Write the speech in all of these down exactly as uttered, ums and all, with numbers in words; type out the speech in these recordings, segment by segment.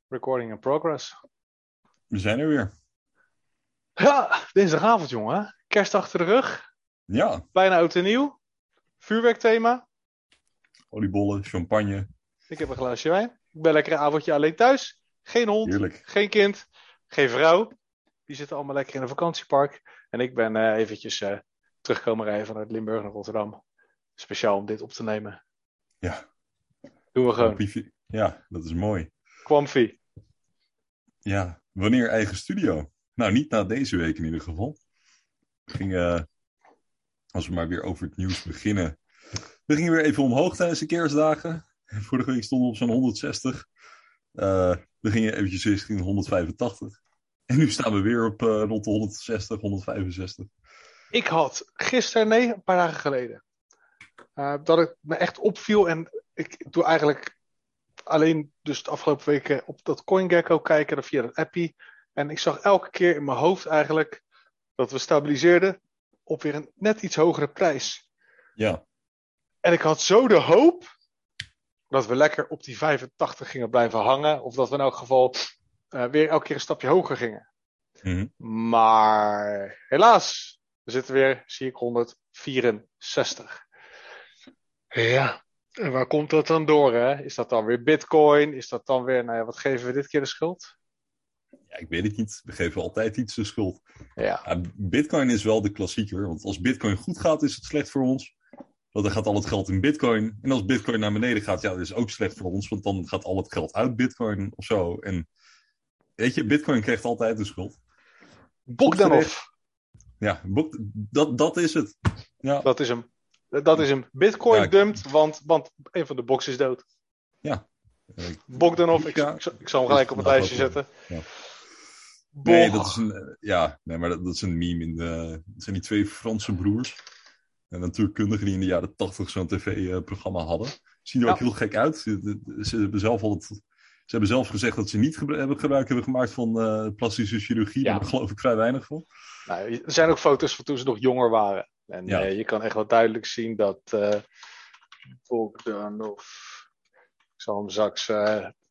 Recording in progress. We zijn er weer. Ja, dinsdagavond jongen. Kerst achter de rug. Ja. Bijna oud en nieuw. Vuurwerkthema. Oliebollen, champagne. Ik heb een glaasje wijn. Ik ben lekker een avondje alleen thuis. Geen hond, Heerlijk. geen kind, geen vrouw. Die zitten allemaal lekker in een vakantiepark. En ik ben uh, eventjes uh, terugkomen rijden vanuit Limburg naar Rotterdam. Speciaal om dit op te nemen. Ja. Doen we gewoon. Ja, dat is mooi. Kwamfie. Ja, wanneer eigen studio? Nou, niet na deze week in ieder geval. Ging, uh, als we maar weer over het nieuws beginnen. We gingen weer even omhoog tijdens de kerstdagen. Vorige week stonden we op zo'n honderdzestig. Uh, we gingen eventjes richting honderdvijfentachtig. En nu staan we weer op uh, rond de honderdzestig, honderdvijfenzestig. Ik had gisteren, nee, een paar dagen geleden. Uh, dat het me echt opviel. En ik doe eigenlijk alleen dus de afgelopen weken op dat CoinGecko kijken. Via dat appie. En ik zag elke keer in mijn hoofd eigenlijk dat we stabiliseerden op weer een net iets hogere prijs. Ja. En ik had zo de hoop dat we lekker op die vijfentachtig gingen blijven hangen. Of dat we in elk geval uh, weer elke keer een stapje hoger gingen. Mm-hmm. Maar helaas, we zitten weer, zie ik, honderdvierenzestig. Ja, en waar komt dat dan door? Hè? Is dat dan weer Bitcoin? Is dat dan weer, nou ja, wat geven we dit keer de schuld? Ja, ik weet het niet. We geven altijd iets de schuld. Ja. Ja, Bitcoin is wel de klassieker. Want als Bitcoin goed gaat, is het slecht voor ons. Want dan gaat al het geld in Bitcoin. En als Bitcoin naar beneden gaat, ja, dat is ook slecht voor ons. Want dan gaat al het geld uit Bitcoin of zo. En weet je, Bitcoin krijgt altijd de schuld. Bogdanov. Ja, dat, dat is het. Ja. Dat is hem. Dat is hem. Bitcoin ja, dumpt, want, want een van de boxen is dood. Ja. Bogdanov, ik, ik, ik zal hem gelijk op het lijstje zetten. Ja. Nee, dat is een, ja, nee, maar dat, dat is een meme. In de, dat zijn die twee Franse broers. En natuurkundigen die in de jaren tachtig zo'n tv-programma hadden. Zien er ja. ook heel gek uit. Ze, ze, hebben zelf al het, ze hebben zelf gezegd dat ze niet gebru- hebben gebruik hebben gemaakt van uh, plastische chirurgie. Ja. Daar geloof ik vrij weinig van. Nou, er zijn ook foto's van toen ze nog jonger waren. En ja. uh, je kan echt wel duidelijk zien dat uh, Bogdanov, ik zal hem straks uh,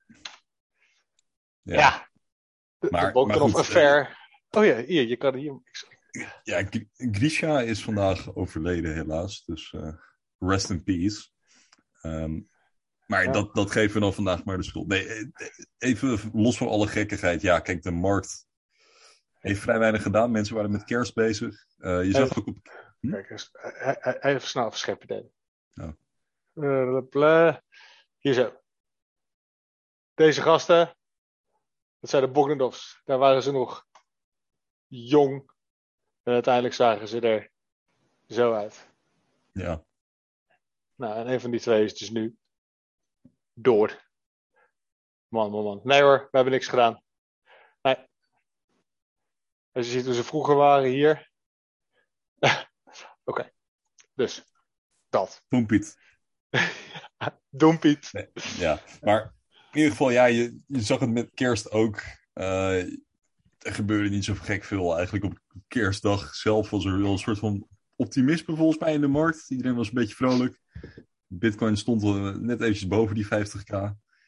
ja, ja de, maar, de Bogdanov affair. Uh, oh ja, hier, je kan hier. Ja, Grisha is vandaag overleden helaas, dus uh, rest in peace. Um, maar ja. dat, dat geven we dan vandaag maar de schuld. Nee, even los van alle gekkigheid. Ja, kijk, de markt heeft vrij weinig gedaan. Mensen waren met kerst bezig. Uh, je zag even, ook op... Hm? Kijk eens, hij, hij, hij even snel verscheppen deden. Oh. Uh, bla, hier zo. Deze gasten, dat zijn de Bogdanovs. Daar waren ze nog jong. En uiteindelijk zagen ze er zo uit. Ja. Nou, en een van die twee is dus nu dood. Man, man, man. Nee hoor, we hebben niks gedaan. Nee. Als je ziet hoe ze vroeger waren hier. Oké, okay. Dus dat. Doempiet. Doempiet. Nee, ja, maar in ieder geval, ja, je, je zag het met kerst ook. Uh, er gebeurde niet zo gek veel eigenlijk op kerstdag zelf. Was er wel een soort van optimisme volgens mij in de markt. Iedereen was een beetje vrolijk. Bitcoin stond net eventjes boven die vijftig k. Uh,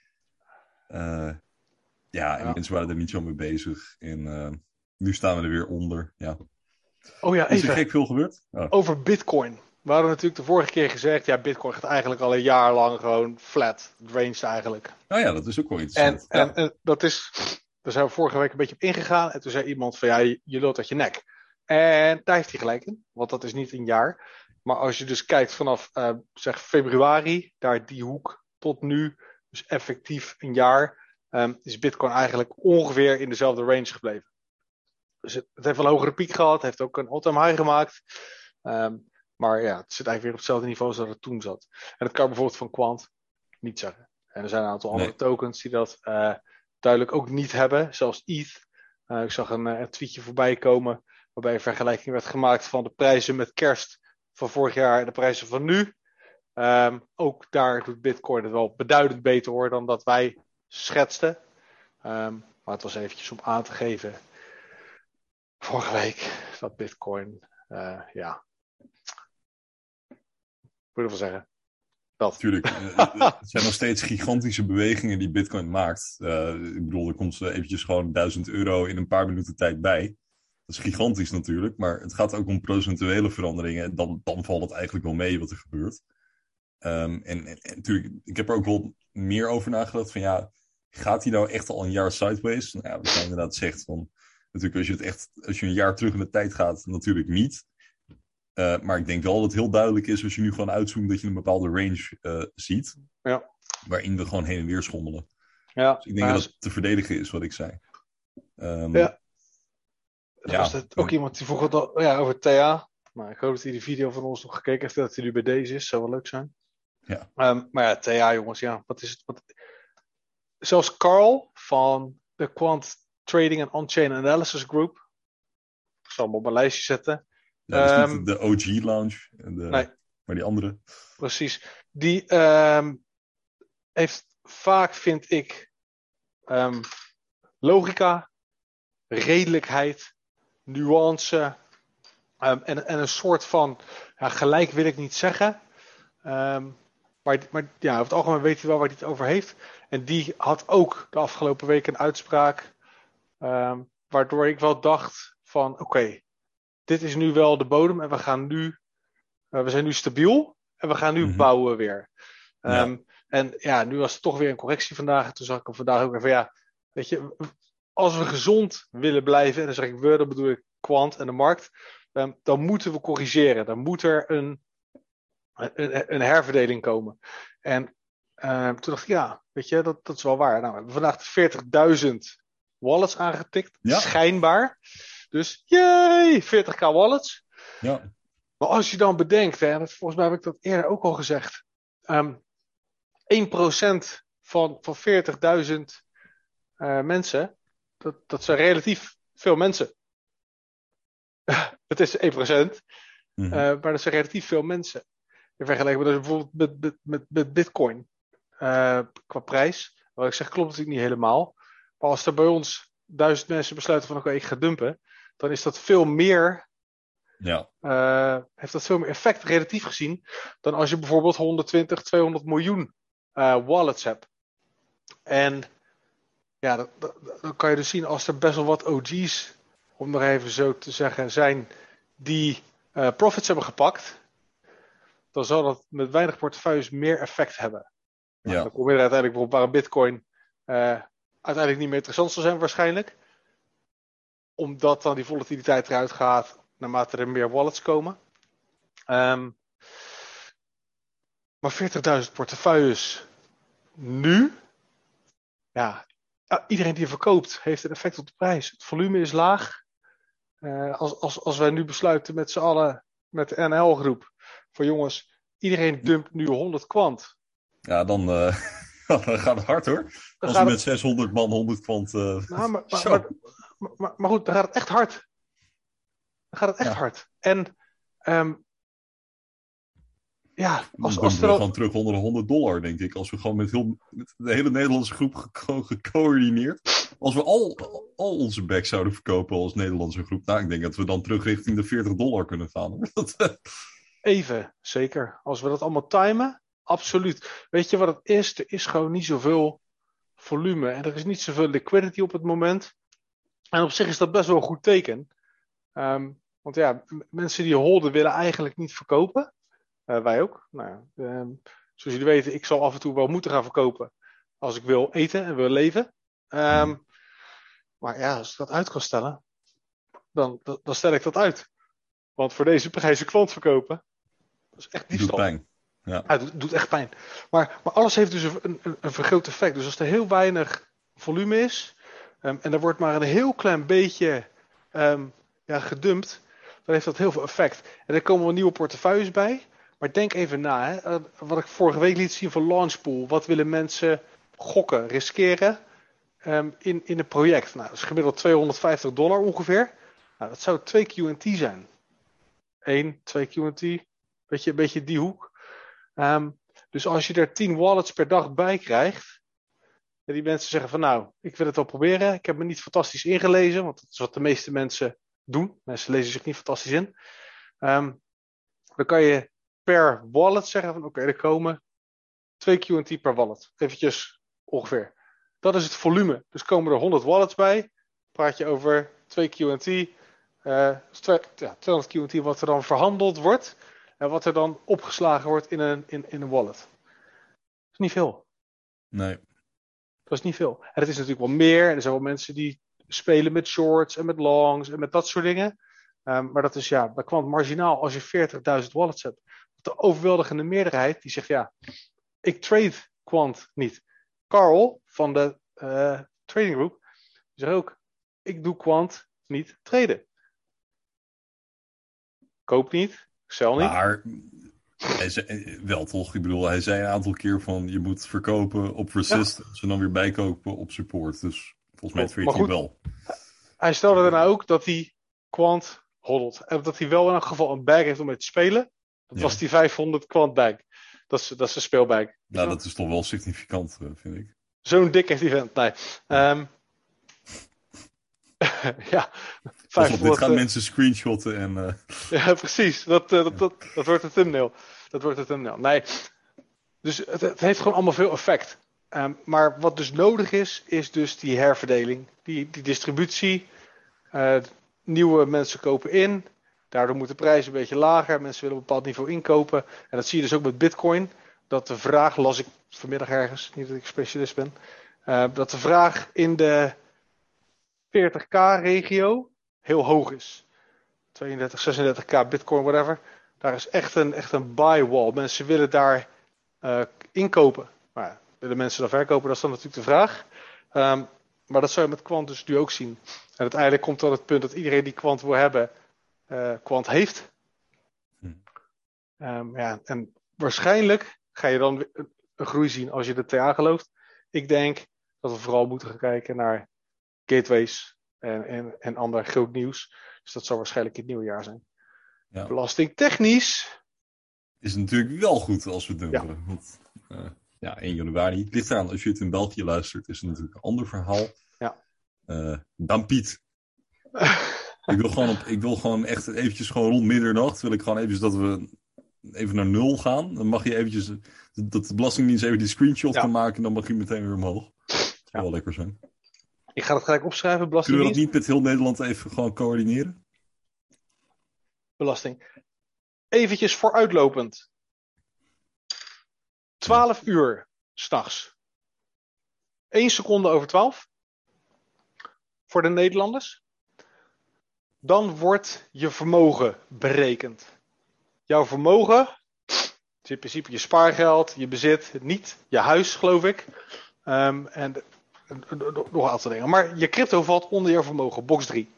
ja, en ja. mensen waren er niet zo mee bezig. En uh, nu staan we er weer onder. Ja. Oh ja, is even. er gek veel gebeurd? Oh. Over Bitcoin. We hadden natuurlijk de vorige keer gezegd, ja, Bitcoin gaat eigenlijk al een jaar lang gewoon flat. Het range eigenlijk. Nou ja, dat is ook wel interessant. En, ja. en, en dat is, daar zijn we vorige week een beetje op ingegaan. En toen zei iemand van, ja, je, je lult uit je nek. En daar heeft hij gelijk in. Want dat is niet een jaar. Maar als je dus kijkt vanaf, uh, zeg, februari, daar die hoek tot nu, dus effectief een jaar, um, is Bitcoin eigenlijk ongeveer in dezelfde range gebleven. Dus het, het heeft wel een hogere piek gehad, heeft ook een all-time high gemaakt. Um, maar ja, het zit eigenlijk weer op hetzelfde niveau als dat het toen zat. En dat kan je bijvoorbeeld van Quant niet zeggen. En er zijn een aantal andere nee. tokens die dat uh, duidelijk ook niet hebben, zelfs E T H. Uh, ik zag een, een tweetje voorbij komen waarbij een vergelijking werd gemaakt van de prijzen met kerst van vorig jaar en de prijzen van nu. Um, ook daar doet Bitcoin het wel beduidend beter hoor dan dat wij schetsten. Um, maar het was eventjes om aan te geven. Vorige week dat Bitcoin, uh, ja, hoe moet ik wel zeggen, Dat. Natuurlijk. Het zijn nog steeds gigantische bewegingen die Bitcoin maakt. Uh, ik bedoel, er komt eventjes gewoon duizend euro in een paar minuten tijd bij. Dat is gigantisch natuurlijk, maar het gaat ook om procentuele veranderingen. En dan, dan valt het eigenlijk wel mee wat er gebeurt. Um, en, en, en natuurlijk, ik heb er ook wel meer over nagedacht van ja, gaat hij nou echt al een jaar sideways? Nou ja, wat jij inderdaad zegt van, natuurlijk als je het echt, als je een jaar terug in de tijd gaat, natuurlijk niet. Uh, maar ik denk wel dat het heel duidelijk is als je nu gewoon uitzoomt dat je een bepaalde range uh, ziet. Ja. Waarin we gewoon heen en weer schommelen. Ja, dus ik denk dat het te verdedigen is wat ik zei. Um, ja. Er ja. was het ook iemand die vroeg het al, ja, over T A. Maar ik hoop dat hij die video van ons nog gekeken heeft. Dat hij nu bij deze is. Zou wel leuk zijn. Ja. Um, maar ja, T A jongens. Ja, wat is het? Wat... Zelfs Carl van de Quant Trading and On-Chain Analysis Group. Ik zal hem op mijn lijstje zetten. Ja, dat is um, niet de O G Lounge. De, nee. Maar die andere. Precies. Die um, heeft vaak, vind ik, um, logica, redelijkheid, nuance um, en, en een soort van, ja, gelijk wil ik niet zeggen. Um, maar, maar ja, over het algemeen weet hij wel waar hij het over heeft. En die had ook de afgelopen week een uitspraak, um, waardoor ik wel dacht van, oké, okay, dit is nu wel de bodem en we gaan nu, uh, we zijn nu stabiel. En we gaan nu mm-hmm. bouwen weer. Um, ja. En ja, nu was het toch weer een correctie vandaag. En toen zag ik hem vandaag ook even, ja, weet je, als we gezond willen blijven, en dan zeg ik we, dan bedoel ik Quant en de markt, um, dan moeten we corrigeren. Dan moet er een, een, een herverdeling komen. En uh, toen dacht ik, ja, weet je, dat, dat is wel waar. Nou, we hebben vandaag de veertigduizend wallets aangetikt, ja. Schijnbaar. Dus, yay, veertig k wallets. Ja. Maar als je dan bedenkt, hè, en volgens mij heb ik dat eerder ook al gezegd, um, één procent van, van veertigduizend uh, mensen, dat, dat zijn relatief veel mensen. Het is één procent, mm-hmm. uh, maar dat zijn relatief veel mensen. In vergelijking met bijvoorbeeld met, met, met, met Bitcoin. Uh, qua prijs, wat ik zeg klopt natuurlijk niet helemaal. Maar als er bij ons duizend mensen besluiten van oké, okay, ik ga dumpen, dan is dat veel meer. Ja. Uh, heeft dat veel meer effect relatief gezien dan als je bijvoorbeeld honderdtwintig, tweehonderd miljoen uh, wallets hebt. En ja, dat, dat, dan kan je dus zien als er best wel wat O G's, om nog even zo te zeggen, zijn die uh, profits hebben gepakt, dan zal dat met weinig portefeuilles meer effect hebben. Nou, ja. Dan kom je er uiteindelijk bijvoorbeeld waar een bitcoin uh, uiteindelijk niet meer interessant zal zijn waarschijnlijk. Omdat dan die volatiliteit eruit gaat naarmate er meer wallets komen. Um, maar veertigduizend portefeuilles nu. Ja, iedereen die verkoopt heeft een effect op de prijs. Het volume is laag. Uh, als, als, als wij nu besluiten met z'n allen, met de N L-groep, voor jongens, iedereen dumpt nu honderd kwant. Ja, dan, uh, dan gaat het hard hoor. Dan als we met het... zeshonderd man honderd kwant... Uh, nou, maar, maar, maar, maar, maar, maar goed, dan gaat het echt hard. Dan gaat het echt ja. hard. En um, ja, als, dan als we er al... gewoon terug onder de honderd dollar, denk ik. Als we gewoon met, heel, met de hele Nederlandse groep ge- gecoördineerd. Als we al, al onze backs zouden verkopen als Nederlandse groep. Nou, ik denk dat we dan terug richting de veertig dollar kunnen gaan. Even, zeker. Als we dat allemaal timen, absoluut. Weet je wat het is? Er is gewoon niet zoveel volume. En er is niet zoveel liquidity op het moment. En op zich is dat best wel een goed teken. Um, want ja, m- mensen die holden willen eigenlijk niet verkopen. Uh, wij ook. Nou, um, zoals jullie weten, ik zal af en toe wel moeten gaan verkopen. Als ik wil eten en wil leven. Um, mm. Maar ja, als ik dat uit kan stellen, dan, dan, dan stel ik dat uit. Want voor deze prijs een klant verkopen, dat is echt diefstal. Doet pijn. Ja. Ja, het doet, doet echt pijn. Maar, maar alles heeft dus een, een, een vergroot effect. Dus als er heel weinig volume is, um, en er wordt maar een heel klein beetje um, ja, gedumpt, dan heeft dat heel veel effect. En er komen wel nieuwe portefeuilles bij. Maar denk even na, hè. Uh, wat ik vorige week liet zien van Launchpool. Wat willen mensen gokken, riskeren um, in, in een project? Nou, dat is gemiddeld tweehonderdvijftig dollar ongeveer. Nou, dat zou twee Q en T zijn. één, twee Q en T. Beetje, beetje die hoek. Um, dus als je er tien wallets per dag bij krijgt. En die mensen zeggen van nou, ik wil het wel proberen. Ik heb me niet fantastisch ingelezen. Want dat is wat de meeste mensen doen. Mensen lezen zich niet fantastisch in. Um, dan kan je per wallet zeggen van oké, okay, er komen twee Q N T per wallet. Eventjes ongeveer. Dat is het volume. Dus komen er honderd wallets bij. Praat je over twee Q N T. Uh, twee, ja, tweehonderd Q N T wat er dan verhandeld wordt. En wat er dan opgeslagen wordt in een, in, in een wallet. Dat is niet veel. Nee. Dat is niet veel. En het is natuurlijk wel meer. Er zijn wel mensen die spelen met shorts en met longs en met dat soort dingen. Um, maar dat is ja, bij kwant marginaal als je veertigduizend wallets hebt. De overweldigende meerderheid die zegt ja, ik trade kwant niet. Carl van de uh, trading group zegt ook, ik doe kwant niet traden. Koop niet, sell niet. Maar hij zei, wel toch? Ik bedoel, hij zei een aantal keer van je moet verkopen op resistance ja. en dan weer bijkopen op support. Dus volgens mij trade hij wel. Hij stelde daarna ook dat hij kwant hoddelt. En dat hij wel in elk geval een bag heeft om mee te spelen. Dat ja. was die vijfhonderd kwant bag. Dat is, dat is een speelbag. Nou, dat is toch wel significant, vind ik. Zo'n dik heeft die vent. Nee. Um, ja. vijfhonderd, dit gaan uh, mensen screenshotten en... Uh... Ja, precies. Dat, uh, dat, ja. dat, dat wordt de thumbnail. Dat wordt de thumbnail. Nee. Dus het, het heeft gewoon allemaal veel effect. Um, maar wat dus nodig is, is dus die herverdeling. Die, die distributie. Uh, nieuwe mensen kopen in. Daardoor moet de prijs een beetje lager. Mensen willen een bepaald niveau inkopen. En dat zie je dus ook met Bitcoin. Dat de vraag, las ik vanmiddag ergens, niet dat ik specialist ben. Uh, dat de vraag in de veertig k regio heel hoog is. tweeëndertig, zesendertig k Bitcoin, whatever. Daar is echt een, echt een buy wall. Mensen willen daar uh, inkopen. Maar willen mensen dan verkopen? Dat is dan natuurlijk de vraag. Um, maar dat zou je met kwant dus nu ook zien. En uiteindelijk komt dan het punt dat iedereen die kwant wil hebben, uh, kwant heeft. Hm. Um, ja, en waarschijnlijk ga je dan een groei zien als je de T A gelooft. Ik denk dat we vooral moeten gaan kijken naar gateways en, en, en ander groot nieuws. Dus dat zal waarschijnlijk het nieuwe jaar zijn. Ja. Belastingtechnisch is het natuurlijk wel goed als we het doen. Ja. Want, uh, ja, één januari. Het ligt eraan, als je het in België luistert, is het natuurlijk een ander verhaal. Ja. Uh, dan Piet. ik, wil gewoon op, ik wil gewoon echt eventjes gewoon rond middernacht, wil ik gewoon eventjes dat we even naar nul gaan. Dan mag je eventjes, dat de Belastingdienst even die screenshot ja. kan maken en dan mag je meteen weer omhoog. Dat zou ja. wel lekker zijn. Ik ga dat gelijk opschrijven, Belastingdienst. Kunnen we dat niet met heel Nederland even gewoon coördineren? Belasting. Eventjes vooruitlopend. twaalf uur s'nachts. één seconde over twaalf. Voor de Nederlanders. Dan wordt je vermogen berekend. Jouw vermogen is in principe je spaargeld, je bezit, niet je huis, geloof ik. Um, en nog een aantal dingen. Maar je crypto valt onder je vermogen, box drie.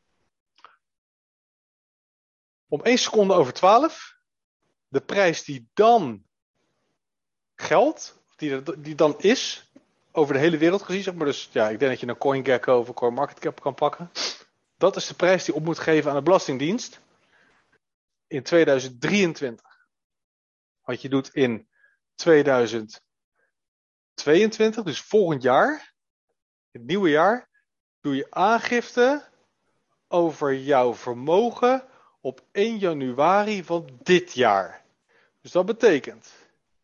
Om één seconde over twaalf, de prijs die dan geldt, die, die dan is, over de hele wereld gezien, zeg maar. Dus ja, ik denk dat je een CoinGecko of een CoinMarketCap kan pakken. Dat is de prijs die op moet geven aan de Belastingdienst in tweeduizend drieëntwintig. Wat je doet in tweeduizend tweeëntwintig, dus volgend jaar, het nieuwe jaar, doe je aangifte over jouw vermogen op één januari van dit jaar. Dus dat betekent,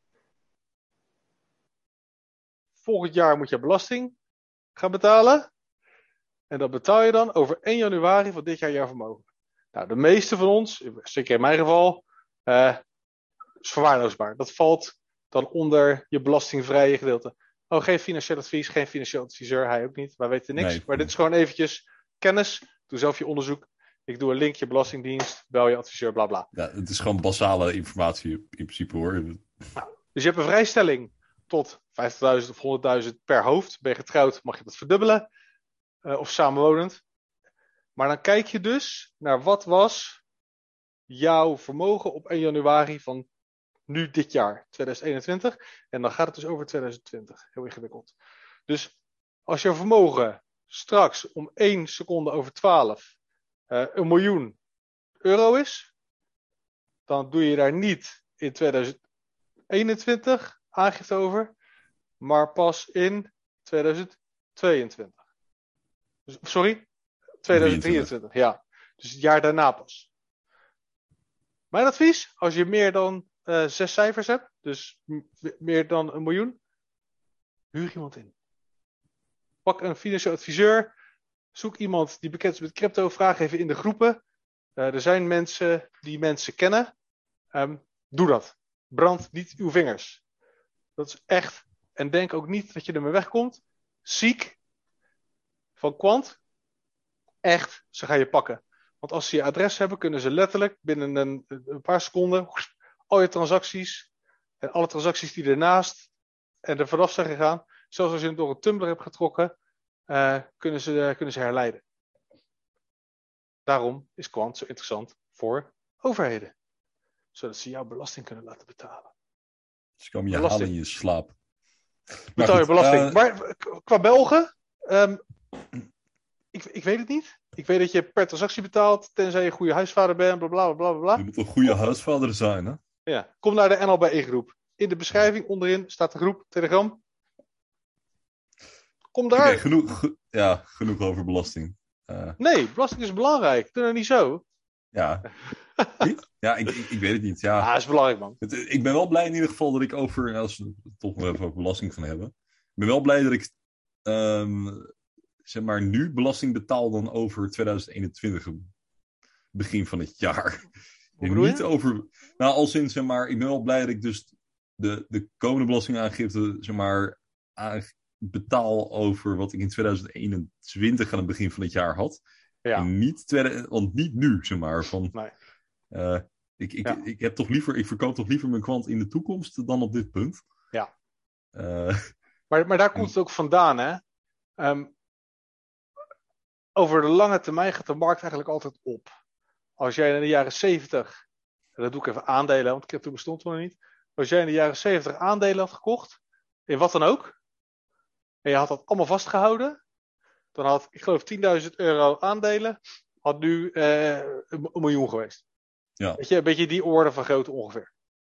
volgend jaar moet je belasting gaan betalen. En dat betaal je dan over één januari van dit jaar jouw vermogen. Nou, de meeste van ons, zeker in mijn geval, uh, is verwaarloosbaar. Dat valt dan onder je belastingvrije gedeelte. Oh, geen financieel advies, geen financieel adviseur, hij ook niet. Wij weten niks. Nee. Maar dit is gewoon eventjes kennis. Doe zelf je onderzoek. Ik doe een linkje belastingdienst, bel je adviseur, bla bla. Ja, het is gewoon basale informatie in principe hoor. Nou, dus je hebt een vrijstelling tot vijftigduizend of honderdduizend per hoofd. Ben je getrouwd, mag je dat verdubbelen. Uh, of samenwonend. Maar dan kijk je dus naar wat was jouw vermogen op één januari van nu dit jaar, tweeduizend eenentwintig. En dan gaat het dus over tweeduizend twintig. Heel ingewikkeld. Dus als jouw vermogen straks om één seconde over twaalf uh, een miljoen euro is, dan doe je daar niet in tweeduizend eenentwintig aangifte over, maar pas in tweeduizend tweeëntwintig. Dus, sorry, tweeduizend drieëntwintig, ja. Dus het jaar daarna pas. Mijn advies, als je meer dan uh, zes cijfers hebt, dus m- meer dan een miljoen, huur iemand in. Pak een financieel adviseur, zoek iemand die bekend is met crypto, vraag even in de groepen. Uh, er zijn mensen die mensen kennen. Um, doe dat. Brand niet uw vingers. Dat is echt. En denk ook niet dat je ermee wegkomt. Ziek van Quant. Echt, ze gaan je pakken. Want als ze je adres hebben, kunnen ze letterlijk binnen een, een paar seconden al je transacties en alle transacties die ernaast en er vanaf zijn gegaan, zelfs als je hem door een tumbler hebt getrokken, uh, kunnen, ze, uh, kunnen ze herleiden. Daarom is Quant zo interessant voor overheden. Zodat ze jouw belasting kunnen laten betalen. Dus komen je halen in je slaap. Betaal je belasting. Uh, maar qua Belgen, um, ik, ik weet het niet. Ik weet dat je per transactie betaalt, tenzij je een goede huisvader bent, bla bla bla bla. Je moet een goede kom, huisvader zijn, hè? Ja, kom naar de N L B E-groep. In de beschrijving onderin staat de groep, Telegram. Kom daar. Okay, genoeg, ge, ja, genoeg over belasting. Uh. Nee, belasting is belangrijk. Doe nou niet zo. Ja. Niet? Ja, ik, ik, ik weet het niet. Ja, ah, is belangrijk, man. Het, ik ben wel blij in ieder geval dat ik over, als we het toch nog even over belasting gaan hebben. Ik ben wel blij dat ik, um, zeg maar, nu belasting betaal dan over twintig eenentwintig, begin van het jaar. Hoe en niet over, nou, als in, zeg maar, ik ben wel blij dat ik dus de, de komende belastingaangifte, zeg maar, aan, betaal over wat ik in twintig eenentwintig aan het begin van het jaar had. Ja. En niet, tweede, want niet nu, zeg maar, van... Nee. Uh, Ik, ik, ja. ik, heb toch liever, ik verkoop toch liever mijn kwant in de toekomst dan op dit punt. Ja. Uh, maar, maar daar komt het ook vandaan, hè? Um, over de lange termijn gaat de markt eigenlijk altijd op. Als jij in de jaren zeventig, en dat doe ik even aandelen, want crypto bestond nog niet. Als jij in de jaren zeventig aandelen had gekocht, in wat dan ook, en je had dat allemaal vastgehouden, dan had, ik geloof, tienduizend euro aandelen, had nu uh, een, een miljoen geweest. Ja. Weet je, een beetje die orde van grootte ongeveer.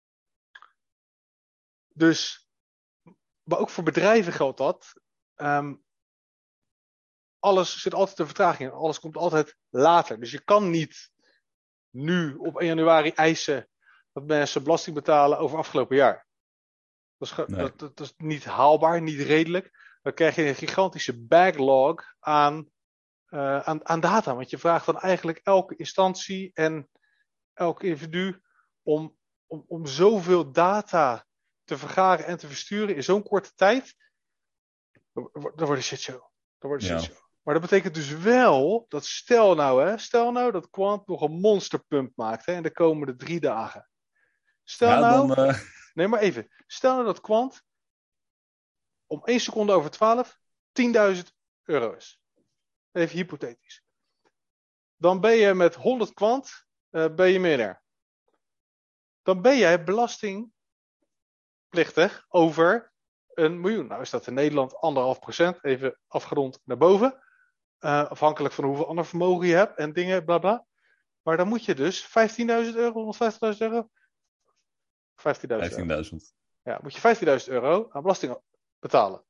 Dus, maar ook voor bedrijven geldt dat. Um, alles zit altijd een vertraging in. Alles komt altijd later. Dus je kan niet nu op één januari eisen dat mensen belasting betalen over afgelopen jaar. Dat is, ge- nee. dat, dat is niet haalbaar, niet redelijk. Dan krijg je een gigantische backlog aan, uh, aan, aan data. Want je vraagt dan eigenlijk elke instantie en elk individu om, om, om zoveel data te vergaren en te versturen in zo'n korte tijd. Dan wordt een shitshow. Dan wordt een Ja. shitshow. Maar dat betekent dus wel dat stel nou, hè, stel nou dat Quant nog een monsterpump maakt hè, in de komende drie dagen. Stel ja, nou, dan, uh... nee maar even, stel nou dat Quant om één seconde over twaalf tienduizend euro is. Even hypothetisch. Dan ben je met honderd Quant Uh, ben je miljonair. Dan ben jij belastingplichtig over een miljoen. Nou is dat in Nederland anderhalf procent, even afgerond naar boven. Uh, afhankelijk van hoeveel ander vermogen je hebt en dingen, bla bla. Maar dan moet je dus vijftienduizend euro, honderdvijftigduizend euro? vijftienduizend. vijftienduizend. Ja, moet je vijftienduizend euro aan belasting betalen.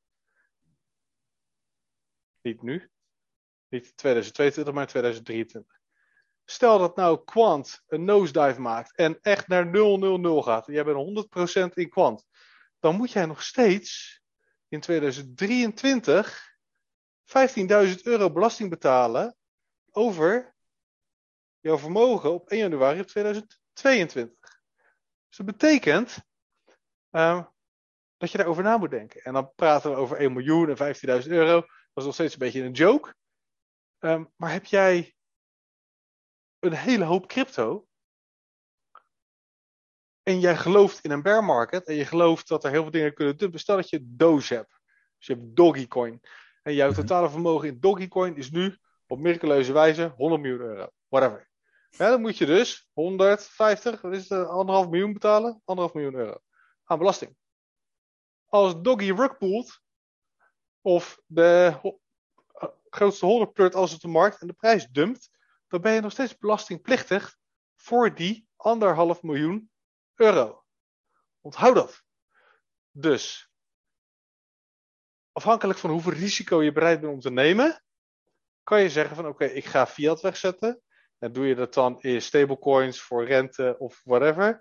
Niet nu. Niet twintig tweeëntwintig, maar twintig drieëntwintig. Stel dat nou Quant een nosedive maakt en echt naar nul nul nul gaat. En jij bent honderd procent in Quant. Dan moet jij nog steeds in twintig drieëntwintig vijftienduizend euro belasting betalen over jouw vermogen op één januari tweeduizend tweeëntwintig. Dus dat betekent uh, dat je daarover na moet denken. En dan praten we over één miljoen en vijftienduizend euro. Dat is nog steeds een beetje een joke. Um, maar heb jij een hele hoop crypto en jij gelooft in een bear market en je gelooft dat er heel veel dingen kunnen dumpen. Stel dat je Doge hebt. Dus je hebt Dogecoin. En jouw totale vermogen in Dogecoin is nu op miraculeuze wijze honderd miljoen euro. Whatever. Ja, dan moet je dus honderdvijftig, wat is het, anderhalf miljoen betalen? Anderhalf miljoen euro aan belasting. Als Doggy rugpoolt of de grootste holderplut als het de markt en de prijs dumpt, dan ben je nog steeds belastingplichtig voor die anderhalf miljoen euro. Onthoud dat. Dus, afhankelijk van hoeveel risico je bereid bent om te nemen, kan je zeggen van oké, okay, ik ga fiat wegzetten. En doe je dat dan in stablecoins voor rente of whatever.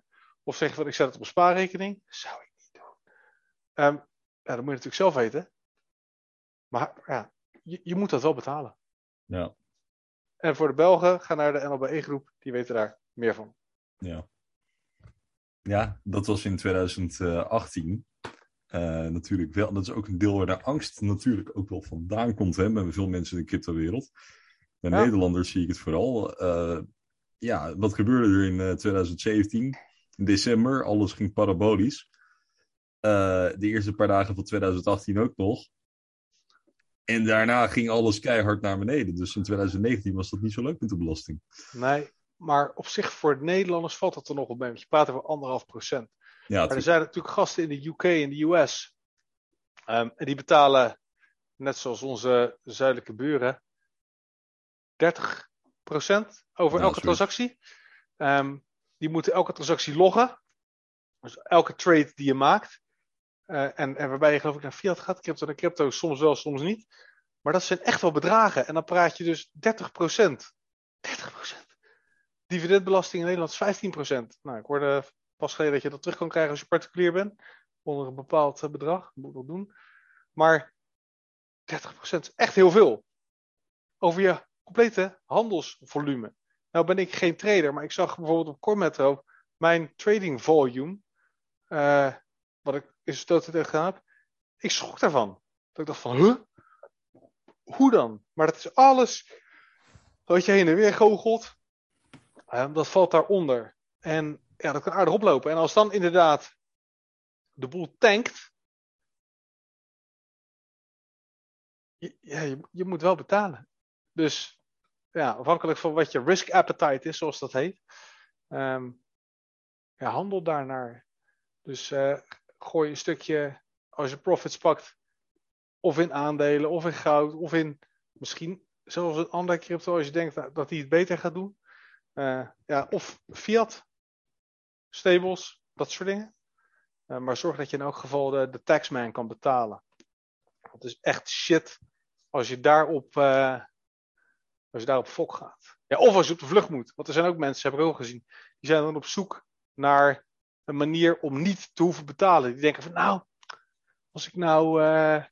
Of zeg je van ik zet het op een spaarrekening. Zou ik niet doen. Um, ja, dat moet je natuurlijk zelf weten. Maar ja, je, je moet dat wel betalen. Ja. En voor de Belgen, ga naar de N L B E-groep. Die weten daar meer van. Ja. Ja, dat was in twintig achttien. Uh, natuurlijk wel. Dat is ook een deel waar de angst natuurlijk ook wel vandaan komt. Hè, bij veel mensen in de cryptowereld. Bij ja. Nederlanders zie ik het vooral. Uh, ja, wat gebeurde er in uh, twintig zeventien? In december, alles ging parabolisch. Uh, de eerste paar dagen van twintig achttien ook nog. En daarna ging alles keihard naar beneden. Dus in twintig negentien was dat niet zo leuk met de belasting. Nee, maar op zich voor de Nederlanders valt dat er nog op mee. Want je praat over anderhalf procent. Ja, maar er zijn natuurlijk gasten in de U K en de U S. Um, en die betalen, net zoals onze zuidelijke buren, dertig procent over ja, elke sorry. transactie. Um, die moeten elke transactie loggen. Dus elke trade die je maakt. Uh, en, en waarbij je geloof ik naar fiat gaat, crypto naar crypto, soms wel, soms niet. Maar dat zijn echt wel bedragen. En dan praat je dus dertig procent. dertig procent. Dividendbelasting in Nederland is vijftien procent. Nou, ik hoorde pas geleden dat je dat terug kan krijgen als je particulier bent. Onder een bepaald uh, bedrag. Dat moet ik nog doen. Maar dertig procent is echt heel veel. Over je complete handelsvolume. Nou ben ik geen trader, maar ik zag bijvoorbeeld op CoinMetro mijn trading volume. Uh, wat ik is stoten tegen gedaan heb. Ik schrok daarvan. Dat ik dacht van, huh? Hoe dan? Maar dat is alles wat je heen en weer goochelt. Uh, dat valt daaronder. En ja, dat kan aardig oplopen. En als dan inderdaad de boel tankt. Je, ja, je, je moet wel betalen. Dus ja, afhankelijk van wat je risk appetite is, zoals dat heet. Um, ja, handel daarnaar. Dus uh, gooi een stukje, als je profits pakt, of in aandelen, of in goud, of in misschien zelfs een andere crypto, als je denkt dat, dat die het beter gaat doen. Uh, ja, of fiat, stables, dat soort dingen. Uh, maar zorg dat je in elk geval de, de taxman kan betalen. Het is echt shit als je daarop, uh, als je daarop fok gaat. Ja, of als je op de vlucht moet. Want er zijn ook mensen, heb ik ook gezien, die zijn dan op zoek naar een manier om niet te hoeven betalen. Die denken van nou, als ik nou uh,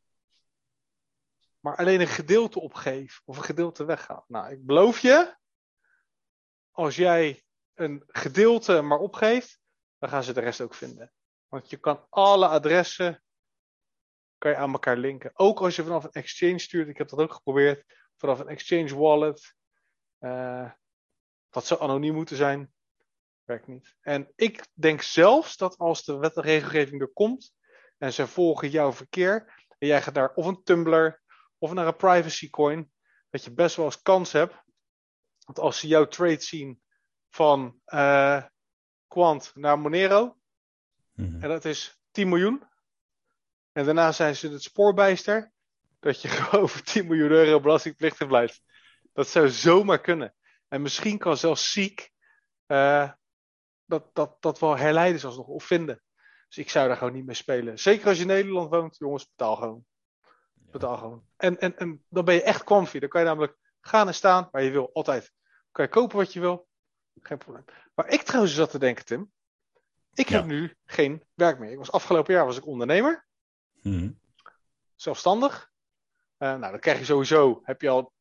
maar alleen een gedeelte opgeef of een gedeelte wegga. Nou, ik beloof je, als jij een gedeelte maar opgeeft, dan gaan ze de rest ook vinden. Want je kan alle adressen kan je aan elkaar linken. Ook als je vanaf een exchange stuurt, ik heb dat ook geprobeerd, vanaf een exchange wallet, uh, wat zou anoniem moeten zijn, werkt niet. En ik denk zelfs dat als de wet en regelgeving er komt en ze volgen jouw verkeer en jij gaat naar of een Tumblr of naar een privacy coin, dat je best wel eens kans hebt dat als ze jouw trade zien van uh, Quant naar Monero, mm-hmm. en dat is tien miljoen, en daarna zijn ze het spoorbijster, dat je gewoon voor tien miljoen euro belastingplichtig blijft. Dat zou zomaar kunnen. En misschien kan zelfs Seek uh, dat, dat, dat wel herleiden zelfs nog of vinden. Dus ik zou daar gewoon niet mee spelen. Zeker als je in Nederland woont, jongens, betaal gewoon. Betaal gewoon. En, en, en dan ben je echt comfy. Dan kan je namelijk gaan en staan waar je wil. Altijd. Dan kan je kopen wat je wil. Geen probleem. Maar ik trouwens zat te denken, Tim. Ik ja. heb nu geen werk meer. Ik was afgelopen jaar was ik ondernemer. Mm-hmm. Zelfstandig. Uh, nou, dan krijg je sowieso, heb je al,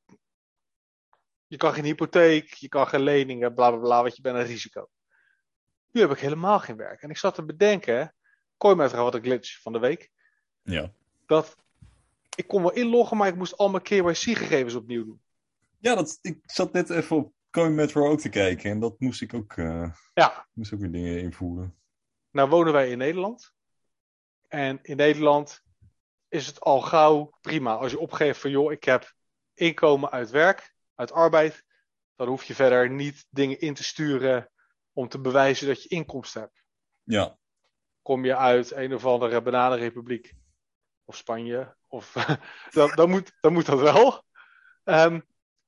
je kan geen hypotheek, je kan geen leningen, bla bla bla, want je bent een risico. Nu heb ik helemaal geen werk. En ik zat te bedenken, CoinMetro had een glitch van de week. Ja. Dat ik kon wel inloggen, maar ik moest al mijn K Y C-gegevens opnieuw doen. Ja, dat, ik zat net even op CoinMetro ook te kijken en dat moest ik ook, uh, ja. moest ook weer dingen invoeren. Nou wonen wij in Nederland. En in Nederland is het al gauw prima. Als je opgeeft van joh, ik heb inkomen uit werk, uit arbeid, dan hoef je verder niet dingen in te sturen om te bewijzen dat je inkomsten hebt. Ja. Kom je uit een of andere bananenrepubliek of Spanje, of dan, dan, moet, dan moet dat wel. Um,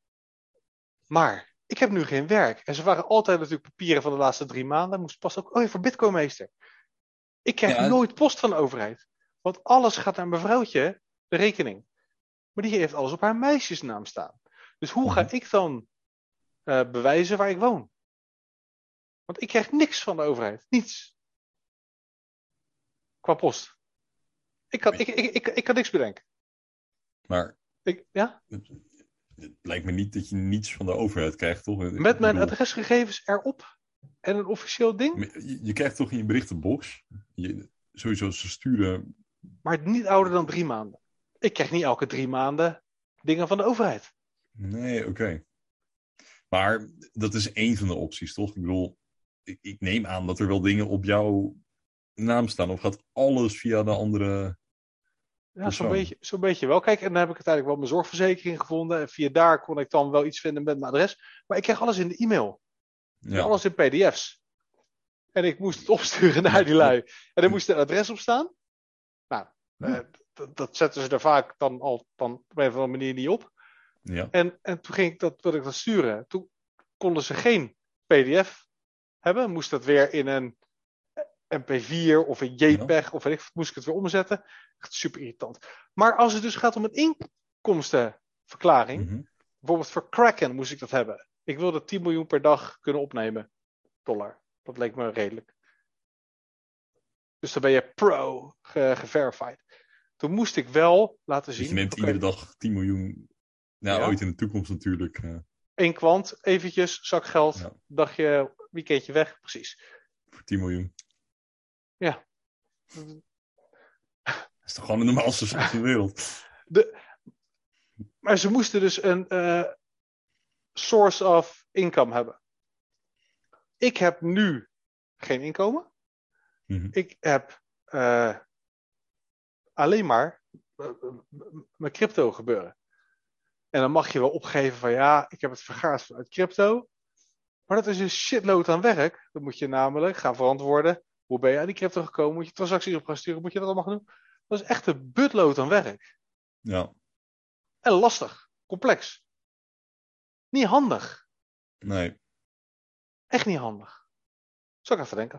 maar ik heb nu geen werk. En ze waren altijd natuurlijk papieren van de laatste drie maanden. Moest pas ook, oh ja, voor Bitcoinmeester. Ik krijg ja. nooit post van de overheid. Want alles gaat naar mevrouwtje, de rekening. Maar die heeft alles op haar meisjesnaam staan. Dus hoe ga ik dan uh, bewijzen waar ik woon? Want ik krijg niks van de overheid. Niets. Qua post. Ik kan, ik, ik, ik, ik kan niks bedenken. Maar Ik, ja? het, het lijkt me niet dat je niets van de overheid krijgt, toch? Met Ik mijn bedoel, adresgegevens erop en een officieel ding, je, je krijgt toch in je berichtenbox, je, sowieso ze sturen... maar niet ouder dan drie maanden. Ik krijg niet elke drie maanden dingen van de overheid. Nee, oké. Okay. Maar dat is één van de opties, toch? Ik bedoel, ik, ik neem aan dat er wel dingen op jouw naam staan. Of gaat alles via de andere Ja, zo'n persoon? beetje, zo'n beetje wel. Kijk, en dan heb ik uiteindelijk wel mijn zorgverzekering gevonden. En via daar kon ik dan wel iets vinden met mijn adres. Maar ik kreeg alles in de e-mail. Ja. Alles in P D F's. En ik moest het opsturen naar Maar, die lui. maar, En er moest een adres op staan. Nou, ja. eh, dat, dat zetten ze er vaak dan al dan op een of andere manier niet op. Ja. En, en toen ging ik dat, wilde ik dat sturen. Toen konden ze geen P D F hebben. Moest dat weer in een M P vier of een JPEG of weet ik, moest ik het weer omzetten. Echt super irritant. Maar als het dus gaat om een inkomstenverklaring, Mm-hmm. bijvoorbeeld voor Kraken moest ik dat hebben. Ik wilde tien miljoen per dag kunnen opnemen. Dollar. Dat leek me redelijk. Dus dan ben je pro ge- geverified. Toen moest ik wel laten zien. Dus je neemt okay, iedere dag tien miljoen. Nou, ja. ooit in de toekomst natuurlijk. Uh, Eén kwant, eventjes, zakgeld, ja. dagje, weekendje weg, precies. Voor tien miljoen. Ja. Dat is toch gewoon de normaalste zaak van de wereld. De, maar ze moesten dus een uh, source of income hebben. Ik heb nu geen inkomen. Mm-hmm. Ik heb uh, alleen maar uh, mijn crypto gebeuren. En dan mag je wel opgeven van ja, ik heb het vergaard vanuit crypto. Maar dat is een shitload aan werk. Dan moet je namelijk gaan verantwoorden. Hoe ben je aan die crypto gekomen? Moet je transacties op gaan sturen? Moet je dat allemaal gaan doen? Dat is echt een butload aan werk. Ja. En lastig. Complex. Niet handig. Nee. Echt niet handig. Zou ik even denken.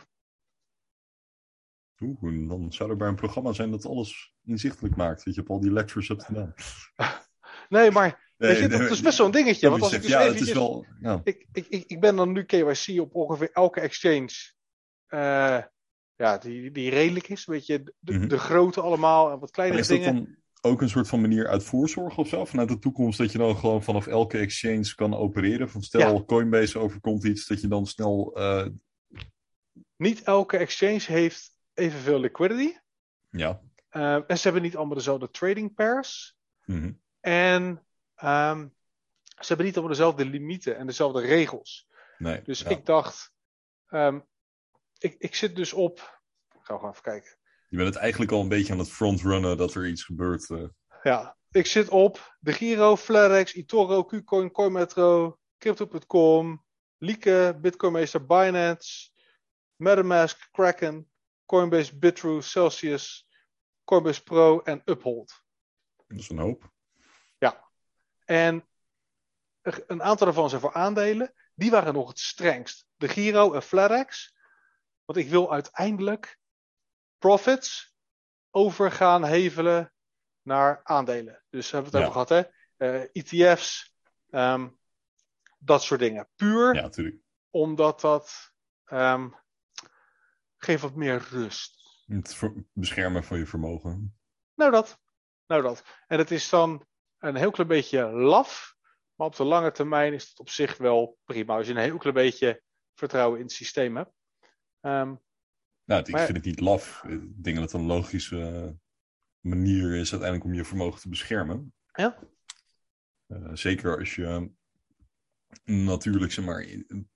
Oeh, dan zou er bij een programma zijn dat alles inzichtelijk maakt. Dat je op al die lectures hebt gedaan. Nee, maar nee, weet je, nee, dat is best wel een dingetje. Want als ik dus ja, eventjes, het is wel, ja. ik, ik, ik, ik ben dan nu K Y C op ongeveer elke exchange. Uh, ja, die, die redelijk is. Weet je, de, Mm-hmm. de grote allemaal en wat kleinere is dat dingen. Dan ook een soort van manier uit voorzorg of zo? Vanuit de toekomst dat je dan gewoon vanaf elke exchange kan opereren? Van stel, ja. Coinbase overkomt iets, dat je dan snel... Uh... Niet elke exchange heeft evenveel liquidity. Ja. Uh, en ze hebben niet allemaal dezelfde trading pairs. Mm-hmm. En um, ze hebben niet allemaal dezelfde limieten en dezelfde regels. Nee, dus ja. ik dacht... Um, ik, ik zit dus op... Ik ga gewoon even kijken. Je bent het eigenlijk al een beetje aan het frontrunnen dat er iets gebeurt. Uh... Ja, ik zit op de Giro, Flarex, eToro, KuCoin, Coinmetro, Crypto punt com, Lieke, Bitcoinmeester, Binance, MetaMask, Kraken, Coinbase, Bitrue, Celsius, Coinbase Pro en Uphold. Dat is een hoop. Ja, en een aantal daarvan zijn voor aandelen. Die waren nog het strengst. De Giro en Flarex. Want ik wil uiteindelijk profits over gaan hevelen naar aandelen. Dus hebben we het ja. over gehad, hè? Uh, E T F's, um, dat soort dingen. Puur ja, natuurlijk. Omdat dat um, geeft wat meer rust. Het beschermen van je vermogen. Nou dat. Nou dat. En het is dan een heel klein beetje laf. Maar op de lange termijn is het op zich wel prima. Als je een heel klein beetje vertrouwen in het systeem hebt. Um, nou, ik maar, vind het niet laf. Ik denk dat het een logische manier is uiteindelijk om je vermogen te beschermen. Ja. Uh, zeker als je natuurlijk, zeg maar,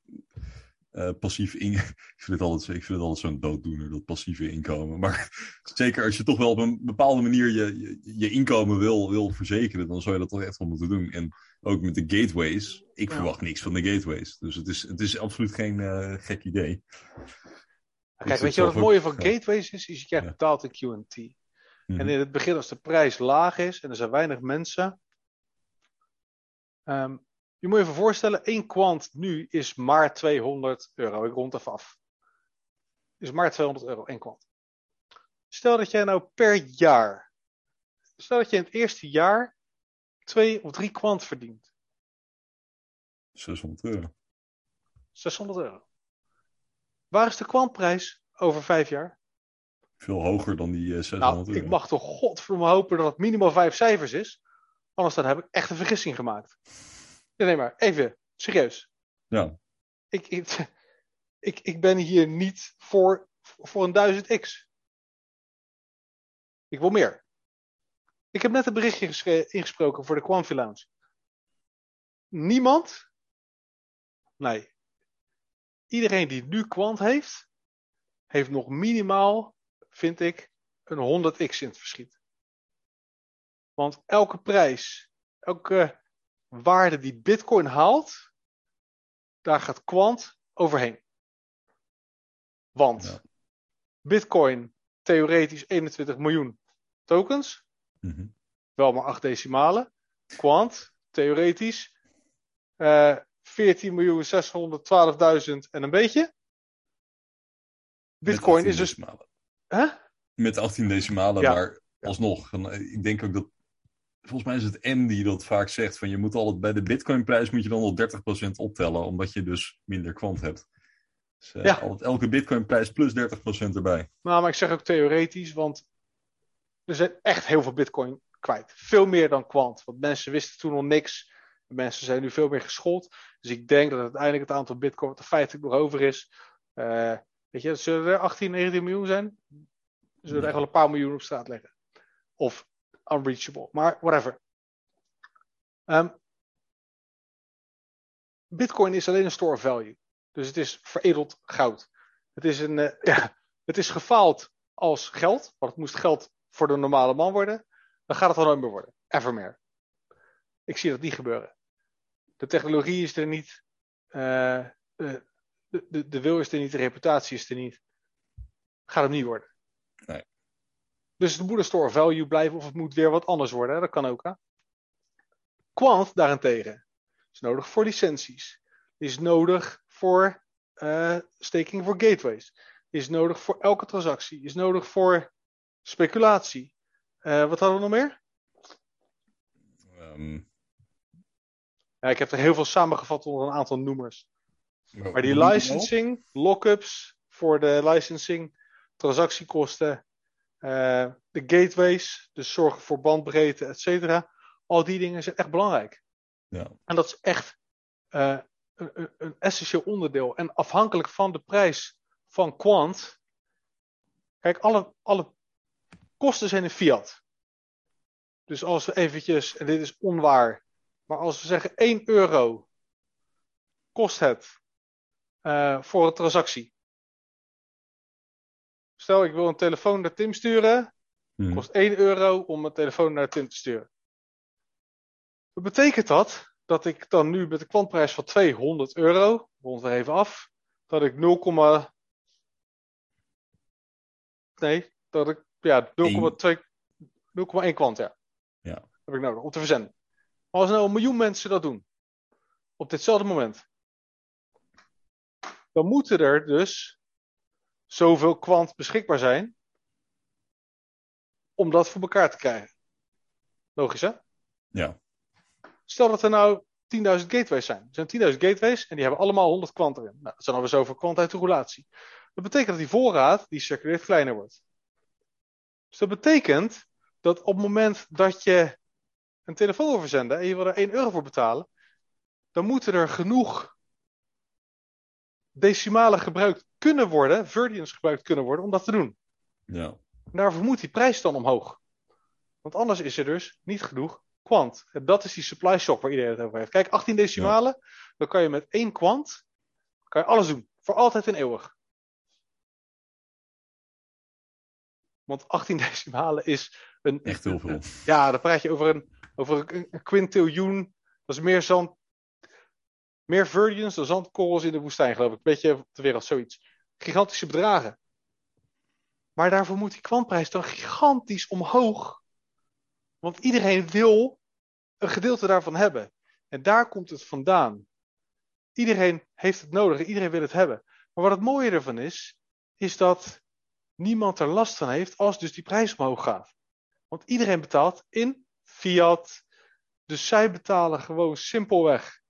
uh, passief in... ik vind het altijd, ik vind het altijd zo'n dooddoener, dat passieve inkomen. Maar zeker als je toch wel op een bepaalde manier je, je, je inkomen wil, wil verzekeren, dan zou je dat toch echt wel moeten doen. En ook met de gateways. Ik ja. verwacht niks van de gateways. Dus het is, het is absoluut geen uh, gek idee. Kijk, weet je wat het mooie van gateways is? Is je krijgt ja. betaald in Q en T. Mm-hmm. En in het begin, als de prijs laag is en er zijn weinig mensen. Um, je moet je even voorstellen, één kwant nu is maar tweehonderd euro. Ik rond even af. Is maar tweehonderd euro, één kwant. Stel dat jij nou per jaar, stel dat je in het eerste jaar twee of drie kwant verdient. zeshonderd euro. zeshonderd euro. Waar is de kwantprijs over vijf jaar? Veel hoger dan die uh, Nou, zeshonderd euro. ik mag toch godverdomme hopen dat het minimaal vijf cijfers is. Anders dan heb ik echt een vergissing gemaakt. Nee, nee maar even, serieus. Ja. Ik, ik, ik, ik ben hier niet voor, voor een duizend x. Ik wil meer. Ik heb net een berichtje geschre- ingesproken voor de Quanfi Lounge. Niemand? Nee. Iedereen die nu kwant heeft, heeft nog minimaal, vind ik, een honderd x in het verschiet. Want elke prijs, elke waarde die Bitcoin haalt, daar gaat kwant overheen. Want Ja. Bitcoin, theoretisch eenentwintig miljoen tokens, Mm-hmm. wel maar acht decimalen. Quant, theoretisch, uh, veertien miljoen zeshonderdtwaalfduizend en een beetje. Bitcoin is dus... Decimalen. Huh? Met achttien decimalen, ja. maar alsnog. Ik denk ook dat... Volgens mij is het M die dat vaak zegt. Van je moet altijd bij de Bitcoin-prijs moet je dan al dertig procent optellen. Omdat je dus minder kwant hebt. Dus uh, ja. altijd elke Bitcoin-prijs plus dertig procent erbij. Nou, maar ik zeg ook theoretisch. Want er zijn echt heel veel Bitcoin kwijt. Veel meer dan kwant. Want mensen wisten toen nog niks. De mensen zijn nu veel meer geschoold. Dus ik denk dat uiteindelijk het aantal Bitcoin wat er feitelijk nog over is. Uh, weet je, zullen er achttien, negentien miljoen zijn? Zullen er ja. echt wel een paar miljoen op straat leggen. Of unreachable. Maar whatever. Um, Bitcoin is alleen een store of value. Dus het is veredeld goud. Het is, een, uh, ja, het is gefaald als geld. Want het moest geld voor de normale man worden. Dan gaat het al nooit meer worden. Ever meer. Ik zie dat niet gebeuren. De technologie is er niet. Uh, de, de, de wil is er niet. De reputatie is er niet. Gaat het niet worden. Nee. Dus het moet een store of value blijven. Of het moet weer wat anders worden. Hè? Dat kan ook. Hè? Quant daarentegen is nodig voor licenties. Is nodig voor uh, staking voor gateways. Is nodig voor elke transactie. Is nodig voor speculatie. Uh, wat hadden we nog meer? Um... Ja, ik heb er heel veel samengevat onder een aantal noemers. Maar, maar die licensing, lockups voor de licensing, transactiekosten, uh, de gateways, dus zorgen voor bandbreedte, et cetera. Al die dingen zijn echt belangrijk. Ja. En dat is echt uh, een, een essentieel onderdeel. En afhankelijk van de prijs van Quant. Kijk, alle, alle kosten zijn in fiat. Dus als we eventjes, en dit is onwaar, maar als we zeggen één euro kost het uh, voor een transactie. Stel, ik wil een telefoon naar Tim sturen. Hmm. Kost één euro om een telefoon naar Tim te sturen. Wat betekent dat? Dat ik dan nu met de kwantprijs van tweehonderd euro, rond er even af, dat ik nul, nee, dat ik, ja, nul komma twee, nul komma één kwant, ja. Ja. Heb ik nodig om te verzenden. Maar als nou een miljoen mensen dat doen, op ditzelfde moment, dan moeten er dus zoveel kwant beschikbaar zijn om dat voor elkaar te krijgen. Logisch, hè? Ja. Stel dat er nou tienduizend gateways zijn. Er zijn tienduizend gateways en die hebben allemaal honderd kwant erin. Nou, dat zijn alweer zoveel kwant uit de roulatie. Dat betekent dat die voorraad, die circuleert, kleiner wordt. Dus dat betekent dat op het moment dat je een telefoon wil verzenden en je wil er één euro voor betalen, dan moeten er genoeg decimalen gebruikt kunnen worden, verdians gebruikt kunnen worden, om dat te doen. Ja. En daarvoor moet die prijs dan omhoog. Want anders is er dus niet genoeg kwant. En dat is die supply shock waar iedereen het over heeft. Kijk, achttien decimalen, ja. Dan kan je met één kwant kan je alles doen. Voor altijd en eeuwig. Want achttien decimalen is een... Echt heel veel. Een, ja, dan praat je over een, over een, een quintiljoen. Dat is meer zand... Meer verdians dan zandkorrels in de woestijn, geloof ik. Beetje op de wereld, zoiets. Gigantische bedragen. Maar daarvoor moet die kwantprijs dan gigantisch omhoog. Want iedereen wil een gedeelte daarvan hebben. En daar komt het vandaan. Iedereen heeft het nodig. Iedereen wil het hebben. Maar wat het mooie ervan is, is dat niemand er last van heeft als dus die prijs omhoog gaat. Want iedereen betaalt in fiat. Dus zij betalen gewoon simpelweg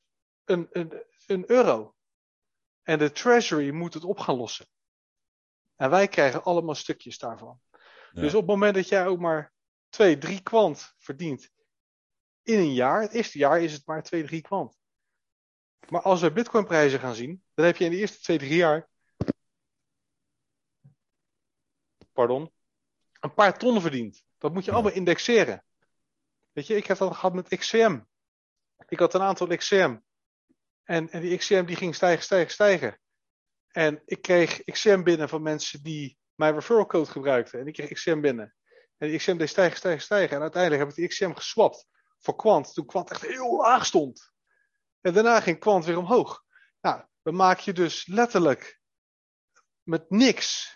een, een, een euro. En de treasury moet het op gaan lossen. En wij krijgen allemaal stukjes daarvan. Ja. Dus op het moment dat jij ook maar twee, drie kwant verdient in een jaar, het eerste jaar is het maar twee, drie kwant. Maar als we bitcoinprijzen gaan zien, dan heb je in de eerste twee, drie jaar, pardon, een paar ton verdiend. Dat moet je Ja. allemaal indexeren. Weet je, ik heb dat gehad met X C M. Ik had een aantal X C M. En, en die X C M die ging stijgen, stijgen, stijgen. En ik kreeg X C M binnen van mensen die mijn referral code gebruikten. En ik kreeg X C M binnen. En die X C M deed stijgen, stijgen, stijgen. En uiteindelijk heb ik die X C M geswapt voor Quant. Toen Quant echt heel laag stond. En daarna ging Quant weer omhoog. Nou, dan maak je dus letterlijk met niks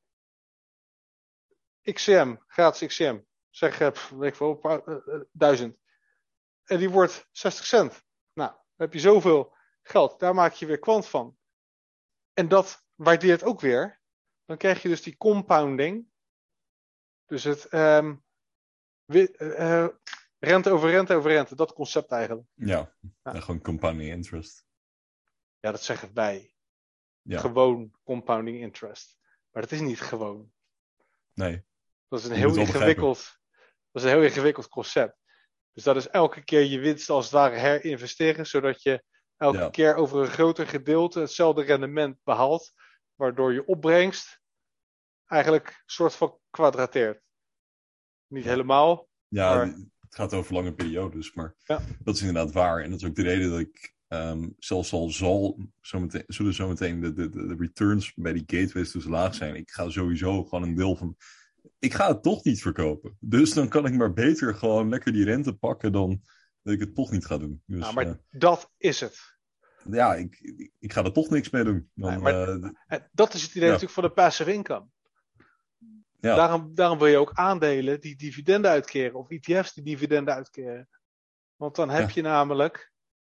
X C M, gratis X C M. Zeg, eh, pff, weet ik veel, een paar, uh, uh, duizend. En die wordt zestig cent. Nou, dan heb je zoveel geld. Daar maak je weer Quant van. En dat waardeert ook weer. Dan krijg je dus die compounding. Dus het um, uh, rente over rente over rente. Dat concept eigenlijk. Ja, ja. En gewoon compounding interest. Ja, dat zeggen wij. Ja. Gewoon compounding interest. Maar dat is niet gewoon. Nee. Dat is een Je heel moet het wel ingewikkeld. Dat is een heel ingewikkeld concept. Dus dat is elke keer je winst als het ware herinvesteren. Zodat je elke Ja. keer over een groter gedeelte hetzelfde rendement behaalt. Waardoor je opbrengst eigenlijk een soort van kwadrateert. Niet Ja. helemaal. Ja, maar... het gaat over lange periodes, maar ja. dat is inderdaad waar. En dat is ook de reden dat ik um, zelfs al zal zometeen, zullen zometeen de, de, de returns bij die gateways dus laag zijn. Ik ga sowieso gewoon een deel van... Ik ga het toch niet verkopen. Dus dan kan ik maar beter gewoon lekker die rente pakken dan dat ik het toch niet ga doen. Dus, nou, maar uh, dat is het. Ja, ik, ik, ik ga er toch niks mee doen. Dan, nee, maar, uh, dat is het idee ja. natuurlijk van de passive income. Ja. Daarom, daarom wil je ook aandelen die dividenden uitkeren. Of E T F's die dividenden uitkeren. Want dan heb ja. je namelijk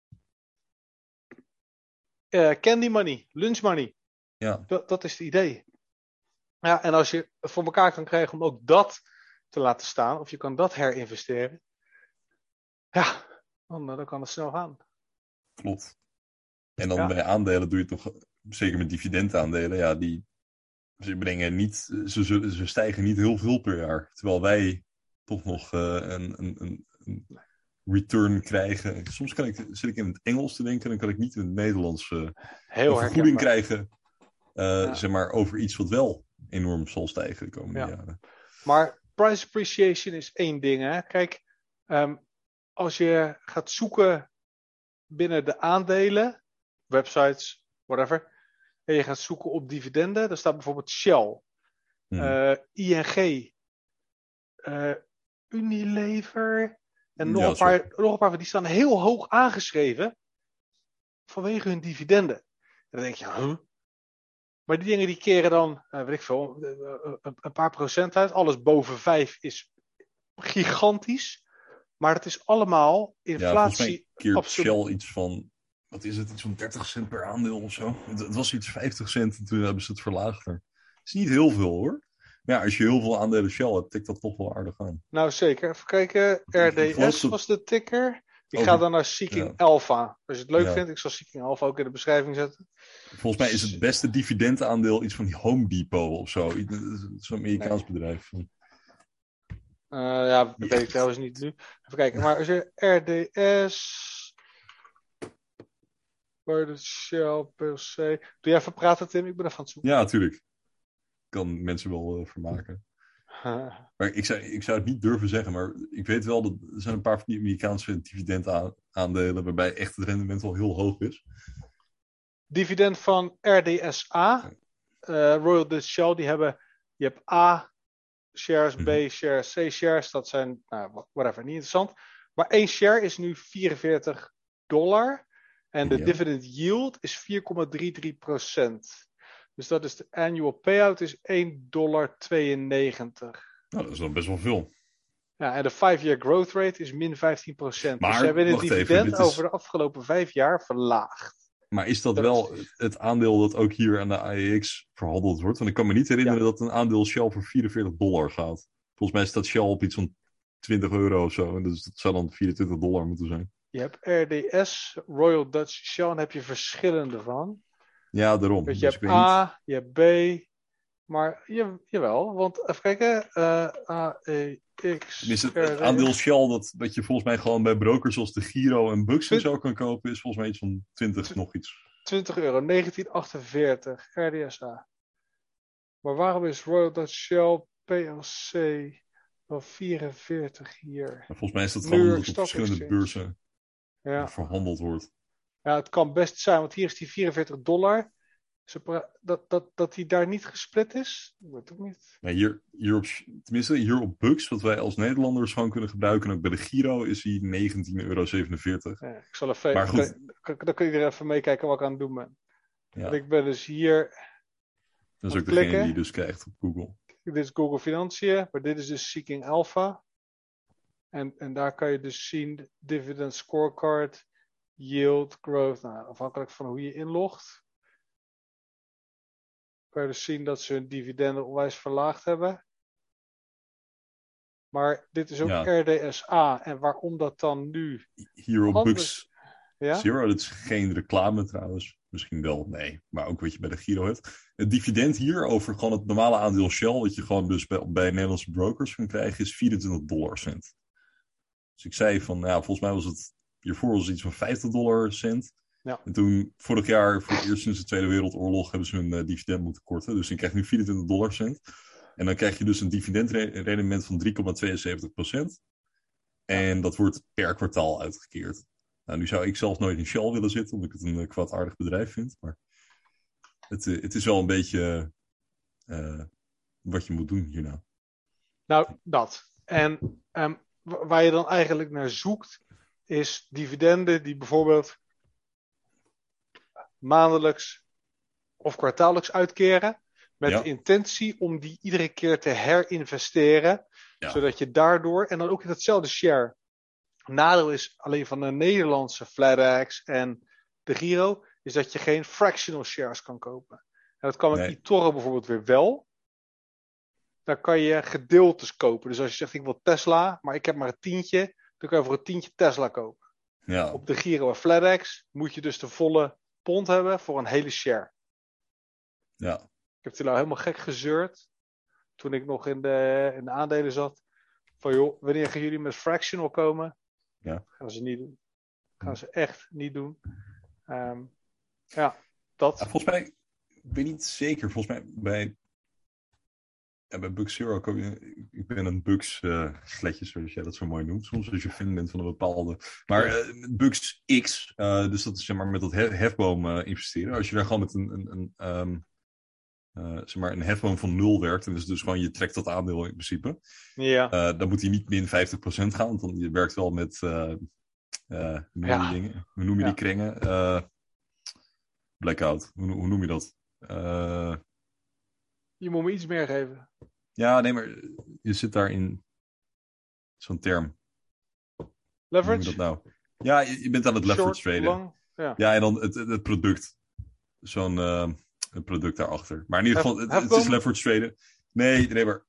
uh, candy money, lunch money. Ja. Dat, dat is het idee. Ja, en als je het voor elkaar kan krijgen om ook dat te laten staan. Of je kan dat herinvesteren. Ja, dan, dan kan het snel gaan. Klopt. En dan ja. bij aandelen doe je toch, zeker met dividendaandelen, ja, die ze brengen niet, ze, zullen, ze stijgen niet heel veel per jaar. Terwijl wij toch nog uh, een, een, een return krijgen. Soms kan ik, zit ik in het Engels te denken, dan kan ik niet in het Nederlands uh, heel een vergoeding herkenbaar. krijgen, uh, ja. zeg maar, over iets wat wel enorm zal stijgen de komende ja. jaren. Maar price appreciation is één ding, hè. Kijk, um, als je gaat zoeken binnen de aandelen, websites, whatever, en je gaat zoeken op dividenden, dan staat bijvoorbeeld Shell, hmm. uh, I N G, uh, Unilever en nog, ja, een paar, nog een paar van die staan heel hoog aangeschreven vanwege hun dividenden. En dan denk je, huh? Maar die dingen die keren dan, uh, weet ik veel, uh, een, een paar procent uit. Alles boven vijf is gigantisch. Maar het is allemaal inflatie. Ja, keert absoluut. Shell iets van, wat is het, iets van dertig cent per aandeel of zo. Het, het was iets vijftig cent en toen hebben ze het verlaagd. Het is niet heel veel hoor. Maar ja, als je heel veel aandelen Shell hebt, tikt dat toch wel aardig aan. Nou zeker, even kijken. R D S was de ticker. Ik Over, ga dan naar Seeking ja. Alpha. Als je het leuk ja. vindt, ik zal Seeking Alpha ook in de beschrijving zetten. Volgens mij is het beste dividendaandeel iets van die Home Depot of zo. Zo'n Amerikaans nee. bedrijf. Uh, ja, dat weet ik trouwens niet nu. Even kijken, maar als je R D S... Waar de Shell, P L C... Doe jij even praten, Tim? Ik ben even aan het zoeken. Ja, natuurlijk. Ik kan mensen wel uh, vermaken. Huh. Maar ik zou, ik zou het niet durven zeggen, maar ik weet wel dat er zijn een paar van die Amerikaanse dividendaandelen waarbij echt het rendement wel heel hoog is. Dividend van R D S A, uh, Royal Dutch Shell, die hebben, je hebt A shares, B shares, C shares, dat zijn, nou, whatever, niet interessant. Maar één share is nu vierenveertig dollar en de ja. dividend yield is vier komma drieëndertig procent. Dus dat is de annual payout is één komma tweeënnegentig dollar. Nou, dat is dan best wel veel. Ja, en de five-year growth rate is min vijftien procent. Maar, dus ze hebben het dividend even, is... over de afgelopen vijf jaar verlaagd. Maar is dat, dat wel is... het aandeel dat ook hier aan de A E X verhandeld wordt? Want ik kan me niet herinneren ja. dat een aandeel Shell voor vierenveertig dollar gaat. Volgens mij staat Shell op iets van twintig euro of zo. En dus dat zou dan vierentwintig dollar moeten zijn. Je hebt R D S, Royal Dutch Shell, en heb je verschillende van. Ja, daarom. Dus je dus hebt A, niet... je hebt B, Maar je, jawel, want even kijken. Uh, A E X. Tenminste, het, het aandeel Shell dat, dat je volgens mij gewoon bij brokers zoals de Giro en Bux en zo kan kopen, is volgens mij iets van twintig nog iets. twintig euro, negentien achtenveertig, R D S A. Maar waarom is Royal Dutch Shell P L C wel vierenveertig hier? Maar volgens mij is dat gewoon omdat op verschillende Exchange. beurzen ja. verhandeld wordt. Ja, het kan best zijn, want hier is die vierenveertig dollar. Dat, dat, dat die daar niet gesplit is? Dat weet ik niet. Nee, hier, hier op, tenminste, hier op Bux, wat wij als Nederlanders gewoon kunnen gebruiken, en ook bij de Giro, is die negentien euro zevenenveertig. Ja, ik zal even, maar goed. Dan, dan kun je er even meekijken wat ik aan het doen ben. Ja. Ik ben dus hier. Dat is ook degene klikken. Die je dus krijgt op Google. Dit is Google Financiën, maar dit is dus Seeking Alpha. En, en daar kan je dus zien dividend scorecard, yield, growth. Nou, afhankelijk van hoe je inlogt. Kan je dus zien dat ze hun dividenden onwijs verlaagd hebben. Maar dit is ook ja. R D S A. En waarom dat dan nu... Hier op Bux ja? Zero, dat is geen reclame trouwens. Misschien wel, nee. Maar ook wat je bij de Giro hebt. Het dividend hier over gewoon het normale aandeel Shell, wat je gewoon dus bij, bij Nederlandse brokers kan krijgen, is vierentwintig dollar cent. Dus ik zei van, ja, volgens mij was het hiervoor was het iets van vijftig dollar cent. Ja. En toen, vorig jaar, voor het eerst sinds de Tweede Wereldoorlog, hebben ze hun uh, dividend moeten korten. Dus je krijgt nu vierentwintig dollar cent. En dan krijg je dus een dividendrendement van drie komma tweeënzeventig procent. En dat wordt per kwartaal uitgekeerd. Nou, nu zou ik zelfs nooit in Shell willen zitten, omdat ik het een uh, kwaadaardig bedrijf vind. Maar het, uh, het is wel een beetje uh, wat je moet doen hierna. Nou, dat. En um, waar je dan eigenlijk naar zoekt, is dividenden die bijvoorbeeld maandelijks of kwartaallijks uitkeren. Met ja. de intentie om die iedere keer te herinvesteren. Ja. Zodat je daardoor, en dan ook in hetzelfde share. Nadeel is alleen van de Nederlandse FlatEx en de Giro, is dat je geen fractional shares kan kopen. En dat kan met nee. eToro bijvoorbeeld weer wel. Dan kan je gedeeltes kopen. Dus als je zegt ik wil Tesla, maar ik heb maar een tientje, dan kan je voor een tientje Tesla kopen. Ja. Op de Giro en FlatEx moet je dus de volle pond hebben voor een hele share. Ja. Ik heb toen nou helemaal gek gezeurd. Toen ik nog in de, in de aandelen zat. Van joh, wanneer gaan jullie met fractional komen? Ja. Gaan ze niet doen. Gaan ze echt niet doen. Um, ja, dat. Ja, volgens mij, ik weet niet zeker. Volgens mij bij, ja, bij Bux Zero, ik ben een Bux uh, sletje, zoals jij dat zo mooi noemt. Soms als je fan bent van een bepaalde. Maar uh, Bux X, uh, dus dat is zeg maar met dat hefboom uh, investeren. Als je daar gewoon met een, een, een um, Uh, zeg maar een hefboom van nul werkt. En dus, dus gewoon je trekt dat aandeel in principe. Ja. Uh, dan moet hij niet min vijftig procent gaan. Want dan, je werkt wel met uh, uh, hoe noem je ja. die dingen? Hoe noem je ja. die kringen? Uh, blackout. Hoe, hoe noem je dat? Uh, je moet me iets meer geven. Ja, nee, maar je zit daar in zo'n term. Leverage? Hoe noem je dat nou? Ja, je, je bent aan het leverage traden. Long, ja. ja, en dan het, het, het product. Zo'n... Uh, een product daarachter. Maar in ieder geval, het, het is leverage traden. Nee, nee, maar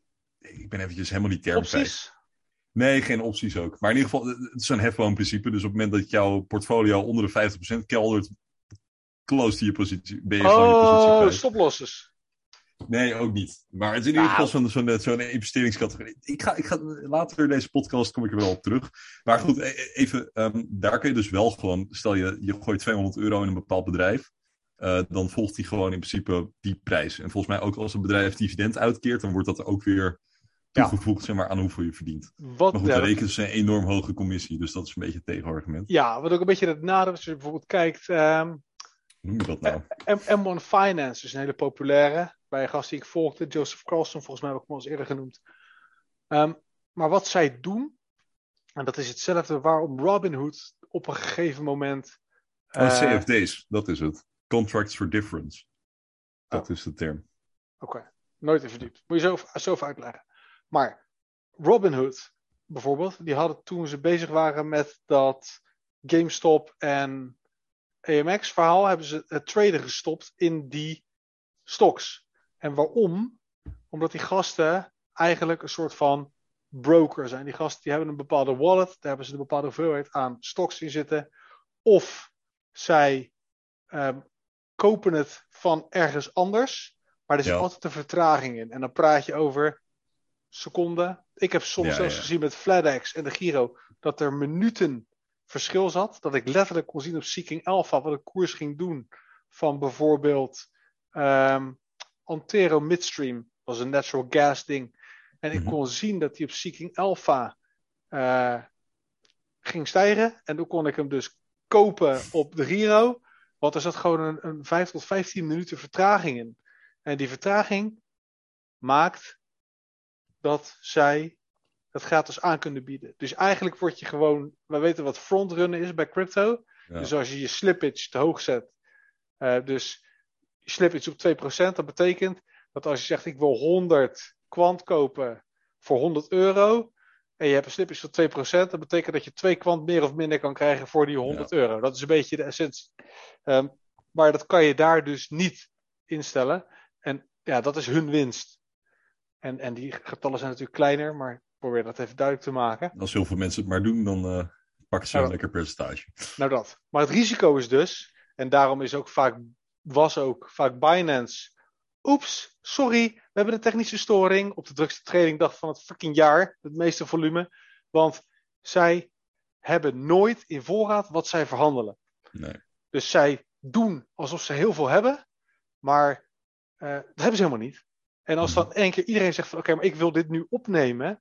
ik ben eventjes helemaal die term kwijt. Nee, geen opties ook. Maar in ieder geval, het is een hefboomprincipe. Dus op het moment dat jouw portfolio onder de vijftig procent keldert, close je positie. Ben je oh, gewoon je positie kwijt. Stoplossers. Nee, ook niet. Maar het is in ieder geval zo'n, zo'n, zo'n investeringscategorie. Ik ga, ik ga later in deze podcast kom ik er wel op terug. Maar goed, even, um, daar kun je dus wel gewoon, stel je, je gooit tweehonderd euro in een bepaald bedrijf. Uh, dan volgt die gewoon in principe die prijs. En volgens mij ook als een bedrijf dividend uitkeert, dan wordt dat er ook weer toegevoegd, ja. zeg maar, aan hoeveel je verdient. Wat, maar goed, ja, dan rekenen ze een enorm hoge commissie, dus dat is een beetje het tegenargument. Ja, wat ook een beetje het nadeel is, als je bijvoorbeeld kijkt... Um, Hoe noem je dat nou? M één Finance is een hele populaire, bij een gast die ik volgde, Joseph Carlson, volgens mij heb ik hem al eens eerder genoemd. Um, maar wat zij doen, en dat is hetzelfde waarom Robinhood op een gegeven moment... Uh, oh, C F D's, dat is het. Contracts for Difference. Dat oh. is de term. Oké, okay. Nooit in verdiept. Moet je zo, zo even uitleggen. Maar Robinhood bijvoorbeeld, die hadden toen ze bezig waren met dat GameStop en A M X verhaal, hebben ze het traden gestopt in die stocks. En waarom? Omdat die gasten eigenlijk een soort van broker zijn. Die gasten die hebben een bepaalde wallet, daar hebben ze een bepaalde hoeveelheid aan stocks in zitten. Of zij um, kopen het van ergens anders. Maar er zit Ja. altijd een vertraging in. En dan praat je over seconden. Ik heb soms Ja, zelfs ja. gezien met FedEx en de Giro dat er minuten verschil zat. Dat ik letterlijk kon zien op Seeking Alpha wat de koers ging doen van bijvoorbeeld um, Antero Midstream. Dat was een natural gas ding. En ik Mhm. kon zien dat die op Seeking Alpha uh, ging stijgen. En toen kon ik hem dus kopen op de Giro. Want er zat gewoon een, een vijf tot vijftien minuten vertraging in. En die vertraging maakt dat zij het gratis aan kunnen bieden. Dus eigenlijk word je gewoon, we weten wat frontrunnen is bij crypto. Ja. Dus als je je slippage te hoog zet, uh, dus je slippage op twee procent, dat betekent dat als je zegt ik wil honderd kwant kopen voor honderd euro en je hebt een slippage van twee procent, dat betekent dat je twee kwant meer of minder kan krijgen voor die honderd Ja. euro. Dat is een beetje de essentie. Um, maar dat kan je daar dus niet instellen. En ja, dat is hun winst. En, en die getallen zijn natuurlijk kleiner, maar ik probeer dat even duidelijk te maken. Als heel veel mensen het maar doen, dan uh, pakken ze nou, een lekker percentage. Nou dat. Maar het risico is dus, en daarom is ook vaak, was ook vaak Binance, oeps, sorry, we hebben een technische storing op de drukste tradingdag van het fucking jaar, het meeste volume, want zij hebben nooit in voorraad wat zij verhandelen. Nee. Dus zij doen alsof ze heel veel hebben, maar uh, dat hebben ze helemaal niet. En als dan één keer iedereen zegt van oké, okay, maar ik wil dit nu opnemen.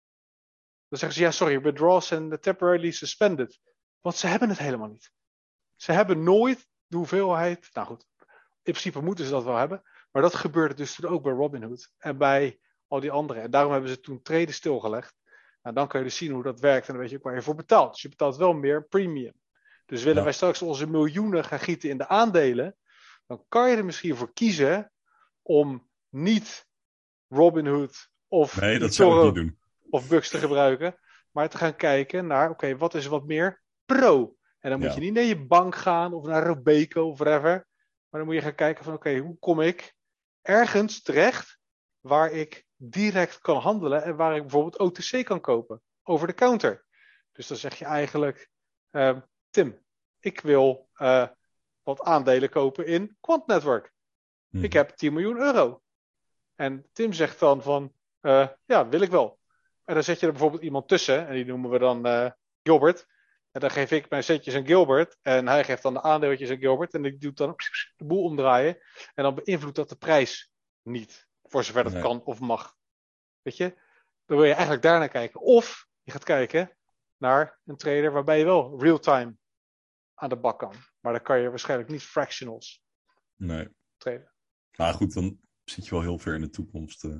Dan zeggen ze ja, sorry, withdrawals and temporarily suspended. Want ze hebben het helemaal niet. Ze hebben nooit de hoeveelheid. Nou goed, in principe moeten ze dat wel hebben. Maar dat gebeurde dus toen ook bij Robinhood. En bij al die anderen. En daarom hebben ze toen traden stilgelegd. Nou, dan kan je dus zien hoe dat werkt. En dan weet je ook waar je voor betaalt. Dus je betaalt wel meer premium. Dus willen ja. wij straks onze miljoenen gaan gieten in de aandelen. Dan kan je er misschien voor kiezen om niet Robinhood of nee, dat zou ik niet doen. Of Bucks te gebruiken, maar te gaan kijken naar, oké, okay, wat is er wat meer pro? En dan moet ja. je niet naar je bank gaan of naar Robeco of whatever, maar dan moet je gaan kijken van, oké, okay, hoe kom ik ergens terecht waar ik direct kan handelen en waar ik bijvoorbeeld O T C kan kopen, over de counter. Dus dan zeg je eigenlijk, uh, Tim, ik wil uh, wat aandelen kopen in Quant Network. Hmm. Ik heb tien miljoen euro. En Tim zegt dan van, uh, ja, wil ik wel. En dan zet je er bijvoorbeeld iemand tussen, en die noemen we dan uh, Gilbert. En dan geef ik mijn centjes aan Gilbert, en hij geeft dan de aandeeltjes aan Gilbert, en die doet dan de boel omdraaien. En dan beïnvloedt dat de prijs niet, voor zover dat nee. kan of mag. Weet je? Dan wil je eigenlijk daarnaar kijken. Of je gaat kijken naar een trader waarbij je wel real-time aan de bak kan. Maar dan kan je waarschijnlijk niet fractionals nee. traden. Maar goed, dan zit je wel heel ver in de toekomst. Uh...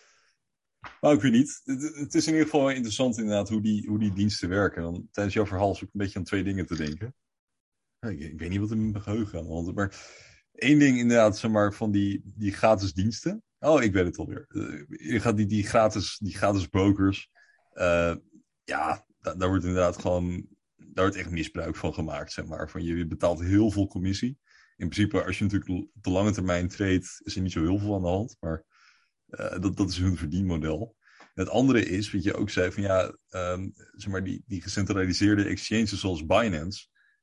Nou, ik weet niet. Het, het is in ieder geval interessant inderdaad hoe die, hoe die diensten werken. Dan, tijdens jouw verhaal is ook een beetje aan twee dingen te denken. Ik, ik weet niet wat er met mijn geheugen aan de hand is. Maar één ding inderdaad, zeg maar, van die, die gratis diensten. Oh, ik weet het alweer. Uh, je gaat die, die, gratis, die gratis brokers. Uh, ja, da, daar wordt inderdaad gewoon... Daar wordt echt misbruik van gemaakt, zeg maar. Van je, je betaalt heel veel commissie. In principe, als je natuurlijk op de lange termijn treedt, is er niet zo heel veel aan de hand. Maar uh, dat, dat is hun verdienmodel. En het andere is, wat je ook zei, van ja, um, zeg maar, die, die gecentraliseerde exchanges zoals Binance.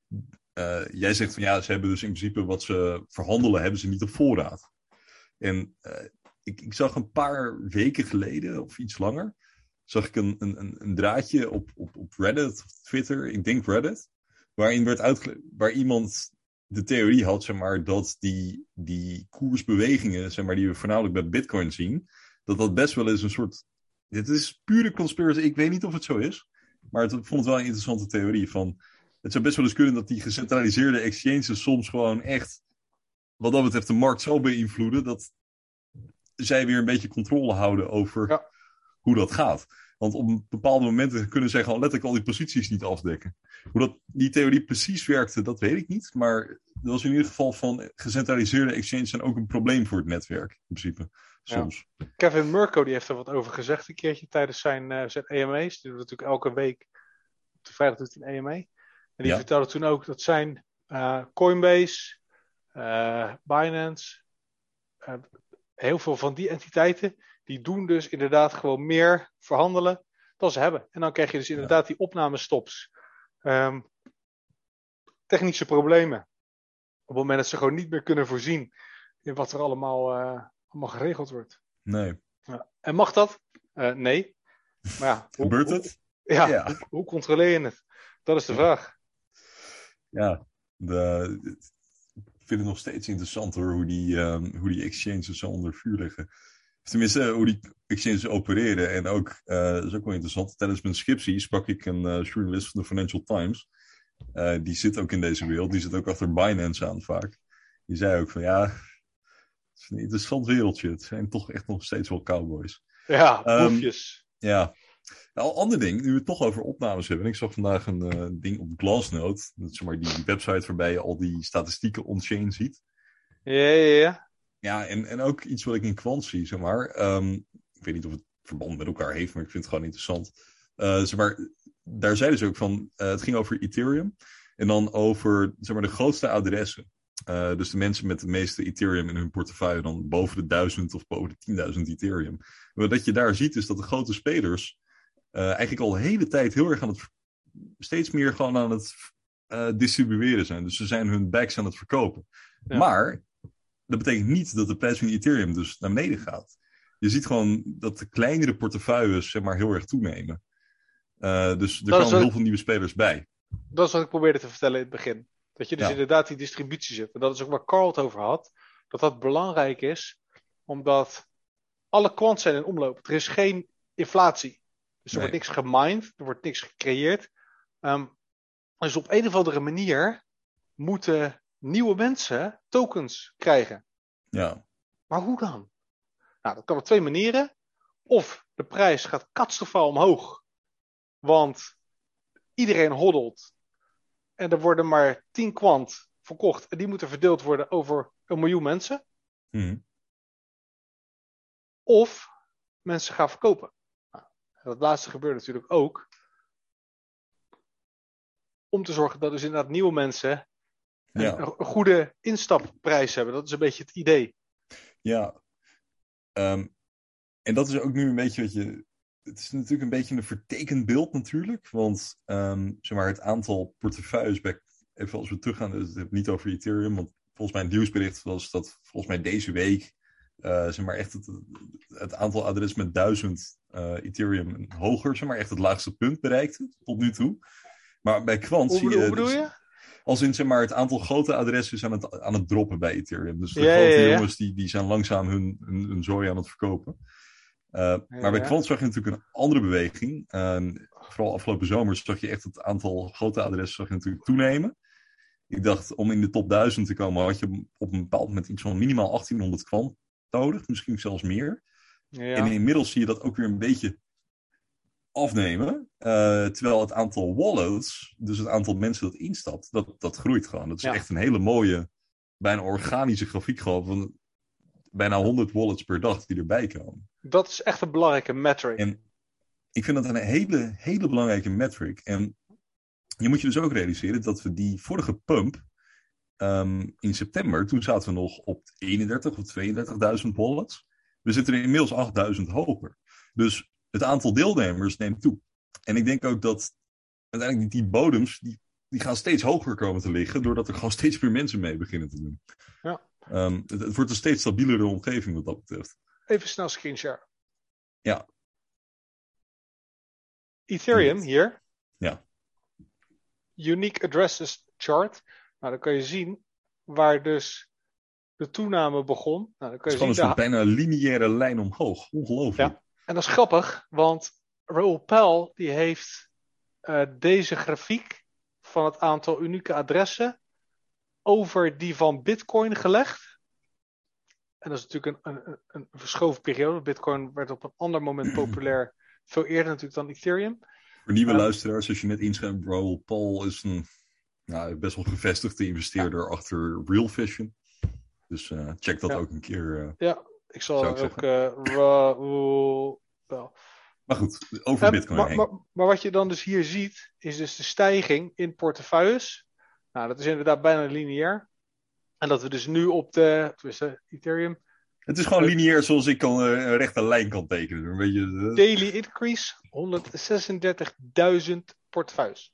Uh, jij zegt van ja, ze hebben dus in principe wat ze verhandelen, hebben ze niet op voorraad. En uh, ik, ik zag een paar weken geleden, of iets langer, zag ik een, een, een draadje op, op, op Reddit of Twitter, ik denk Reddit, waarin werd uitgelegd, waar iemand de theorie had, zeg maar, dat die, die koersbewegingen, zeg maar, die we voornamelijk bij Bitcoin zien, dat dat best wel eens een soort, dit is pure conspiracy, ik weet niet of het zo is, maar het, ik vond het wel een interessante theorie van, het zou best wel eens kunnen dat die gecentraliseerde exchanges soms gewoon echt, wat dat betreft, de markt zo beïnvloeden, dat zij weer een beetje controle houden over ja. hoe dat gaat. Want op bepaalde momenten kunnen zij gewoon letterlijk al die posities niet afdekken. Hoe dat, die theorie precies werkte, dat weet ik niet. Maar dat was in ieder geval van gecentraliseerde exchanges zijn ook een probleem voor het netwerk, in principe. Soms. Ja. Kevin Mirko die heeft er wat over gezegd een keertje tijdens zijn, uh, zijn E M A's. Die doet natuurlijk elke week, op de vrijdag doet hij een E M A. En die ja. vertelde toen ook dat zijn uh, Coinbase, uh, Binance, uh, heel veel van die entiteiten, die doen dus inderdaad gewoon meer verhandelen dan ze hebben. En dan krijg je dus inderdaad ja. die opnamestops. Um, technische problemen. Op het moment dat ze gewoon niet meer kunnen voorzien in wat er allemaal, uh, allemaal geregeld wordt. Nee. Ja. En mag dat? Uh, nee. Maar ja, hoe, Gebeurt hoe, het? Ja, Ja. Hoe, hoe controleer je het? Dat is de vraag. Ja, de, ik vind het nog steeds interessant hoor, hoe die, um, hoe die exchanges zo onder vuur liggen. Tenminste, hoe die exchanges opereren. En ook, uh, dat is ook wel interessant, tijdens mijn scriptie sprak ik een uh, journalist van de Financial Times. Uh, die zit ook in deze wereld, die zit ook achter Binance aan vaak. Die zei ook van ja, het is een interessant wereldje. Het zijn toch echt nog steeds wel cowboys. Ja, boefjes. Um, ja. Nou, een ander ding, nu we het toch over opnames hebben. Ik zag vandaag een uh, ding op Glassnode. Dat is zeg maar die, die website waarbij je al die statistieken on-chain ziet. Ja, ja, ja. Ja, en, en ook iets wat ik in Quant zie, zeg maar. Um, ik weet niet of het verband met elkaar heeft, maar ik vind het gewoon interessant. Uh, zeg maar, daar zeiden ze ook van, uh, het ging over Ethereum. En dan over, zeg maar, de grootste adressen. Uh, dus de mensen met de meeste Ethereum in hun portefeuille, dan boven de duizend of boven de tienduizend Ethereum. Maar wat je daar ziet, is dat de grote spelers uh, eigenlijk al de hele tijd heel erg aan het, steeds meer gewoon aan het uh, distribueren zijn. Dus ze zijn hun bags aan het verkopen. Ja. Maar dat betekent niet dat de prijs van Ethereum dus naar beneden gaat. Je ziet gewoon dat de kleinere portefeuilles, zeg maar, heel erg toenemen. Uh, dus er komen heel veel nieuwe spelers bij. Dat is wat ik probeerde te vertellen in het begin. Dat je dus ja. inderdaad die distributie zit. En dat is ook waar Carl het over had. Dat dat belangrijk is. Omdat alle kwants zijn in omloop. Er is geen inflatie. Dus er nee. wordt niks gemined. Er wordt niks gecreëerd. Um, dus op een of andere manier moeten nieuwe mensen tokens krijgen. Ja. Maar hoe dan? Nou, dat kan op twee manieren. Of de prijs gaat katastrofaal omhoog. Want iedereen hoddelt. En er worden maar tien kwant verkocht. En die moeten verdeeld worden over een miljoen mensen. Mm. Of mensen gaan verkopen. Nou, dat laatste gebeurt natuurlijk ook. Om te zorgen dat dus inderdaad nieuwe mensen een, ja. een goede instapprijs hebben. Dat is een beetje het idee. Ja. Um, en dat is ook nu een beetje wat je... Het is natuurlijk een beetje een vertekend beeld natuurlijk. Want um, zeg maar, het aantal portefeuilles... Bij, even als we teruggaan, het heb niet over Ethereum. Want volgens mij een nieuwsbericht was dat volgens mij deze week... Uh, zeg maar echt het, het aantal adressen met duizend uh, Ethereum hoger, zeg maar echt het laagste punt bereikte tot nu toe. Maar bij Quant hoe zie bedoel, je... Hoe bedoel je? Dus, als in zeg maar het aantal grote adressen is aan het, aan het droppen bij Ethereum. Dus de ja, grote ja, ja. jongens die, die zijn langzaam hun, hun, hun zooi aan het verkopen. Uh, ja, maar bij Quant zag je natuurlijk een andere beweging. Uh, vooral afgelopen zomer zag je echt het aantal grote adressen zag je natuurlijk toenemen. Ik dacht, om in de top duizend te komen had je op een bepaald moment iets van minimaal achttienhonderd Quant nodig. Misschien zelfs meer. Ja. En inmiddels zie je dat ook weer een beetje afnemen. Uh, terwijl het aantal wallets, dus het aantal mensen dat instapt, dat, dat groeit gewoon. Dat is ja. echt een hele mooie, bijna organische grafiek gewoon van bijna honderd wallets per dag die erbij komen. Dat is echt een belangrijke metric. En ik vind dat een hele, hele belangrijke metric. En je moet je dus ook realiseren dat we die vorige pump um, in september, toen zaten we nog op eenendertig of tweeëndertigduizend wallets. We zitten er inmiddels achtduizend hoger. Dus het aantal deelnemers neemt toe. En ik denk ook dat uiteindelijk die, die bodems, die, die gaan steeds hoger komen te liggen, doordat er gewoon steeds meer mensen mee beginnen te doen. Ja. Um, het, het wordt een steeds stabielere omgeving wat dat betreft. Even snel screenshare. Ja. Ethereum, hier. Ja. Unique addresses chart. Nou, dan kan je zien waar dus de toename begon. Nou, dan kan je het is zien gewoon een soort bijna lineaire lijn omhoog. Ongelooflijk. Ja. En dat is grappig, want Raoul Pal die heeft uh, deze grafiek van het aantal unieke adressen over die van Bitcoin gelegd. En dat is natuurlijk een, een, een verschoven periode. Bitcoin werd op een ander moment populair, veel eerder natuurlijk dan Ethereum. Voor nieuwe uh, luisteraars, als je net inschrijft, Raoul Pal is een nou, best wel gevestigde investeerder ja. achter Real Vision. Dus uh, check dat ja. ook een keer. Uh, ja, ik zal ik ook uh, Raoul Pal. Maar goed, over um, Bitcoin maar, heen. Maar, maar wat je dan dus hier ziet, is dus de stijging in portefeuilles. Nou, dat is inderdaad bijna lineair. En dat we dus nu op de, tussen Ethereum... Het is gewoon uh, lineair zoals ik kan, uh, een rechte lijn kan tekenen. Een beetje, uh... Daily increase, honderdzesendertigduizend portefeuilles.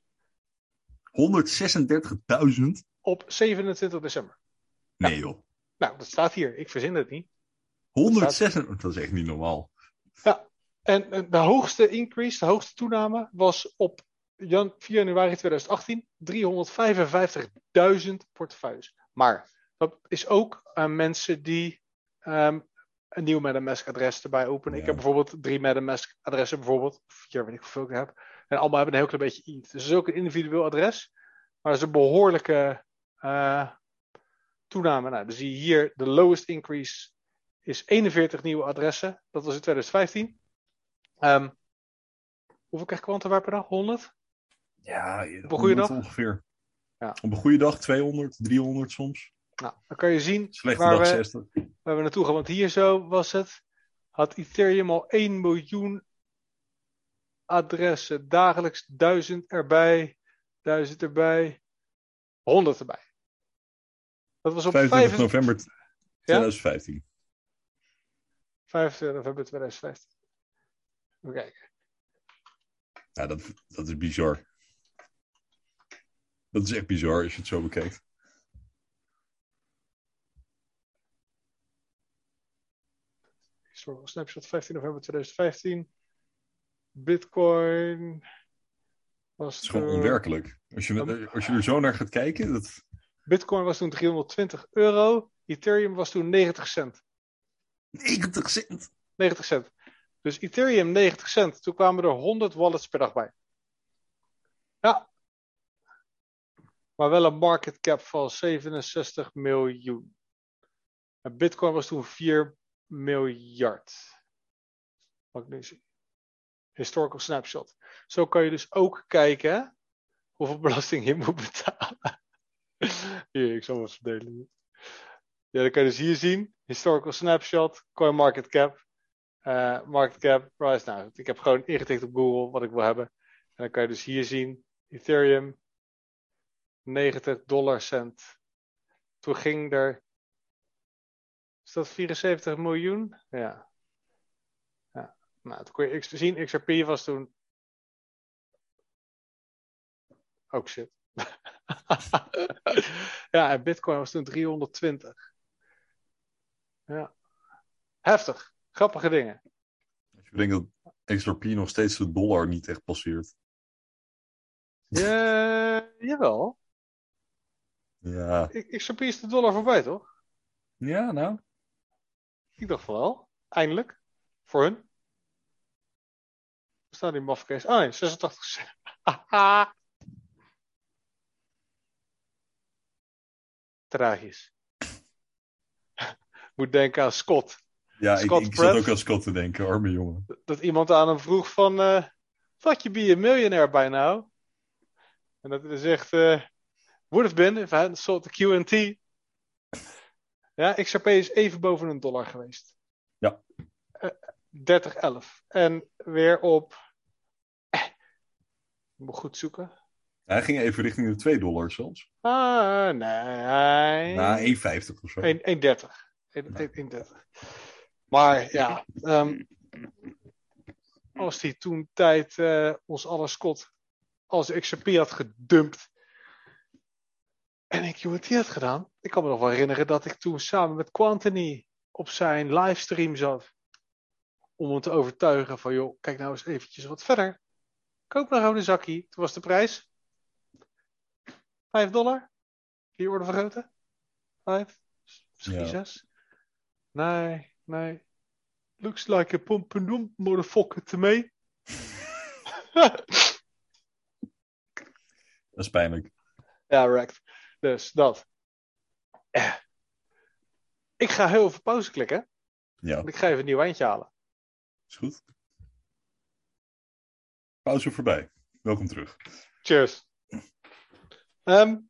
honderdzesendertigduizend? Op zevenentwintig december. Nee ja. joh. Nou, dat staat hier. Ik verzin het niet. honderdzes, dat is echt niet normaal. Ja, en, en de hoogste increase, de hoogste toename was op jan- vier januari tweeduizend achttien driehonderdvijfenvijftigduizend portefeuilles. Maar dat is ook uh, mensen die um, een nieuw MetaMask-adres erbij openen. Ja. Ik heb bijvoorbeeld drie MetaMask-adressen, bijvoorbeeld. Vier, weet ik hoeveel ik heb. En allemaal hebben een heel klein beetje E T H. Dus het is ook een individueel adres. Maar dat is een behoorlijke uh, toename. Nou, dan zie je hier de lowest increase is eenenveertig nieuwe adressen. Dat was in tweeduizend vijftien. Um, hoeveel krijg Quantum per dag? honderd? Ja, op een goede dag? Ongeveer. Ja. Op een goede dag tweehonderd, driehonderd soms. Nou, dan kan je zien Slechte waar dag we, zestig. waar we naartoe gaan. Want hier zo was het. Had Ethereum al één miljoen adressen. Dagelijks duizend erbij. duizend erbij. honderd erbij. Dat was op vijfentwintig vijf... november tweeduizend vijftien. Ja? vijfentwintig november tweeduizend vijftien. Even kijken. Ja, dat, dat is bizar. Dat is echt bizar als je het zo bekijkt. Historical snapshot vijftien november tweeduizend vijftien. Bitcoin was Het is gewoon toen... onwerkelijk. Als je, als je er zo naar gaat kijken. Dat... Bitcoin was toen driehonderdtwintig euro. Ethereum was toen negentig cent. negentig cent? negentig cent. Dus Ethereum negentig cent. Toen kwamen er honderd wallets per dag bij. Ja. Maar wel een market cap van zevenenzestig miljoen. En Bitcoin was toen vier miljard. Wat ik nu zie. Historical snapshot. Zo kan je dus ook kijken hoeveel belasting je moet betalen. Hier, ik zal wat verdelen. Ja, dan kan je dus hier zien. Historical snapshot, coin market cap. Uh, market cap, price. Nou, ik heb gewoon ingetikt op Google wat ik wil hebben. En dan kan je dus hier zien. Ethereum. negentig dollar cent. Toen ging er... Is dat vierenzeventig miljoen? Ja. Ja. Nou, toen kon je zien. X R P was toen... Ook shit. Ja, en Bitcoin was toen driehonderdtwintig. Ja. Heftig. Grappige dingen. Ik denk dat X R P nog steeds de dollar niet echt passeert. Ja, jawel. Ja. X R P is de dollar voorbij, toch? Ja, nou. Ik dacht van wel. Eindelijk. Voor hun. Waar staat die mafkees? Oh nee, zesentachtig cent. Tragisch. Moet denken aan Scott. Ja, Scott ik, ik Pratt, zat ook aan Scott te denken, arme jongen. Dat iemand aan hem vroeg van... Uh, thought you be a millionaire by now. En dat hij zegt... Uh, would have been if I hadn't sold the Q and T. Ja, X R P is even boven een dollar geweest. Ja. Uh, dertig elf. En weer op... Eh, ik moet goed zoeken. Hij ging even richting de twee dollar zelfs. Ah, nee. Na één vijftig of zo. één dertig. één dertig. Maar ja, um, als die toen tijd uh, ons alle Scott als X R P had gedumpt en ik Q and T had gedaan. Ik kan me nog wel herinneren dat ik toen samen met Quantany op zijn livestream zat. Om hem te overtuigen van joh, kijk nou eens eventjes wat verder. Koop nou gewoon een zakkie. Toen was de prijs vijf dollar. Vier orde vergroten. Vijf. Misschien ja. zes. Nee, nee. Looks like a pompendoem motherfucker to me. Dat is pijnlijk. Ja, right. Dus dat. Eh. Ik ga heel even pauze klikken. Ja. En ik ga even een nieuw wijntje halen. Is goed. Pauze voorbij. Welkom terug. Cheers. Um,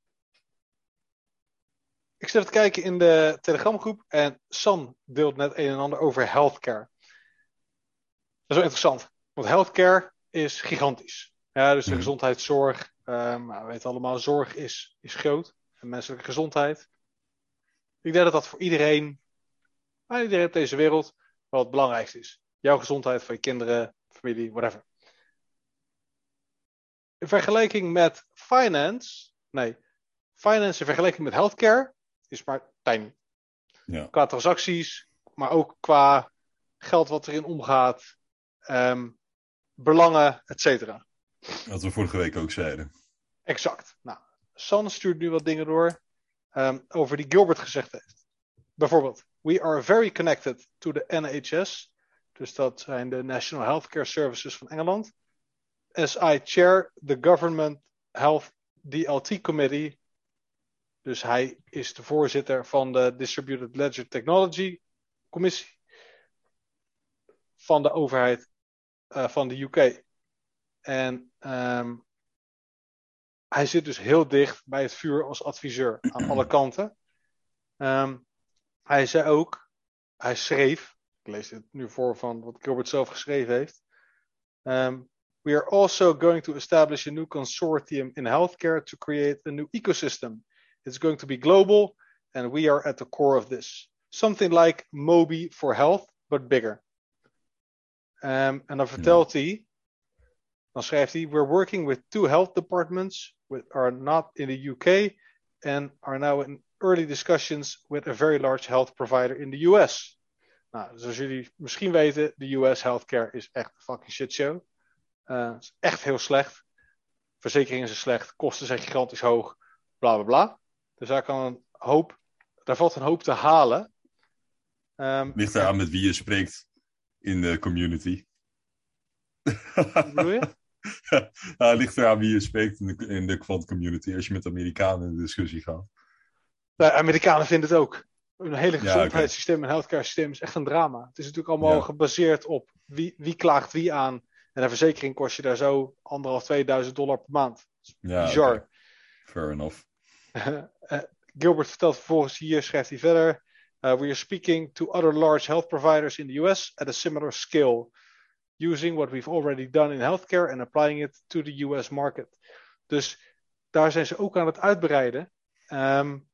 ik zit even te kijken in de Telegramgroep en San deelt net een en ander over healthcare. Dat is wel interessant, want healthcare is gigantisch. Ja, dus de Hmm. gezondheidszorg, um, we weten allemaal, zorg is, is groot. En menselijke gezondheid. Ik denk dat dat voor iedereen, maar iedereen op deze wereld, wel het belangrijkste is. Jouw gezondheid, van je kinderen, familie, whatever. In vergelijking met finance, nee, finance in vergelijking met healthcare is maar tiny. Ja. Qua transacties, maar ook qua geld wat erin omgaat, um, belangen, et cetera. Wat we vorige week ook zeiden. Exact. Nou, San stuurt nu wat dingen door um, over die Gilbert gezegd heeft. Bijvoorbeeld, we are very connected to the N H S. Dus dat zijn de National Healthcare Services van Engeland. As I chair the Government Health D L T Committee. Dus hij is de voorzitter van de Distributed Ledger Technology Commissie van de overheid uh, van de U K. En um, hij zit dus heel dicht bij het vuur als adviseur aan alle kanten. Um, hij zei ook, hij schreef, ik lees dit nu voor van wat Gilbert zelf geschreven heeft. Um, we are also going to establish a new consortium in healthcare to create a new ecosystem. It's going to be global and we are at the core of this. Something like Mobi for health, but bigger. Um, en dan vertelt ja. hij, dan schrijft hij, we're working with two health departments which are not in the U K and are now in early discussions with a very large health provider in the U S. Nou, zoals jullie misschien weten, de U S healthcare is echt een fucking shitshow. Uh, is echt heel slecht. Verzekeringen zijn slecht, kosten zijn gigantisch hoog, bla bla bla. Dus daar kan een hoop, daar valt een hoop te halen. Um, Ligt eraan met wie je spreekt in de community. Wat bedoel je? Ja, ligt eraan wie je spreekt in de, in de quant community. Als je met Amerikanen in de discussie gaat. De Amerikanen vinden het ook. Een hele gezondheidssysteem ja, okay. en healthcare systeem is echt een drama. Het is natuurlijk allemaal ja. gebaseerd op wie, wie klaagt wie aan. En een verzekering kost je daar zo anderhalf, tweeduizend dollar per maand. Ja, bizar. Okay. Fair enough. uh, Gilbert vertelt vervolgens hier, schrijft hij verder. Uh, we are speaking to other large health providers in the U S at a similar scale. Using what we've already done in healthcare and applying it to the U S market. Dus daar zijn ze ook aan het uitbreiden. Um,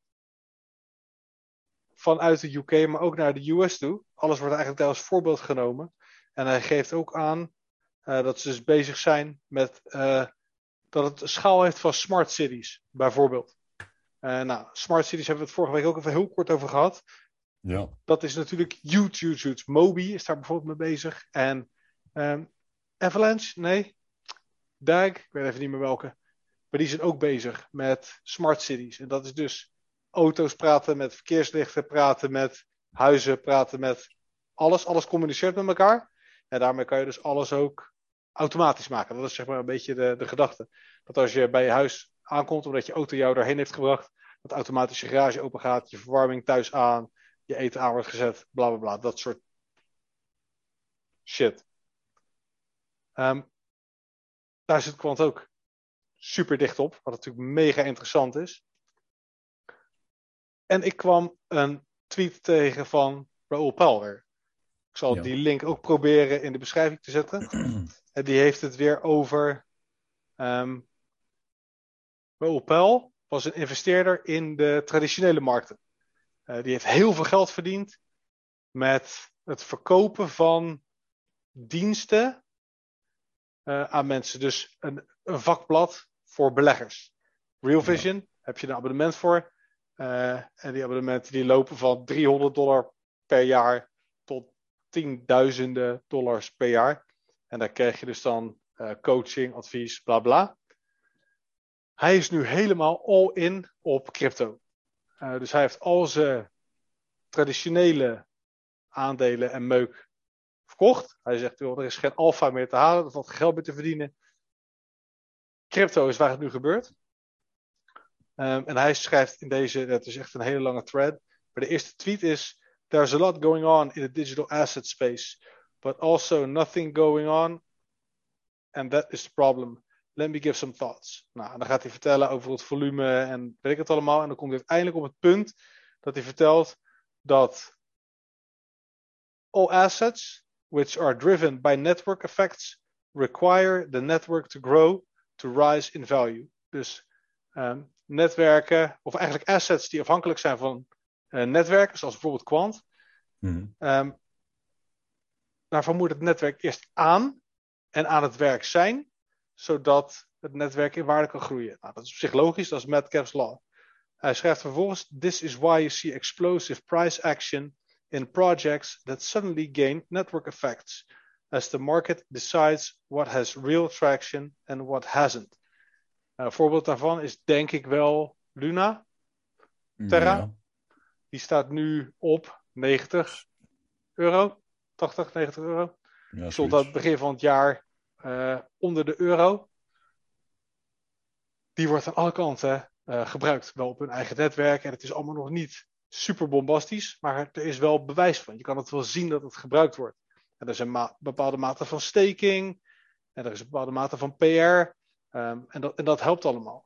vanuit de U K, maar ook naar de U S toe. Alles wordt eigenlijk daar als voorbeeld genomen. En hij geeft ook aan uh, dat ze dus bezig zijn met uh, dat het schaal heeft van smart cities, bijvoorbeeld. Uh, nou, smart cities hebben we het vorige week ook even heel kort over gehad. Ja. Dat is natuurlijk huge, huge, huge. Mobi is daar bijvoorbeeld mee bezig. En um, Avalanche, nee. Dag, ik weet even niet meer welke. Maar die zijn ook bezig met smart cities. En dat is dus auto's praten met verkeerslichten, praten met huizen, praten met alles. Alles communiceert met elkaar. En daarmee kan je dus alles ook automatisch maken. Dat is zeg maar een beetje de, de gedachte. Dat als je bij je huis aankomt, omdat je auto jou daarheen heeft gebracht, dat automatisch je garage open gaat, je verwarming thuis aan, je eten aan wordt gezet, bla bla bla. Dat soort shit. Um, daar zit Quant ook super dicht op, wat natuurlijk mega interessant is. En ik kwam een tweet tegen van Raoul Pal weer. Ik zal ja. die link ook proberen in de beschrijving te zetten. En die heeft het weer over um, Raoul Pal was een investeerder in de traditionele markten. Uh, die heeft heel veel geld verdiend met het verkopen van diensten uh, aan mensen. Dus een, een vakblad voor beleggers. Real Vision, ja. heb je een abonnement voor. Uh, en die abonnementen die lopen van driehonderd dollar per jaar tot tienduizenden dollars per jaar. En daar krijg je dus dan uh, coaching, advies, bla bla. Hij is nu helemaal all in op crypto. Uh, dus hij heeft al zijn traditionele aandelen en meuk verkocht. Hij zegt, joh, er is geen alfa meer te halen, er valt geen geld meer te verdienen. Crypto is waar het nu gebeurt. Um, en hij schrijft in deze, dat is echt een hele lange thread. Maar de eerste tweet is, there's a lot going on in the digital asset space, but also nothing going on, and that is the problem. Let me give some thoughts. Nou, en dan gaat hij vertellen over het volume en weet ik het allemaal. En dan komt hij uiteindelijk op het punt dat hij vertelt dat all assets which are driven by network effects require the network to grow to rise in value. Dus um, netwerken, of eigenlijk assets die afhankelijk zijn van uh, netwerken, zoals bijvoorbeeld Quant. Mm-hmm. Um, daarvan moet het netwerk eerst aan en aan het werk zijn, zodat het netwerk in waarde kan groeien. Nou, dat is op zich logisch, dat is Metcalfe's Law. Hij schrijft vervolgens, this is why you see explosive price action in projects that suddenly gain network effects as the market decides what has real traction and what hasn't. Uh, een voorbeeld daarvan is denk ik wel Luna, Terra. Ja. Die staat nu op negentig euro, tachtig, negentig euro. Ja, Die stond aan het zoiets. begin van het jaar uh, onder de euro. Die wordt aan alle kanten uh, gebruikt. Wel op hun eigen netwerk. En het is allemaal nog niet super bombastisch. Maar er is wel bewijs van. Je kan het wel zien dat het gebruikt wordt. En er is een ma- bepaalde mate van staking. En er is een bepaalde mate van P R. Um, en, dat, en dat helpt allemaal.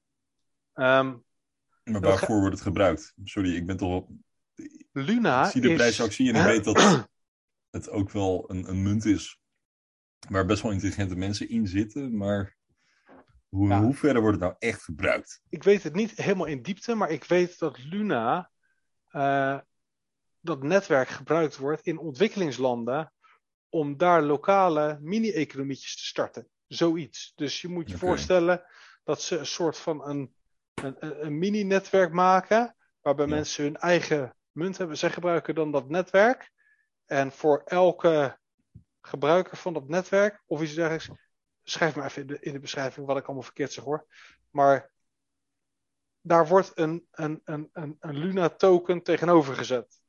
Um, Maar waarvoor ga... wordt het gebruikt? Sorry, ik ben toch op... Luna ik zie de is... prijsactie en ik weet dat het ook wel een, een munt is waar best wel intelligente mensen in zitten, maar hoe, ja. hoe verder wordt het nou echt gebruikt? Ik weet het niet helemaal in diepte, maar ik weet dat Luna, uh, dat netwerk gebruikt wordt in ontwikkelingslanden om daar lokale mini-economietjes te starten. Zoiets. Dus je moet je okay. voorstellen dat ze een soort van een, een, een mini-netwerk maken, waarbij ja. mensen hun eigen munt hebben. Zij gebruiken dan dat netwerk. En voor elke gebruiker van dat netwerk, of iets dergelijks, schrijf maar even in de, in de beschrijving wat ik allemaal verkeerd zeg hoor. Maar daar wordt een, een, een, een, een Luna token tegenover gezet.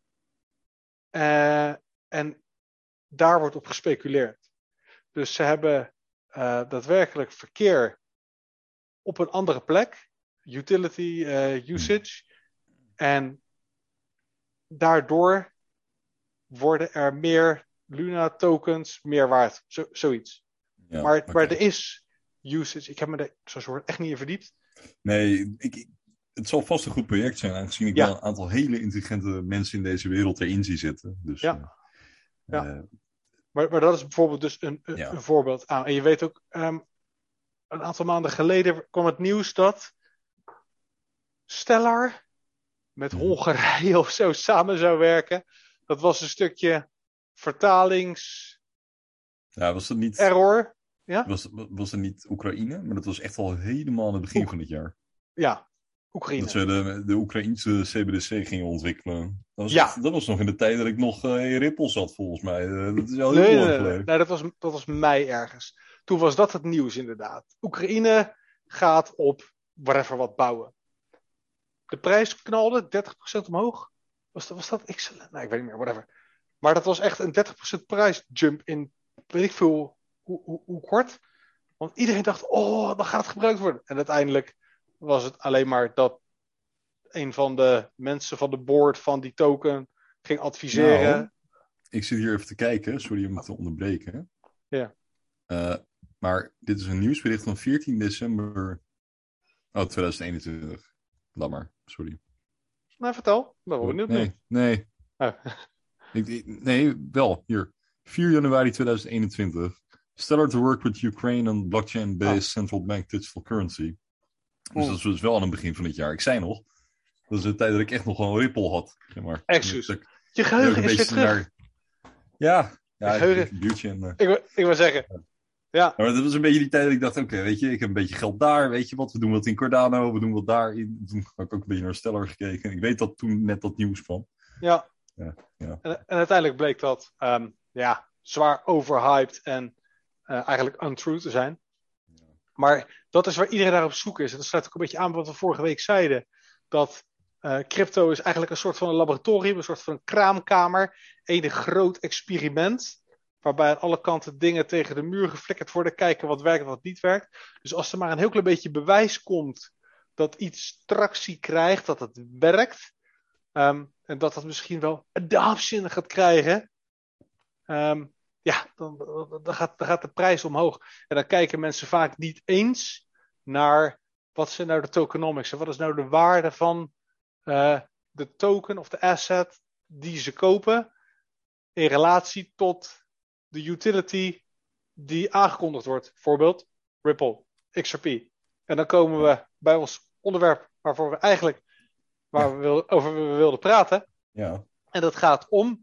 Uh, en daar wordt op gespeculeerd. Dus ze hebben uh, daadwerkelijk verkeer op een andere plek, utility uh, usage, en daardoor worden er meer Luna tokens meer waard. Zo, zoiets. Ja, maar, okay. maar er is usage. Ik heb me er, zoals je hoort, echt niet in verdiept. Nee, ik, ik, het zal vast een goed project zijn, aangezien ik ja. wel een aantal hele intelligente mensen in deze wereld erin zie zitten. Dus, ja. Uh, ja. Uh, maar, maar dat is bijvoorbeeld dus een, een, ja. een voorbeeld aan. En je weet ook, um, een aantal maanden geleden kwam het nieuws dat Stellar met hmm. Hongarije of zo samen zou werken. Dat was een stukje vertalings... Ja, was dat niet... Error. Ja? Was, was het niet Oekraïne? Maar dat was echt al helemaal aan het begin Oek- van het jaar. Ja, Oekraïne. Dat ze de, de Oekraïnse C B D C gingen ontwikkelen. Dat was, ja. dat was nog in de tijd dat ik nog uh, in Ripple zat, volgens mij. Uh, dat is al nee, heel nee, lang nee, geleden. Nee, nee dat, was, dat was mei ergens. Toen was dat het nieuws inderdaad. Oekraïne gaat op whatever wat bouwen. De prijs knalde dertig procent omhoog. Was dat, was dat excellent? Nee, ik weet niet meer, whatever. Maar dat was echt een dertig procent prijsjump in, weet ik veel, hoe, hoe, hoe kort. Want iedereen dacht, oh, dan gaat het gebruikt worden. En uiteindelijk was het alleen maar dat een van de mensen van de board van die token ging adviseren. Nou, ik zit hier even te kijken, sorry om te onderbreken. Ja. Uh, maar dit is een nieuwsbericht van veertien december oh, tweeduizend eenentwintig. Laat maar, sorry. Nou, vertel. Ben wel benieuwd. Nee, nee. Oh. Ik, ik, nee, wel, hier. vier januari tweeduizend eenentwintig. Stellar to work with Ukraine on blockchain-based oh. central bank digital currency. Dus oh. dat is dus wel aan het begin van het jaar. Ik zei nog, dat is de tijd dat ik echt nog een Ripple had. Zeg maar. Excuus. Je geheugen is weer terug. Naar... Ja, ja ik, een duurtje en, uh... ik, wil, ik wil zeggen, ja. ja. Maar dat was een beetje die tijd dat ik dacht, oké, okay, weet je, ik heb een beetje geld daar, weet je wat, we doen wat in Cardano, we doen wat daar. Toen heb ik ook een beetje naar Stellar gekeken. Ik weet dat toen net dat nieuws kwam. Ja. Ja, ja. En, en uiteindelijk bleek dat um, ja, zwaar overhyped en uh, eigenlijk untrue te zijn. Ja. Maar dat is waar iedereen naar op zoek is. En dat sluit ook een beetje aan wat we vorige week zeiden. Dat uh, crypto is eigenlijk een soort van een laboratorium, een soort van een kraamkamer. Eén groot experiment. Waarbij aan alle kanten dingen tegen de muur geflikkerd worden. Kijken wat werkt en wat niet werkt. Dus als er maar een heel klein beetje bewijs komt dat iets tractie krijgt, dat het werkt. Um, en dat dat misschien wel adoption gaat krijgen. Um, ja, dan, dan, gaat, dan gaat de prijs omhoog. En dan kijken mensen vaak niet eens naar wat zijn nou de tokenomics. En wat is nou de waarde van uh, de token of de asset die ze kopen. In relatie tot de utility die aangekondigd wordt. Voorbeeld Ripple, X R P. En dan komen we bij ons onderwerp waarvoor we eigenlijk waar we wil, over we wilden praten. Ja. En dat gaat om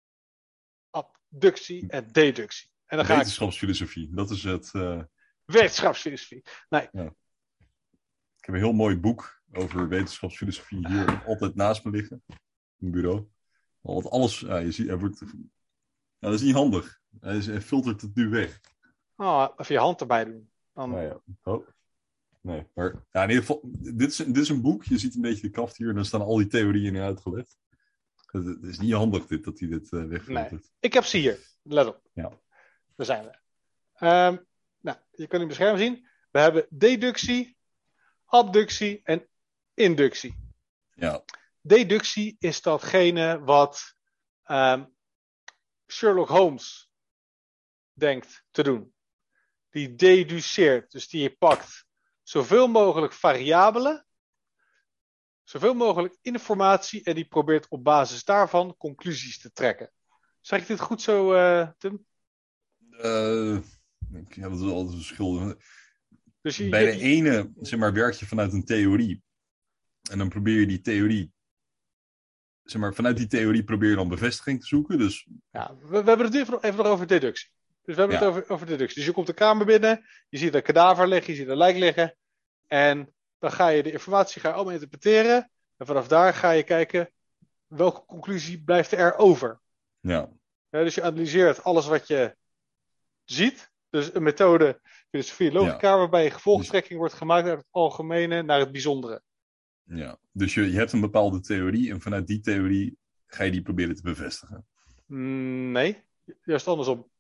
abductie en deductie. En dan wetenschapsfilosofie, ga ik... dat is het... Uh... Wetenschapsfilosofie. Nee. Ja. Ik heb een heel mooi boek over wetenschapsfilosofie hier altijd naast me liggen. Op mijn bureau. Want alles, ja, je ziet, hij wordt, ja, dat is niet handig. Hij, is, hij filtert het nu weg. Oh, even je hand erbij doen. Dan... Nou ja. Oh. Nee, maar ja, in ieder geval, dit is, dit is een boek. Je ziet een beetje de kaft hier en dan staan al die theorieën in uitgelegd. Het, het is niet handig dit, dat hij dit uh, wegfiltert. Nee, ik heb ze hier. Let op. Ja. Daar zijn we. Um, nou, je kunt in het scherm zien. We hebben deductie, abductie en inductie. Ja. Deductie is datgene wat um, Sherlock Holmes denkt te doen. Die deduceert, dus die pakt zoveel mogelijk variabelen, zoveel mogelijk informatie en die probeert op basis daarvan conclusies te trekken. Zeg ik dit goed zo, uh, Tim? Uh, ja, dat is altijd een verschil. Dus je, Bij je, de ene, zeg maar, werk je vanuit een theorie. En dan probeer je die theorie, zeg maar, vanuit die theorie probeer je dan bevestiging te zoeken. Dus... Ja, we, we hebben het nu even, even nog over deductie. Dus we hebben ja. het over, over deductie. Dus je komt de kamer binnen, je ziet een kadaver liggen, je ziet een lijk liggen. En dan ga je de informatie ga je allemaal interpreteren. En vanaf daar ga je kijken, welke conclusie blijft er over. Ja. Ja, dus je analyseert alles wat je ziet. Dus een methode, filosofie, logica, ja. waarbij je gevolgtrekking wordt gemaakt uit het algemene naar het bijzondere. Ja, dus je, je hebt een bepaalde theorie en vanuit die theorie ga je die proberen te bevestigen. Mm, nee, juist andersom.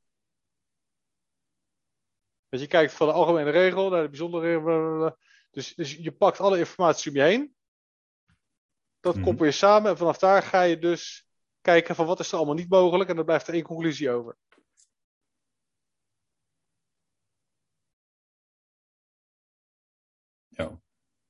Dus je kijkt van de algemene regel naar de bijzondere regel. Dus, dus je pakt alle informatie om je heen. Dat mm-hmm. koppel je samen en vanaf daar ga je dus kijken van wat is er allemaal niet mogelijk en dan blijft er één conclusie over. Ja.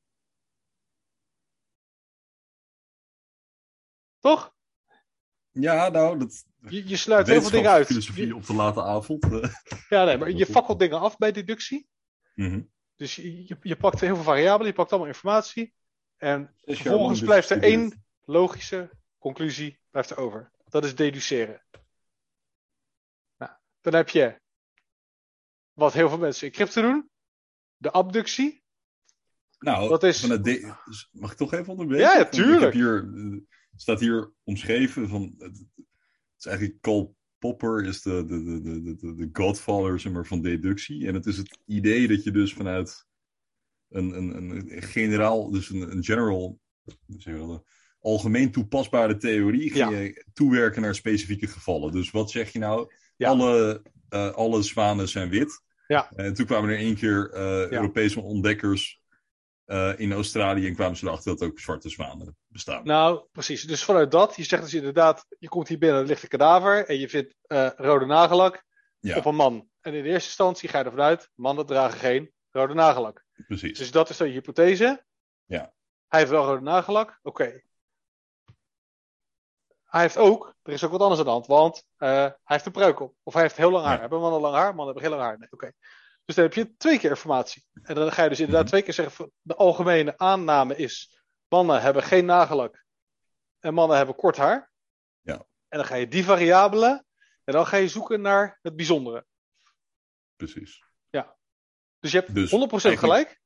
Toch? Ja, nou, dat... Je, je sluit heel veel dingen uit. Filosofie je... op de late avond. Ja, nee, maar je fakkelt dingen af bij deductie. Mm-hmm. Dus je, je, je pakt heel veel variabelen, je pakt allemaal informatie. En vervolgens blijft er één logische conclusie blijft er over. Dat is deduceren. Nou, dan heb je wat heel veel mensen in crypto doen. De abductie. Nou, dat is... van het de... mag ik toch even onderbreken? Ja, ja, tuurlijk. Ik heb hier, het staat hier omschreven van... Het is eigenlijk Karl Popper is de, de, de, de, de godfather, zeg maar, van deductie. En het is het idee dat je dus vanuit een, een, een generaal, dus een, een general, zeg maar, een algemeen toepasbare theorie, ga je ja. toewerken naar specifieke gevallen. Dus wat zeg je nou? Ja. Alle, uh, alle zwanen zijn wit. Ja. En toen kwamen er één keer uh, ja. Europese ontdekkers uh, in Australië en kwamen ze erachter dat ook zwarte zwanen bestaan. Nou, precies. Dus vanuit dat, je zegt dus inderdaad, je komt hier binnen, er ligt een kadaver en je vindt uh, rode nagellak ja. op een man. En in de eerste instantie ga je ervan uit, mannen dragen geen rode nagellak. Precies. Dus dat is dan je hypothese. Ja. Hij heeft wel rode nagellak, oké. Okay. Hij heeft ook, er is ook wat anders aan de hand, want uh, hij heeft een pruik op. Of hij heeft heel lang haar. Ja. Hebben mannen lang haar? Mannen hebben heel lang haar. Nee, oké. Okay. Dus dan heb je twee keer informatie. En dan ga je dus inderdaad twee keer zeggen, de algemene aanname is, mannen hebben geen nagellak en mannen hebben kort haar. Ja. En dan ga je die variabelen en dan ga je zoeken naar het bijzondere. Precies. Ja. Dus je hebt dus honderd procent gelijk.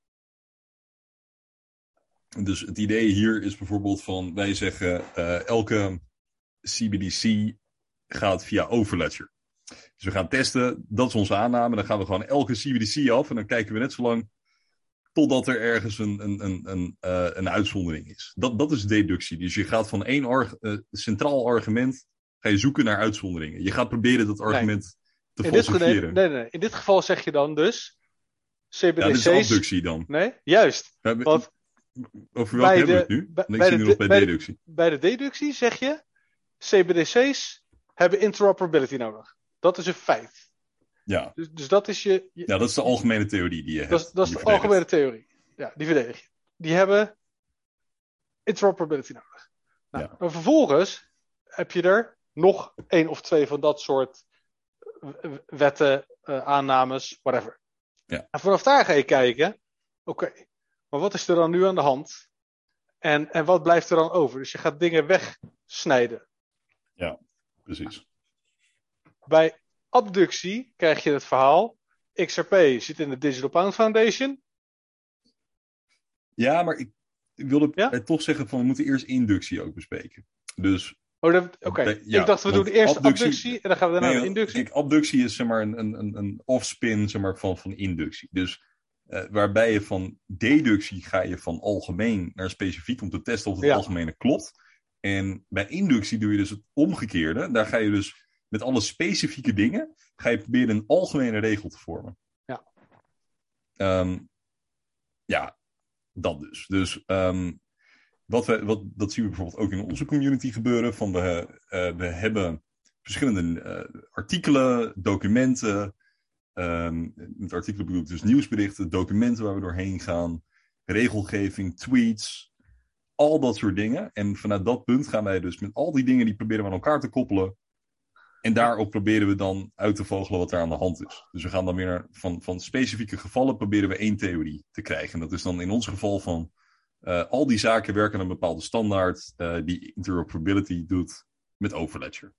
Dus het idee hier is bijvoorbeeld van, wij zeggen, uh, elke C B D C gaat via Overledger. Dus we gaan testen, dat is onze aanname. Dan gaan we gewoon elke C B D C af en dan kijken we net zo lang totdat er ergens een, een, een, een, uh, een uitzondering is. Dat, dat is deductie. Dus je gaat van één arg- uh, centraal argument ga je zoeken naar uitzonderingen. Je gaat proberen dat argument nee. te falsifiëren. Nee, nee, nee. In dit geval zeg je dan dus C B D C's... Ja, dit is abductie dan. Nee, juist. Ja, want over welke hebben we het nu? Bij, ik bij zie de, nu nog bij, bij deductie. De, bij de deductie zeg je C B D C's hebben interoperability nodig. Dat is een feit. Ja. Dus, dus dat is je, je... Ja, dat is de algemene theorie die je hebt. Dat is, dat is de verdedigt. algemene theorie. Ja, die verdedig je. Die hebben interoperability nodig. Nou, ja. Maar vervolgens heb je er nog één of twee van dat soort wetten, uh, aannames, whatever. Ja. En vanaf daar ga je kijken, oké, okay, maar wat is er dan nu aan de hand? En, en wat blijft er dan over? Dus je gaat dingen wegsnijden. Ja, precies. Bij abductie krijg je het verhaal, X R P zit in de Digital Pound Foundation. Ja, maar ik, ik wilde ja? toch zeggen van we moeten eerst inductie ook bespreken. Dus Oh, oké. Okay. Ja, ik dacht we doen eerst abductie, abductie en dan gaan we daarna nee, de inductie. Kijk, abductie is zeg maar een, een, een offspin zeg maar, van, van inductie. Dus uh, waarbij je van deductie ga je van algemeen naar specifiek om te testen of het ja. algemene klopt. En bij inductie doe je dus het omgekeerde. Daar ga je dus met alle specifieke dingen ga je proberen een algemene regel te vormen. Ja. Um, ja, dat dus. Dus um, wat we, wat, dat zien we bijvoorbeeld ook in onze community gebeuren. Van we, uh, we hebben verschillende uh, artikelen, documenten. Um, met artikelen bedoel ik dus nieuwsberichten, documenten waar we doorheen gaan. Regelgeving, tweets. Al dat soort dingen. En vanuit dat punt gaan wij dus met al die dingen die proberen we aan elkaar te koppelen. En daarop proberen we dan uit te vogelen wat er aan de hand is. Dus we gaan dan weer naar, van, van specifieke gevallen proberen we één theorie te krijgen. En dat is dan in ons geval van uh, al die zaken werken aan een bepaalde standaard uh, die interoperability doet met Overledger.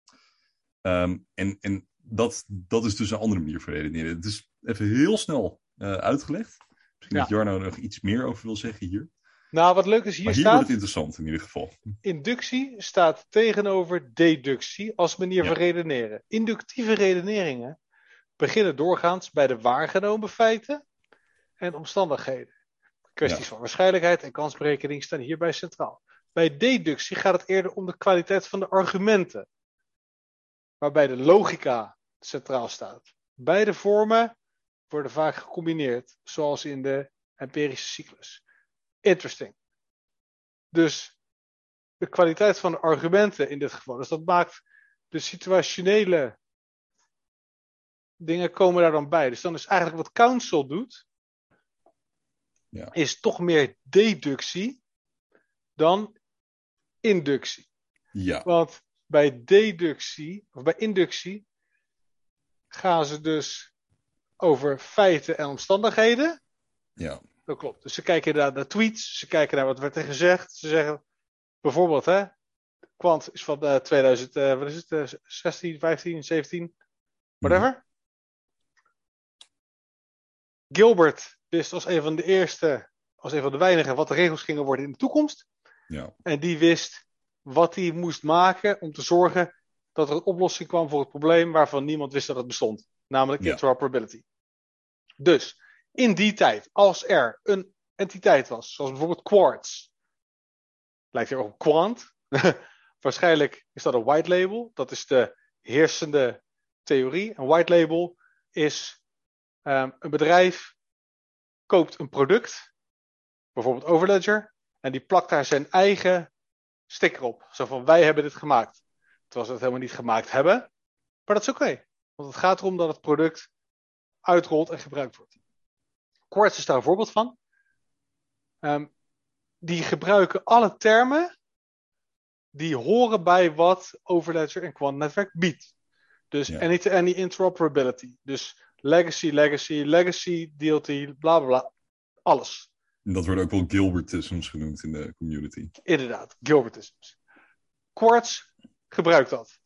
Um, en en dat, dat is dus een andere manier van redeneren. Het is even heel snel uh, uitgelegd. Misschien ja. dat Jarno er nog iets meer over wil zeggen hier. Nou, wat leuk is, hier, maar hier staat... wordt het interessant in ieder geval. Inductie staat tegenover deductie als manier ja. van redeneren. Inductieve redeneringen beginnen doorgaans bij de waargenomen feiten en omstandigheden. Kwesties ja. van waarschijnlijkheid en kansberekening staan hierbij centraal. Bij deductie gaat het eerder om de kwaliteit van de argumenten, waarbij de logica centraal staat. Beide vormen worden vaak gecombineerd, zoals in de empirische cyclus. Interesting. Dus de kwaliteit van de argumenten in dit geval. Dus dat maakt de situationele dingen komen daar dan bij. Dus dan is eigenlijk wat counsel doet, ja. is toch meer deductie dan inductie. Ja. Want bij deductie, of bij inductie, gaan ze dus over feiten en omstandigheden. Ja. Dat klopt. Dus ze kijken inderdaad naar tweets, ze kijken naar wat werd er gezegd. Ze zeggen bijvoorbeeld, hè, Quant is van uh, tweeduizend, uh, wat is het, uh, zestien, vijftien, zeventien, whatever. Mm. Gilbert wist als een van de eerste, als een van de weinigen, wat de regels gingen worden in de toekomst. Ja. En die wist wat hij moest maken om te zorgen dat er een oplossing kwam voor het probleem waarvan niemand wist dat het bestond. Namelijk ja. interoperability. Dus in die tijd, als er een entiteit was, zoals bijvoorbeeld Quartz, lijkt er op Quant. Waarschijnlijk is dat een white label. Dat is de heersende theorie. Een white label is um, een bedrijf koopt een product, bijvoorbeeld Overledger, en die plakt daar zijn eigen sticker op. Zo van, wij hebben dit gemaakt. Terwijl ze het helemaal niet gemaakt hebben. Maar dat is oké. Okay, want het gaat erom dat het product uitrolt en gebruikt wordt. Quartz is daar een voorbeeld van. Um, die gebruiken alle termen die horen bij wat Overledger en Quant Netwerk biedt. Dus ja. any to any interoperability. Dus legacy, legacy, legacy, D L T, bla bla bla. Alles. En dat wordt ook wel Gilbertisms genoemd in de community. Inderdaad, Gilbertisms. Quartz gebruikt dat.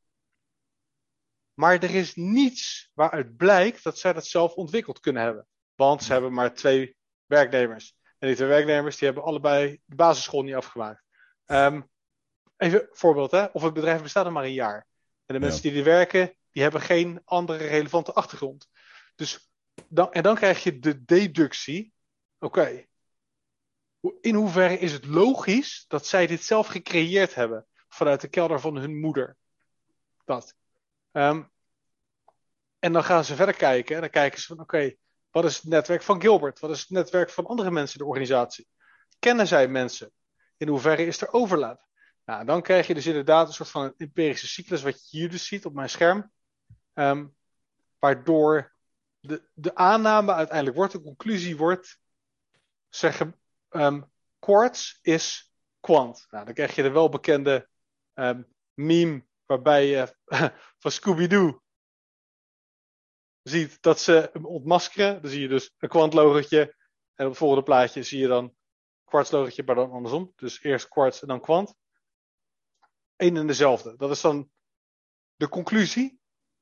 Maar er is niets waaruit blijkt dat zij dat zelf ontwikkeld kunnen hebben. Want ze hebben maar twee werknemers. En die twee werknemers die hebben allebei de basisschool niet afgemaakt. Um, even een voorbeeld, hè? Of het bedrijf bestaat nog maar een jaar. En de mensen ja. die er werken, die hebben geen andere relevante achtergrond. Dus dan, en dan krijg je de deductie. Oké, okay. In hoeverre is het logisch dat zij dit zelf gecreëerd hebben vanuit de kelder van hun moeder? Dat. Um, en dan gaan ze verder kijken en dan kijken ze van oké, okay, wat is het netwerk van Gilbert? Wat is het netwerk van andere mensen in de organisatie? Kennen zij mensen? In hoeverre is er overlap? Nou, dan krijg je dus inderdaad een soort van een empirische cyclus, wat je hier dus ziet op mijn scherm. Um, waardoor de, de aanname uiteindelijk wordt, de conclusie wordt, zeggen, um, Quartz is Quant. Nou, dan krijg je de welbekende um, meme waarbij je uh, van Scooby-Doo ziet dat ze hem ontmaskeren. Dan zie je dus een Quant-logotje en op het volgende plaatje zie je dan Quartz-logotje, maar dan andersom. Dus eerst Quartz en dan Quant. Eén en dezelfde. Dat is dan de conclusie.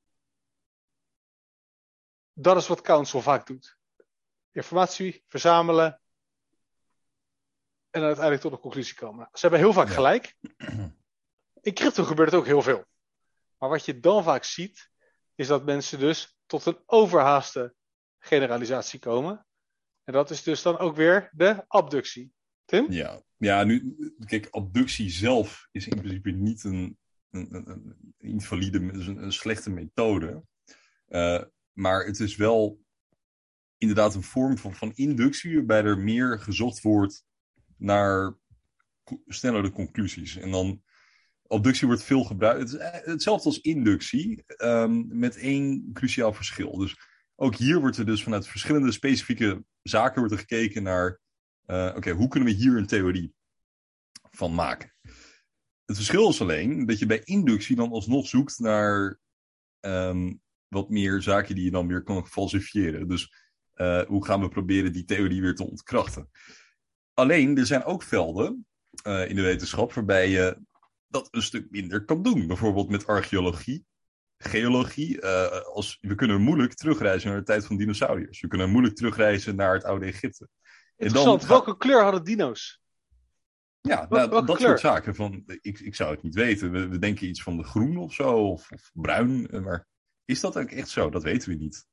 Dat is wat Counsel vaak doet. Informatie verzamelen en uiteindelijk tot een conclusie komen. Ze hebben heel vaak ja. gelijk. in crypto gebeurt het ook heel veel. Maar wat je dan vaak ziet, is dat mensen dus tot een overhaaste generalisatie komen. En dat is dus dan ook weer de abductie. Tim? Ja, ja nu, kijk, abductie zelf is in principe niet een, een, een, een invalide, een, een slechte methode. Uh, maar het is wel inderdaad een vorm van, van inductie, waarbij er meer gezocht wordt naar snellere conclusies. En dan, abductie wordt veel gebruikt. Het is hetzelfde als inductie, um, met één cruciaal verschil. Dus ook hier wordt er dus vanuit verschillende specifieke zaken wordt er gekeken naar, uh, oké, okay, hoe kunnen we hier een theorie van maken? Het verschil is alleen dat je bij inductie dan alsnog zoekt naar um, wat meer zaken die je dan weer kan falsifiëren. Dus uh, hoe gaan we proberen die theorie weer te ontkrachten? Alleen, er zijn ook velden uh, in de wetenschap waarbij je dat een stuk minder kan doen. Bijvoorbeeld met archeologie, geologie. Uh, als, we kunnen moeilijk terugreizen naar de tijd van dinosauriërs. We kunnen moeilijk terugreizen naar het oude Egypte. Interessant. Dan, welke kleur hadden dino's? Ja, nou, dat kleur? soort zaken. Van, ik, ik zou het niet weten. We, we denken iets van de groen of zo, of, of bruin. Maar is dat ook echt zo? Dat weten we niet.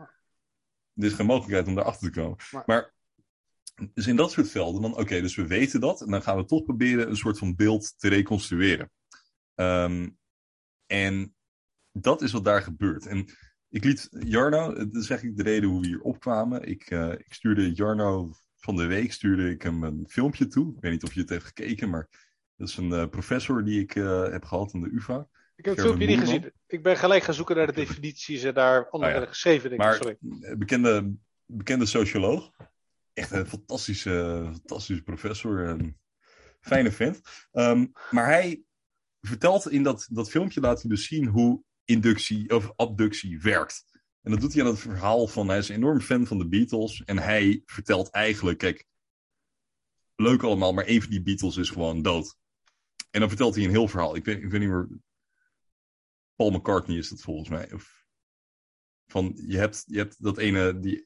Er is geen mogelijkheid om daarachter te komen. Maar, maar dus in dat soort velden, dan oké, okay, dus we weten dat. En dan gaan we toch proberen een soort van beeld te reconstrueren. Um, en dat is wat daar gebeurt. En ik liet Jarno, dat is eigenlijk de reden hoe we hier opkwamen. Ik, uh, ik stuurde Jarno van de week stuurde ik hem een filmpje toe. Ik weet niet of je het heeft gekeken, maar dat is een uh, professor die ik uh, heb gehad aan de U vA. Ik heb het filmpje niet gezien. Ik ben gelijk gaan zoeken naar de definities en daar andere oh ja. geschreven. Denk maar sorry. Bekende, bekende socioloog. Echt een fantastische, fantastische professor. Een fijne vent. Um, maar hij vertelt in dat, dat filmpje, laat hij dus zien hoe inductie of abductie werkt. En dat doet hij aan het verhaal van, hij is een enorm fan van de Beatles. En hij vertelt eigenlijk, kijk, leuk allemaal, maar één van die Beatles is gewoon dood. En dan vertelt hij een heel verhaal. Ik weet, ik weet niet meer, Paul McCartney is dat volgens mij. Of, van, je hebt, je hebt dat ene, die,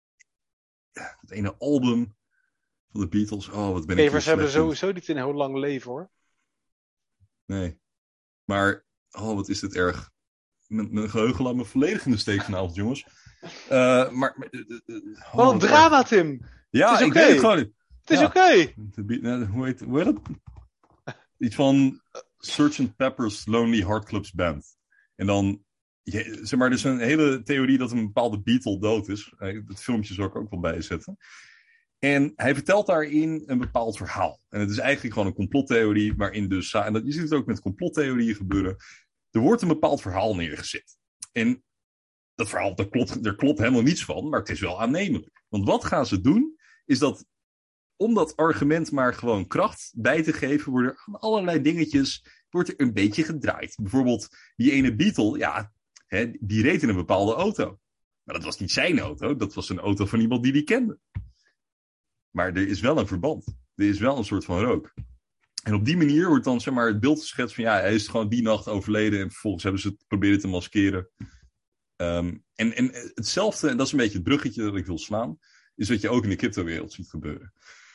dat ene album van de Beatles. Oh, wat ben ik Levers hebben sowieso niet een heel lang leven, hoor. Nee. Maar, oh, wat is dit erg. Mijn, mijn geheugen laat me volledig in de steek vanavond, jongens. Uh, maar, uh, uh, oh, wat een drama, erg. Tim. Ja, het is ik okay. weet het gewoon niet. Het is ja. oké. Okay. Hoe heet, hoe heet het? Iets van Sergeant Pepper's Lonely Heart Club's Band. En dan, je, zeg maar, er is een hele theorie dat een bepaalde Beatle dood is. Dat filmpje zal ik ook wel bijzetten. En hij vertelt daarin een bepaald verhaal. En het is eigenlijk gewoon een complottheorie, waarin dus, en dat, je ziet het ook met complottheorieën gebeuren, er wordt een bepaald verhaal neergezet. En dat verhaal, daar klopt, daar klopt helemaal niets van, maar het is wel aannemelijk. Want wat gaan ze doen, is dat om dat argument maar gewoon kracht bij te geven, worden er aan allerlei dingetjes wordt er een beetje gedraaid. Bijvoorbeeld die ene Beatle, ja, hè, die reed in een bepaalde auto. Maar dat was niet zijn auto, dat was een auto van iemand die die kende. Maar er is wel een verband. Er is wel een soort van rook. En op die manier wordt dan, zeg maar, het beeld geschetst van, ja, hij is gewoon die nacht overleden en vervolgens hebben ze het proberen te maskeren. Um, en, en hetzelfde, en dat is een beetje het bruggetje dat ik wil slaan, is wat je ook in de cryptowereld ziet gebeuren.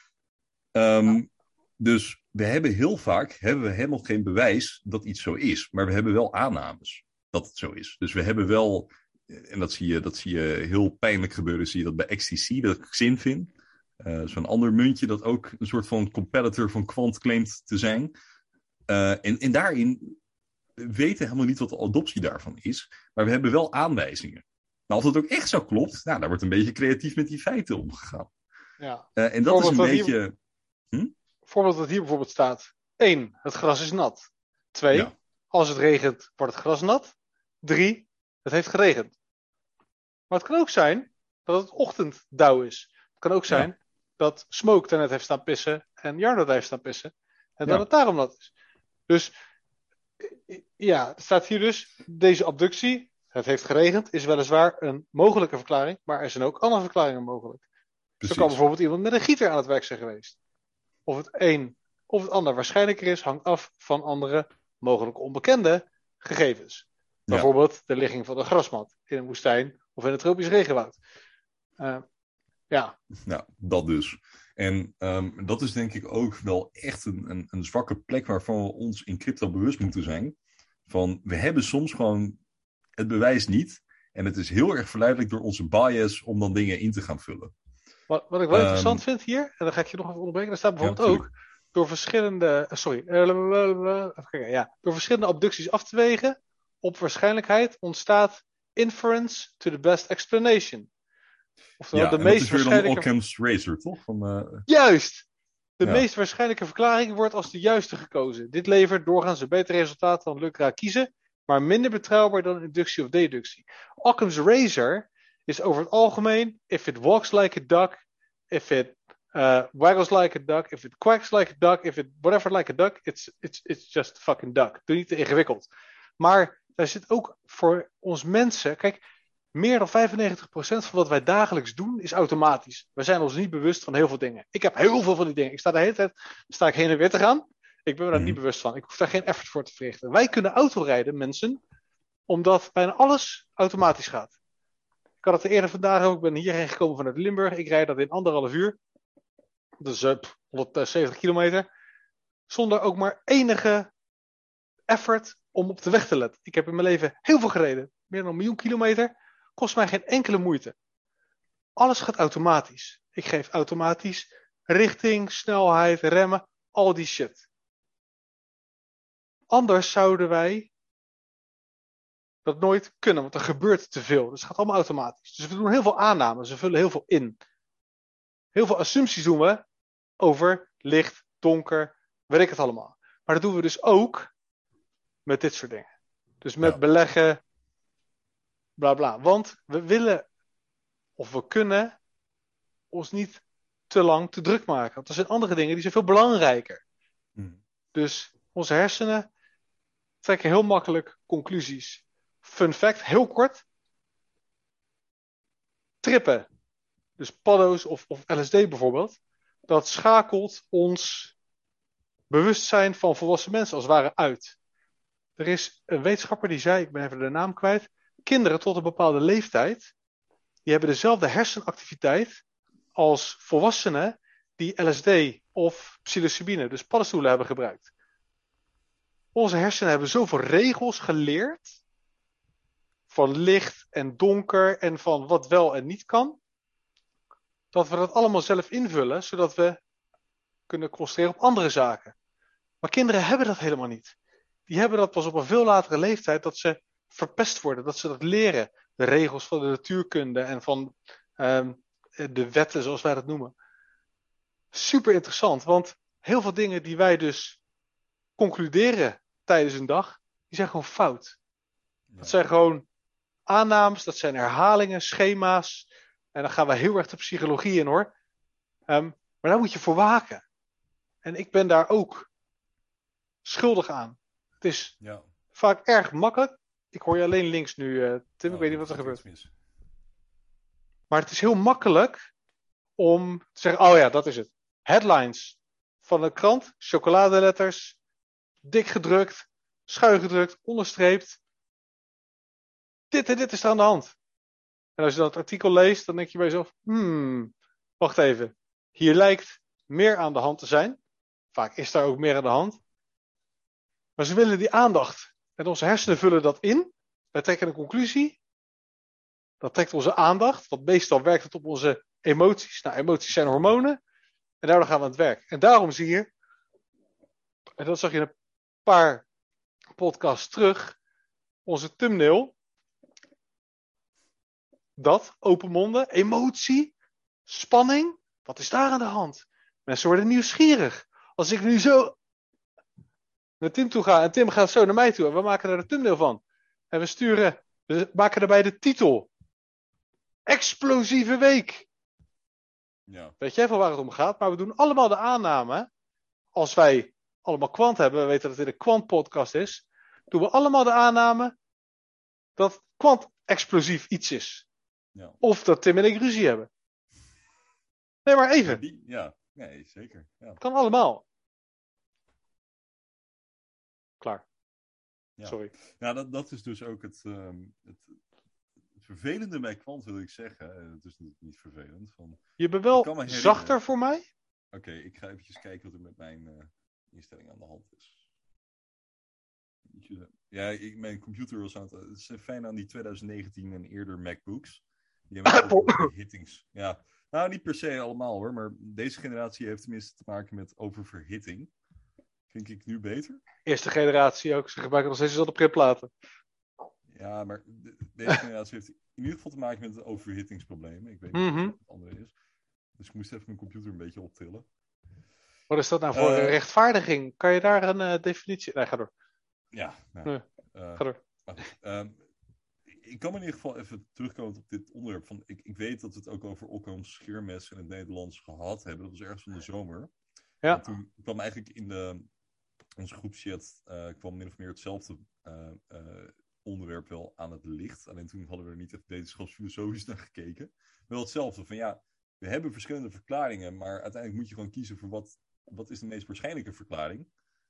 Um, ja. Dus we hebben heel vaak, hebben we helemaal geen bewijs dat iets zo is. Maar we hebben wel aannames dat het zo is. Dus we hebben wel, en dat zie je, dat zie je heel pijnlijk gebeuren, zie je dat bij X T C, dat ik zin vind. Uh, Zo'n ander muntje dat ook een soort van competitor van Quant claimt te zijn. Uh, en, en daarin weten we helemaal niet wat de adoptie daarvan is. Maar we hebben wel aanwijzingen. Maar als het ook echt zo klopt, nou, daar wordt een beetje creatief met die feiten omgegaan. Ja. Uh, en dat is een beetje... Hier, hm? Voorbeeld wat hier bijvoorbeeld staat. één. Het gras is nat. twee. Ja. Als het regent, wordt het gras nat. drie. Het heeft geregend. Maar het kan ook zijn dat het ochtenddauw is. Het kan ook zijn... Ja. dat Smoke daarnet heeft staan pissen en Jarno daar heeft staan pissen. En dat ja. het daarom nat is. Dus ja, er staat hier dus, deze abductie, het heeft geregend, is weliswaar een mogelijke verklaring, maar er zijn ook andere verklaringen mogelijk. Precies. Zo kan bijvoorbeeld iemand met een gieter aan het werk zijn geweest. Of het een of het ander waarschijnlijker is, hangt af van andere mogelijk onbekende gegevens. Ja. Bijvoorbeeld de ligging van de grasmat in een woestijn of in een tropisch regenwoud. Uh, Ja. Nou, dat dus. En um, dat is denk ik ook wel echt een, een, een zwakke plek waarvan we ons in crypto bewust moeten zijn. Van, we hebben soms gewoon het bewijs niet. En het is heel erg verleidelijk door onze bias om dan dingen in te gaan vullen. Wat, wat ik wel Um, interessant vind hier, en dan ga ik je nog even onderbreken, er staat ja, bijvoorbeeld ook door verschillende, uh, sorry, uh, even kijken, ja, door verschillende abducties af te wegen, op waarschijnlijkheid ontstaat inference to the best explanation. Oftewel, ja, de en meest dat is weer dan waarschijnlijke... Occam's Razor, toch? Van, uh... Juist! De ja. meest waarschijnlijke verklaring wordt als de juiste gekozen. Dit levert doorgaans een beter resultaat dan lukraak kiezen, maar minder betrouwbaar dan inductie of deductie. Occam's Razor is over het algemeen, if it walks like a duck, if it uh, waggles like a duck, if it quacks like a duck, if it whatever like a duck, it's, it's, it's just a fucking duck. Doe niet te ingewikkeld. Maar daar zit ook voor ons mensen, kijk, meer dan vijfennegentig procent van wat wij dagelijks doen is automatisch. We zijn ons niet bewust van heel veel dingen. Ik heb heel veel van die dingen. Ik sta de hele tijd sta ik heen en weer te gaan. Ik ben me daar Mm. niet bewust van. Ik hoef daar geen effort voor te verrichten. Wij kunnen autorijden, mensen, omdat bijna alles automatisch gaat. Ik had het eerder vandaag ook. Ik ben hierheen gekomen vanuit Limburg. Ik rijd dat in anderhalf uur. Dus uh, honderdzeventig kilometer. Zonder ook maar enige effort om op de weg te letten. Ik heb in mijn leven heel veel gereden. Meer dan een miljoen kilometer. Kost mij geen enkele moeite. Alles gaat automatisch. Ik geef automatisch richting, snelheid, remmen, al die shit. Anders zouden wij dat nooit kunnen, want er gebeurt te veel. Dus het gaat allemaal automatisch. Dus we doen heel veel aannames, we vullen heel veel in. Heel veel assumpties doen we over licht, donker, weet ik het allemaal. Maar dat doen we dus ook met dit soort dingen. Dus met Ja. beleggen, bla bla. Want we willen, of we kunnen, ons niet te lang te druk maken. Want er zijn andere dingen die zijn veel belangrijker. Mm. Dus onze hersenen trekken heel makkelijk conclusies. Fun fact, heel kort. Trippen, dus paddo's of, of L S D bijvoorbeeld, dat schakelt ons bewustzijn van volwassen mensen als het ware uit. Er is een wetenschapper die zei, ik ben even de naam kwijt, kinderen tot een bepaalde leeftijd, die hebben dezelfde hersenactiviteit als volwassenen die L S D of psilocybine, dus paddenstoelen, hebben gebruikt. Onze hersenen hebben zoveel regels geleerd van licht en donker en van wat wel en niet kan, dat we dat allemaal zelf invullen, zodat we kunnen concentreren op andere zaken. Maar kinderen hebben dat helemaal niet. Die hebben dat pas op een veel latere leeftijd, dat ze verpest worden, dat ze dat leren. De regels van de natuurkunde en van um, de wetten, zoals wij dat noemen. Super interessant, want heel veel dingen die wij dus concluderen tijdens een dag, die zijn gewoon fout. Ja. Dat zijn gewoon aannames, dat zijn herhalingen, schema's. En dan gaan we heel erg de psychologie in, hoor. Um, maar daar moet je voor waken. En ik ben daar ook schuldig aan. Het is ja. vaak erg makkelijk. Ik hoor je alleen links nu, uh, Tim. Oh, ik weet niet wat er gebeurt. Mis. Maar het is heel makkelijk om te zeggen, oh ja, dat is het. Headlines van een krant, chocoladeletters, dik gedrukt, schuin gedrukt, onderstreept. Dit en dit is er aan de hand. En als je dan het artikel leest, dan denk je bij jezelf, hmm, wacht even. Hier lijkt meer aan de hand te zijn. Vaak is daar ook meer aan de hand. Maar ze willen die aandacht. En onze hersenen vullen dat in. Wij trekken een conclusie. Dat trekt onze aandacht. Want meestal werkt het op onze emoties. Nou, emoties zijn hormonen. En daardoor gaan we aan het werk. En daarom zie je, en dat zag je een paar podcasts terug, onze thumbnail. Dat, open monden, emotie, spanning. Wat is daar aan de hand? Mensen worden nieuwsgierig. Als ik nu zo naar Tim toe ga en Tim gaat zo naar mij toe en we maken er een thumbnail van. En we sturen, we maken daarbij de titel. Explosieve week. Ja. Weet jij van waar het om gaat? Maar we doen allemaal de aanname. Als wij allemaal kwant hebben, we weten dat dit een kwant podcast is. Doen we allemaal de aanname dat kwant explosief iets is. Ja. Of dat Tim en ik ruzie hebben. Nee, maar even. Ja, die, ja. Nee, zeker. Ja. Het kan allemaal. Klaar. Ja. Sorry. Nou, dat, dat is dus ook het, um, het, het vervelende bij kwant, wil ik zeggen. Het is natuurlijk niet vervelend. Van, je bent wel zachter voor mij. Oké, ik ga eventjes kijken wat er met mijn uh, instelling aan de hand is. Ja, ik, mijn computer was aan het... Het is fijn aan die twintig negentien en eerder MacBooks. Die hebben oververhittings. Ja, nou, niet per se allemaal hoor, maar deze generatie heeft tenminste te maken met oververhitting. Vind ik nu beter? Eerste generatie ook. Ze gebruiken nog steeds dezelfde printplaten. Ja, maar de, deze generatie heeft in ieder geval te maken met overhittingsproblemen. Ik weet niet mm-hmm. wat het andere is. Dus ik moest even mijn computer een beetje optillen. Wat is dat nou voor uh, een rechtvaardiging? Kan je daar een uh, definitie... Nee, ga door. Ja, nou, nee, uh, ga door. Uh, ik kan in ieder geval even terugkomen op dit onderwerp. Van, ik, ik weet dat we het ook over Occam's scheermes in het Nederlands gehad hebben. Dat was ergens van de zomer. Ja. En toen kwam eigenlijk in de, onze groepschat uh, kwam min of meer hetzelfde uh, uh, onderwerp wel aan het licht. Alleen toen hadden we er niet echt wetenschapsfilosofisch naar gekeken. Wel hetzelfde, van ja, we hebben verschillende verklaringen, maar uiteindelijk moet je gewoon kiezen voor wat, wat is de meest waarschijnlijke verklaring.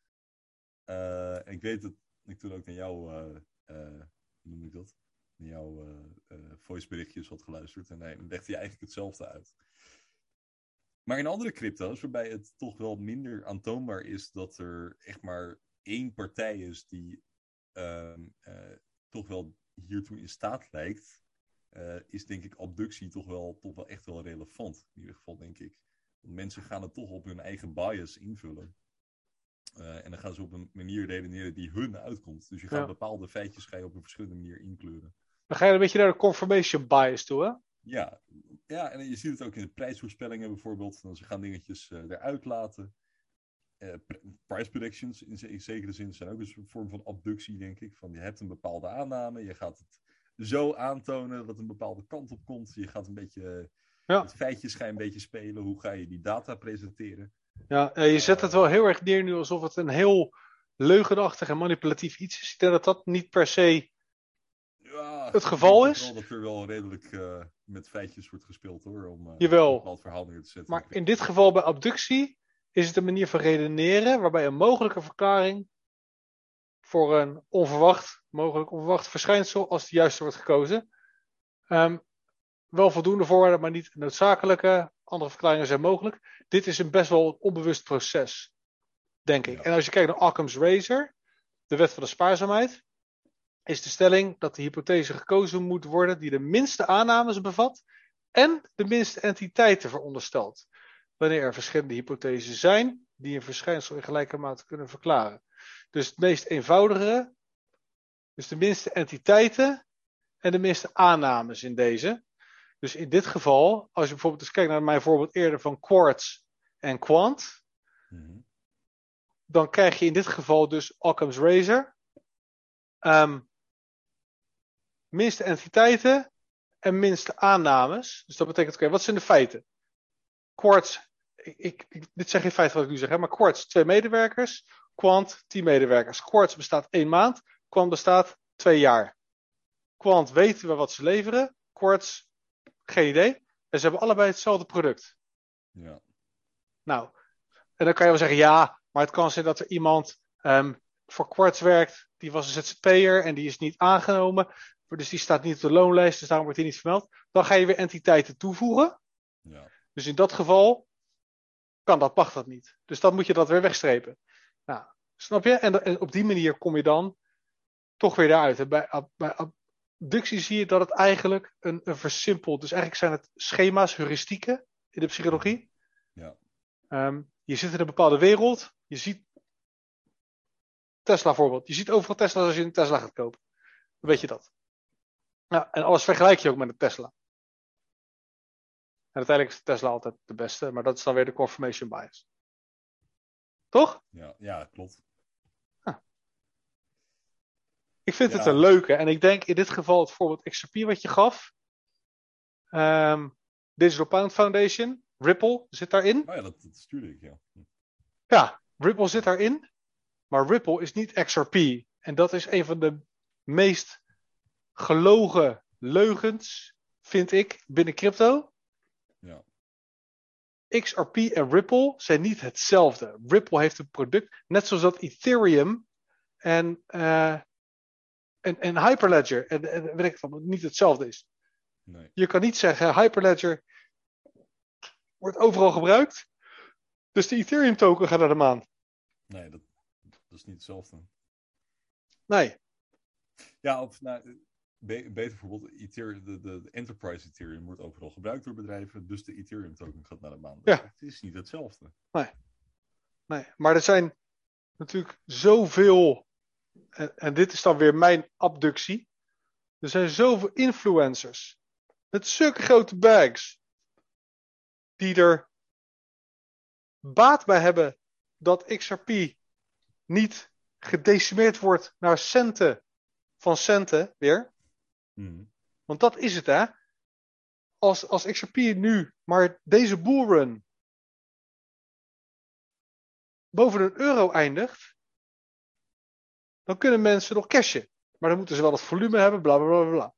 Uh, en ik weet dat ik toen ook naar jou, uh, uh, hoe noem ik dat? Naar jouw uh, uh, voiceberichtjes had geluisterd. En dan legde je eigenlijk hetzelfde uit. Maar in andere crypto's, waarbij het toch wel minder aantoonbaar is dat er echt maar één partij is die uh, uh, toch wel hiertoe in staat lijkt, uh, is denk ik abductie toch wel, toch wel echt wel relevant. In ieder geval denk ik. Want mensen gaan het toch op hun eigen bias invullen. Uh, en dan gaan ze op een manier redeneren die hun uitkomt. Dus je gaat ja. bepaalde feitjes ga je op een verschillende manier inkleuren. Dan ga je een beetje naar de confirmation bias toe, hè? Ja, ja, en je ziet het ook in de prijsvoorspellingen bijvoorbeeld. Dan ze gaan dingetjes uh, eruit laten. Uh, price predictions in, z- in zekere zin zijn ook een vorm van abductie, denk ik. Van je hebt een bepaalde aanname, je gaat het zo aantonen dat een bepaalde kant op komt. Je gaat een beetje uh, ja. het feitjes ga je een beetje spelen. Hoe ga je die data presenteren? Ja, je zet het wel heel erg neer nu alsof het een heel leugenachtig en manipulatief iets is. Ik denk dat dat niet per se ja, het geval is. Ik denk wel dat er wel redelijk uh, met feitjes wordt gespeeld hoor, om uh, Jawel. een bepaald verhaal neer te zetten. Maar in dit geval bij abductie is het een manier van redeneren waarbij een mogelijke verklaring voor een onverwacht, mogelijk onverwacht verschijnsel, als de juiste wordt gekozen, um, wel voldoende voorwaarden, maar niet noodzakelijke. Andere verklaringen zijn mogelijk. Dit is een best wel onbewust proces, denk ik. Ja. En als je kijkt naar Occam's razor, de wet van de spaarzaamheid, is de stelling dat de hypothese gekozen moet worden die de minste aannames bevat en de minste entiteiten veronderstelt. Wanneer er verschillende hypothesen zijn die een verschijnsel in gelijke mate kunnen verklaren. Dus het meest eenvoudige, dus de minste entiteiten en de minste aannames in deze. Dus in dit geval, als je bijvoorbeeld eens kijkt naar mijn voorbeeld eerder van quartz en quant, mm-hmm. dan krijg je in dit geval dus Occam's razor. Um, minste entiteiten en minste aannames. Dus dat betekent, oké, okay, wat zijn de feiten? Quartz, ik, ik, dit zijn geen feiten wat ik nu zeg, hè, maar quartz twee medewerkers, quant tien medewerkers. Quartz bestaat één maand, quant bestaat twee jaar. Quant weten we wat ze leveren, quartz geen idee. En ze hebben allebei hetzelfde product. Ja. Nou, en dan kan je wel zeggen, ja, maar het kan zijn dat er iemand um, voor Quartz werkt, die was een Z Z P'er en die is niet aangenomen, dus die staat niet op de loonlijst, dus daarom wordt hij niet vermeld. Dan ga je weer entiteiten toevoegen. Ja. Dus in dat geval kan dat, mag dat niet. Dus dan moet je dat weer wegstrepen. Nou, snap je? En, en op die manier kom je dan toch weer daaruit. Bij, bij abductie zie je dat het eigenlijk een, een versimpeld, dus eigenlijk zijn het schema's, heuristieken in de psychologie. Ja. Um, je zit in een bepaalde wereld, je ziet Tesla voorbeeld, je ziet overal Tesla's als je een Tesla gaat kopen. Dan weet je dat. Nou, en alles vergelijk je ook met een Tesla. En uiteindelijk is de Tesla altijd de beste, maar dat is dan weer de confirmation bias. Toch? Ja, ja klopt. Huh. Ik vind ja. het een leuke. En ik denk in dit geval het voorbeeld X R P wat je gaf. Um, Digital Pound Foundation. Ripple zit daarin. Oh ja, dat, dat stuurde ik, ja. Ja, Ripple zit daarin. Maar Ripple is niet X R P. En dat is een van de meest gelogen leugens, vind ik, binnen crypto. Ja. X R P en Ripple zijn niet hetzelfde. Ripple heeft een product, net zoals dat Ethereum en, uh, en, en Hyperledger en, en weet ik wat, niet hetzelfde is. Nee. Je kan niet zeggen, Hyperledger wordt overal gebruikt. Dus de Ethereum token gaat naar de maan. Nee, dat, dat is niet hetzelfde. Nee. Ja, of nou, be- beter bijvoorbeeld, Ethereum, de, de, de Enterprise Ethereum wordt overal gebruikt door bedrijven, dus de Ethereum token gaat naar de maan. Ja. Het is niet hetzelfde. Nee. Nee. Maar er zijn natuurlijk zoveel, en, en dit is dan weer mijn abductie, er zijn zoveel influencers met zulke grote bags die er baat bij hebben dat X R P niet gedecimeerd wordt naar centen van centen weer. Hmm. Want dat is het, hè. Als, als X R P nu maar deze bullrun boven een euro eindigt, dan kunnen mensen nog cashen. Maar dan moeten ze wel het volume hebben, bla bla bla bla.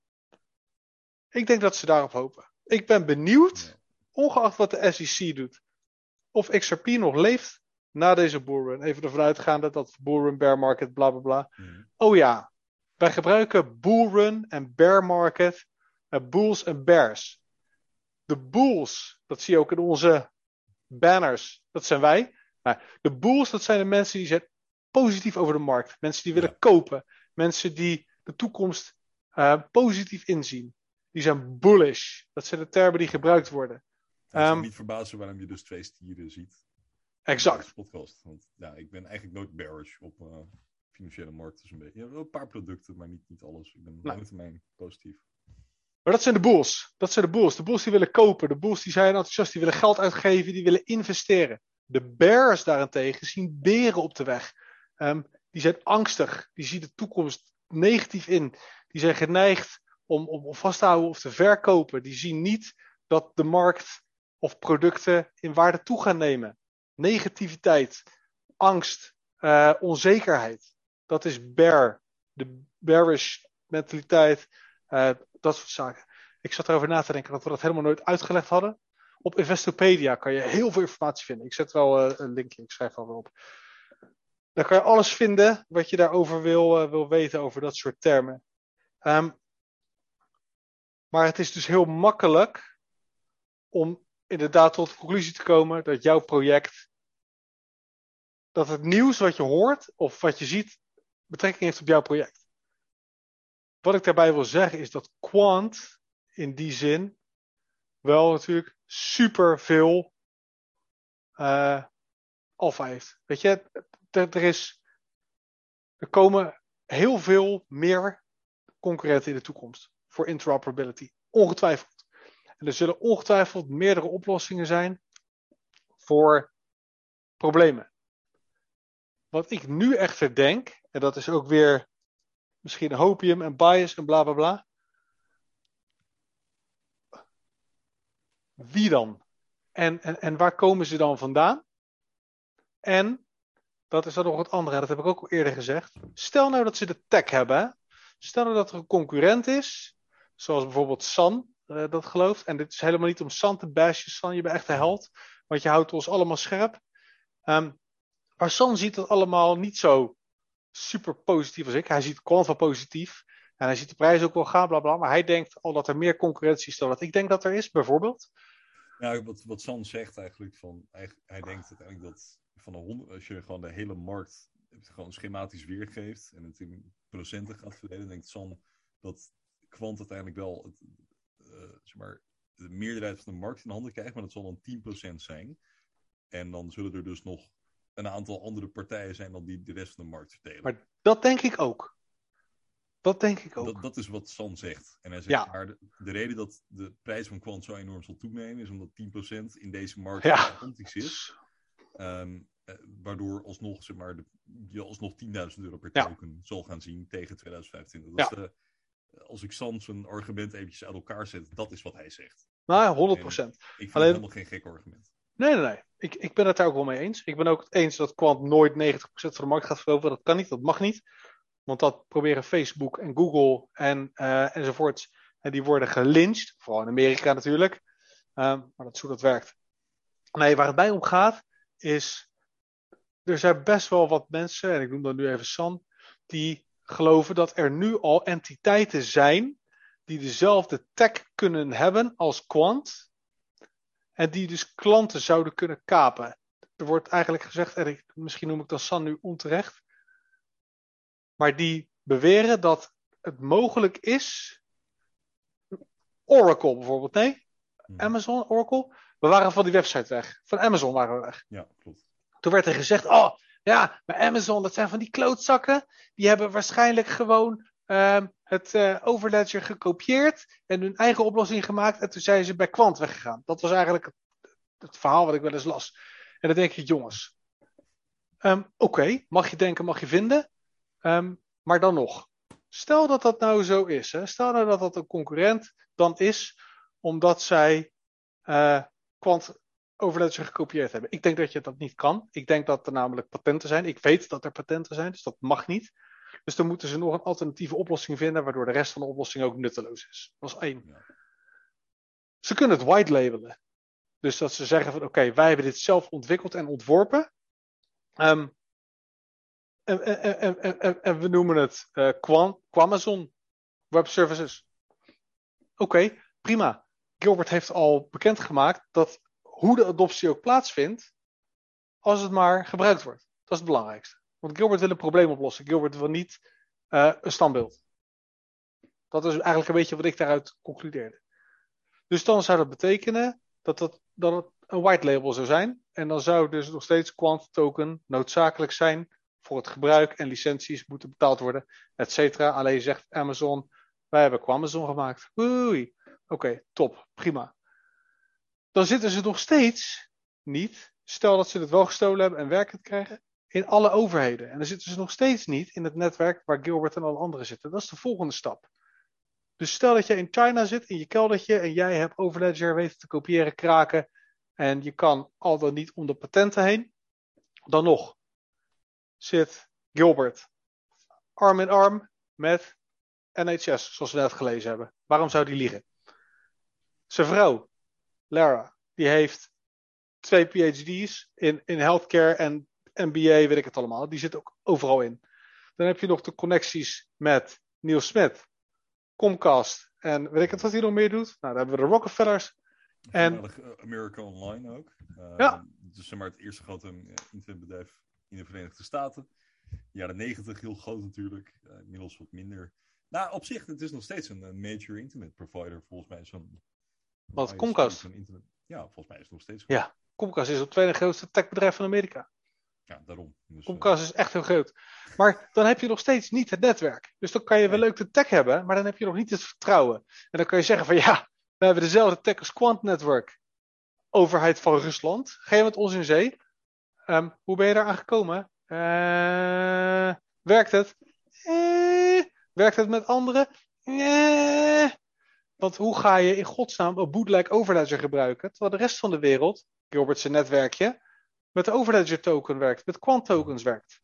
Ik denk dat ze daarop hopen. Ik ben benieuwd, Ja. ongeacht wat de S E C doet, of X R P nog leeft na deze bullrun. Even ervan uitgaande dat bullrun, bear market, bla bla bla. Hmm. Oh ja, wij gebruiken bullrun en bear market, uh, bulls en bears. De bulls, dat zie je ook in onze banners, dat zijn wij. Maar de bulls, dat zijn de mensen die zijn positief over de markt. Mensen die willen Ja. kopen. Mensen die de toekomst uh, positief inzien. Die zijn bullish. Dat zijn de termen die gebruikt worden. Het zou Um, niet verbazen waarom je dus twee stieren ziet. Exact. In deze podcast. Want ja, ik ben eigenlijk nooit bearish op uh, financiële markten. Dus een beetje. Ja, wel een paar producten, maar niet, niet alles. Ik ben lange termijn positief. Maar dat zijn de bulls. Dat zijn de bulls. De bulls die willen kopen. De bulls die zijn enthousiast. Die willen geld uitgeven. Die willen investeren. De bears daarentegen zien beren op de weg. Um, die zijn angstig. Die zien de toekomst negatief in. Die zijn geneigd om, om, om vast te houden of te verkopen. Die zien niet dat de markt of producten in waarde toe gaan nemen. Negativiteit, angst, uh, onzekerheid. Dat is bear. De bearish mentaliteit. Uh, dat soort zaken. Ik zat erover na te denken dat we dat helemaal nooit uitgelegd hadden. Op Investopedia kan je heel veel informatie vinden. Ik zet wel uh, een linkje, ik schrijf wel weer op. Daar kan je alles vinden wat je daarover wil, uh, wil weten over dat soort termen. Um, maar het is dus heel makkelijk om inderdaad tot de conclusie te komen dat jouw project, dat het nieuws wat je hoort of wat je ziet betrekking heeft op jouw project. Wat ik daarbij wil zeggen is dat Quant in die zin wel natuurlijk super veel uh, alpha heeft. Weet je, er, er is, er komen heel veel meer concurrenten in de toekomst voor interoperability. Ongetwijfeld. En er zullen ongetwijfeld meerdere oplossingen zijn voor problemen. Wat ik nu echter denk, en dat is ook weer misschien hopium en bias en bla bla bla. Wie dan? En, en, en waar komen ze dan vandaan? En, dat is dan nog het andere, dat heb ik ook al eerder gezegd. Stel nou dat ze de tech hebben. Hè? Stel nou dat er een concurrent is, zoals bijvoorbeeld San uh, dat gelooft. En dit is helemaal niet om San te bashen. San, je bent echt een held, want je houdt ons allemaal scherp. Um, maar San ziet het allemaal niet zo super positief als ik. Hij ziet Quant wel positief. En hij ziet de prijs ook wel gaan, bla bla. Maar hij denkt al dat er meer concurrentie is dan dat ik denk dat er is, bijvoorbeeld. Ja, wat, wat San zegt eigenlijk, van, hij, hij denkt uiteindelijk dat van de honderd, als je gewoon de hele markt gewoon schematisch weergeeft en het in procenten gaat verdelen, denkt San dat Quant uiteindelijk wel het, uh, zeg maar, de meerderheid van de markt in handen krijgt, maar dat zal dan tien procent zijn. En dan zullen er dus nog een aantal andere partijen zijn dan die de rest van de markt verdelen. Maar dat denk ik ook. Dat denk ik ook. Dat, dat is wat San zegt. En hij zegt, ja. maar de, de reden dat de prijs van Quant zo enorm zal toenemen is omdat tien procent in deze markt ja. gigantisch is. Um, uh, waardoor alsnog, zeg maar, de, je alsnog tienduizend euro per token ja. zal gaan zien tegen twintig vijfentwintig. Dat ja. is de, als ik San zijn argument eventjes uit elkaar zet, dat is wat hij zegt. Nou, honderd procent. En ik vind Alleen... het helemaal geen gek argument. Nee, nee, nee. Ik, ik ben het daar ook wel mee eens. Ik ben ook het eens dat Quant nooit negentig procent van de markt gaat veroveren. Dat kan niet, dat mag niet. Want dat proberen Facebook en Google en, uh, enzovoorts. En die worden gelyncht. Vooral in Amerika natuurlijk. Uh, maar dat is hoe dat werkt. Nee, waar het mij om gaat is... Er zijn best wel wat mensen, en ik noem dan nu even San, die geloven dat er nu al entiteiten zijn die dezelfde tech kunnen hebben als Quant. En die dus klanten zouden kunnen kapen. er wordt eigenlijk gezegd, en ik, misschien noem ik dat San nu onterecht, maar die beweren dat het mogelijk is, Oracle bijvoorbeeld, nee, Hmm. Amazon, Oracle, we waren van die website weg. Van Amazon waren we weg. Ja, klopt. Toen werd er gezegd, oh, ja, maar Amazon, dat zijn van die klootzakken, die hebben waarschijnlijk gewoon um, het uh, Overledger gekopieerd en hun eigen oplossing gemaakt en toen zijn ze bij Quant weggegaan. Dat was eigenlijk het, het verhaal wat ik wel eens las. En dan denk je, jongens, um, oké, okay, mag je denken, mag je vinden, um, maar dan nog. Stel dat dat nou zo is, hè? Stel nou dat dat een concurrent dan is, omdat zij uh, Quant Overledger gekopieerd hebben. Ik denk dat je dat niet kan. Ik denk dat er namelijk patenten zijn. Ik weet dat er patenten zijn, dus dat mag niet. Dus dan moeten ze nog een alternatieve oplossing vinden, waardoor de rest van de oplossing ook nutteloos is. Dat is één. Ja. Ze kunnen het white labelen. Dus dat ze zeggen van oké, okay, wij hebben dit zelf ontwikkeld en ontworpen. Um, en, en, en, en, en we noemen het uh, Quam, Quamazon Web Services. Oké, okay, prima. Gilbert heeft al bekendgemaakt dat hoe de adoptie ook plaatsvindt, als het maar gebruikt wordt. Dat is het belangrijkste. Want Gilbert wil een probleem oplossen. Gilbert wil niet uh, een standbeeld. Dat is eigenlijk een beetje wat ik daaruit concludeerde. Dus dan zou dat betekenen dat, dat, dat het een white label zou zijn. En dan zou dus nog steeds Quant token noodzakelijk zijn voor het gebruik en licenties moeten betaald worden, et cetera. Alleen zegt Amazon, wij hebben Quamazon gemaakt. Oei. Oké, okay, top, prima. Dan zitten ze nog steeds niet, stel dat ze het wel gestolen hebben en werkend krijgen, in alle overheden. En dan zitten ze nog steeds niet in het netwerk waar Gilbert en alle anderen zitten. Dat is de volgende stap. Dus stel dat je in China zit, in je keldertje, en jij hebt Overledger weten te kopiëren, kraken, en je kan al dan niet om de patenten heen. Dan nog zit Gilbert arm in arm met N H S, zoals we net gelezen hebben. Waarom zou die liegen? Zijn vrouw, Lara, die heeft twee P H D's in, in healthcare en M B A, weet ik het allemaal. Die zit ook overal in. Dan heb je nog de connecties met Neil Smith, Comcast en weet ik het wat hij nog meer doet. Nou, dan hebben we de Rockefellers. En America Online ook. Uh, ja. Dus zeg maar het eerste grote uh, internetbedrijf in de Verenigde Staten. Jaren negentig, heel groot natuurlijk. Uh, inmiddels wat minder. Nou, op zich, het is nog steeds een, een major internet provider. Volgens mij is zo'n... Wat, Comcast? Internet... Ja, volgens mij is het nog steeds goed. Ja, Comcast is het tweede grootste techbedrijf van Amerika. Ja, daarom. Dus, Comcast uh... is echt heel groot. Maar dan heb je nog steeds niet het netwerk. Dus dan kan je wel nee. leuk de tech hebben, maar dan heb je nog niet het vertrouwen. En dan kan je zeggen van ja, we hebben dezelfde tech als Quant Network. Overheid van Rusland. Ga je met ons in zee? Um, hoe ben je daar aan gekomen? Uh, werkt het? Eh, werkt het met anderen? Eh. Want hoe ga je in godsnaam een bootleg Overledger gebruiken, terwijl de rest van de wereld, Gilbert's netwerkje, met de Overledger token werkt, met Quant tokens werkt?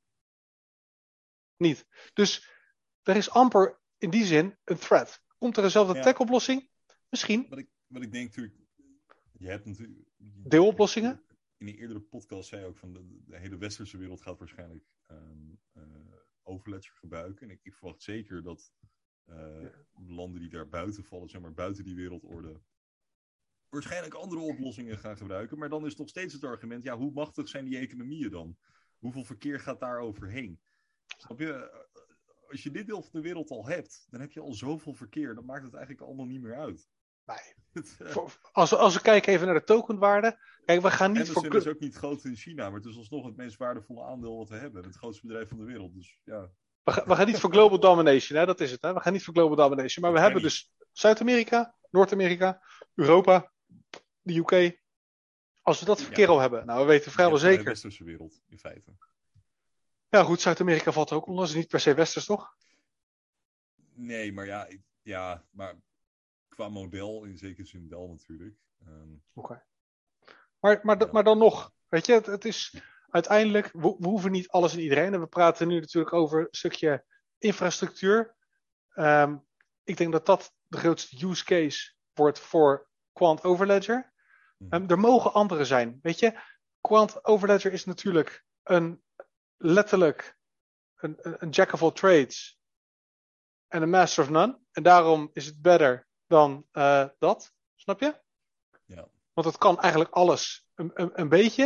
Niet. Dus er is amper in die zin een threat. Komt er eenzelfde ja. tech oplossing? Misschien. Wat ik, wat ik denk natuurlijk, je hebt natuurlijk... Deeloplossingen? In een eerdere podcast zei je ook van de, de hele westerse wereld gaat waarschijnlijk um, uh, Overledger gebruiken. En ik, ik verwacht zeker dat uh, ja. landen die daar buiten vallen, zeg maar buiten die wereldorde, waarschijnlijk andere oplossingen gaan gebruiken. Maar dan is nog steeds het argument, ja, hoe machtig zijn die economieën dan? Hoeveel verkeer gaat daar overheen? Snap je? Als je dit deel van de wereld al hebt, dan heb je al zoveel verkeer. Dan maakt het eigenlijk allemaal niet meer uit. Nee. Als we, als we kijken even naar de tokenwaarde. Kijk, we gaan niet Amazon voor... is ook niet groot in China, maar het is alsnog het meest waardevolle aandeel wat we hebben. Het grootste bedrijf van de wereld. Dus, ja. we, gaan, we gaan niet voor global domination, hè? Dat is het. Hè? We gaan niet voor global domination. Maar dat we hebben niet. Dus Zuid-Amerika, Noord-Amerika, Europa, de U K. Als we dat verkeer ja. al hebben, nou we weten vrijwel zeker. De westerse wereld, in feite. Ja goed, Zuid-Amerika valt er ook onder. Dat is niet per se westers, toch? Nee, maar ja, ik, ja, maar qua model in zekere zin wel natuurlijk. Um, Oké. Okay. Maar, maar, ja. maar dan nog, weet je, het, het is uiteindelijk, we, we hoeven niet alles en iedereen. En we praten nu natuurlijk over een stukje infrastructuur. Um, ik denk dat dat de grootste use case wordt voor Quant Overledger. Um, er mogen andere zijn, weet je. Quant Overledger is natuurlijk een letterlijk een, een jack of all trades en een master of none. En daarom is het better dan uh, dat. Snap je? Ja. Want het kan eigenlijk alles een, een, een beetje.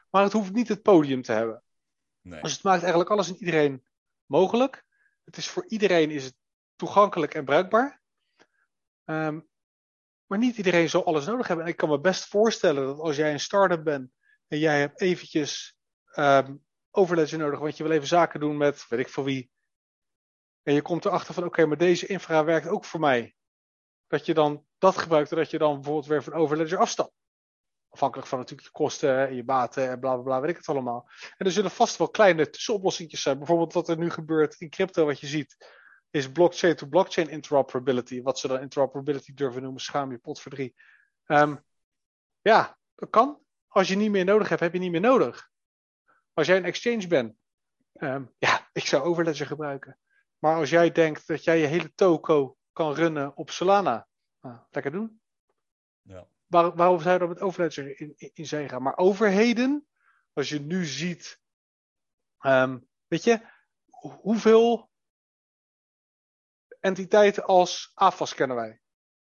maar het hoeft niet het podium te hebben. Nee. Dus het maakt eigenlijk alles en iedereen mogelijk. Het is voor iedereen is het toegankelijk en bruikbaar. Um, maar niet iedereen zal alles nodig hebben. En ik kan me best voorstellen dat als jij een start-up bent en jij hebt eventjes um, overledger nodig, want je wil even zaken doen met weet ik voor wie. En je komt erachter van oké, okay, maar deze infra werkt ook voor mij. Dat je dan dat gebruikt en dat je dan bijvoorbeeld weer van overledger afstapt. Afhankelijk van natuurlijk je kosten en je baten en bla bla bla, weet ik het allemaal. En er zullen vast wel kleine tussenoplossingjes zijn. Bijvoorbeeld wat er nu gebeurt in crypto, wat je ziet, is blockchain-to-blockchain interoperability. Wat ze dan interoperability durven noemen, schaam je pot voor drie. Um, ja, dat kan. Als je niet meer nodig hebt, heb je niet meer nodig. Als jij een exchange bent, um, ja, ik zou Overledger gebruiken. Maar als jij denkt dat jij je hele toko kan runnen op Solana, nou, lekker doen. Ja. Waar, waarom zou je dan met Overledger in, in, in zee gaan? Maar overheden, als je nu ziet, um, weet je, hoeveel entiteiten als A F A S kennen wij?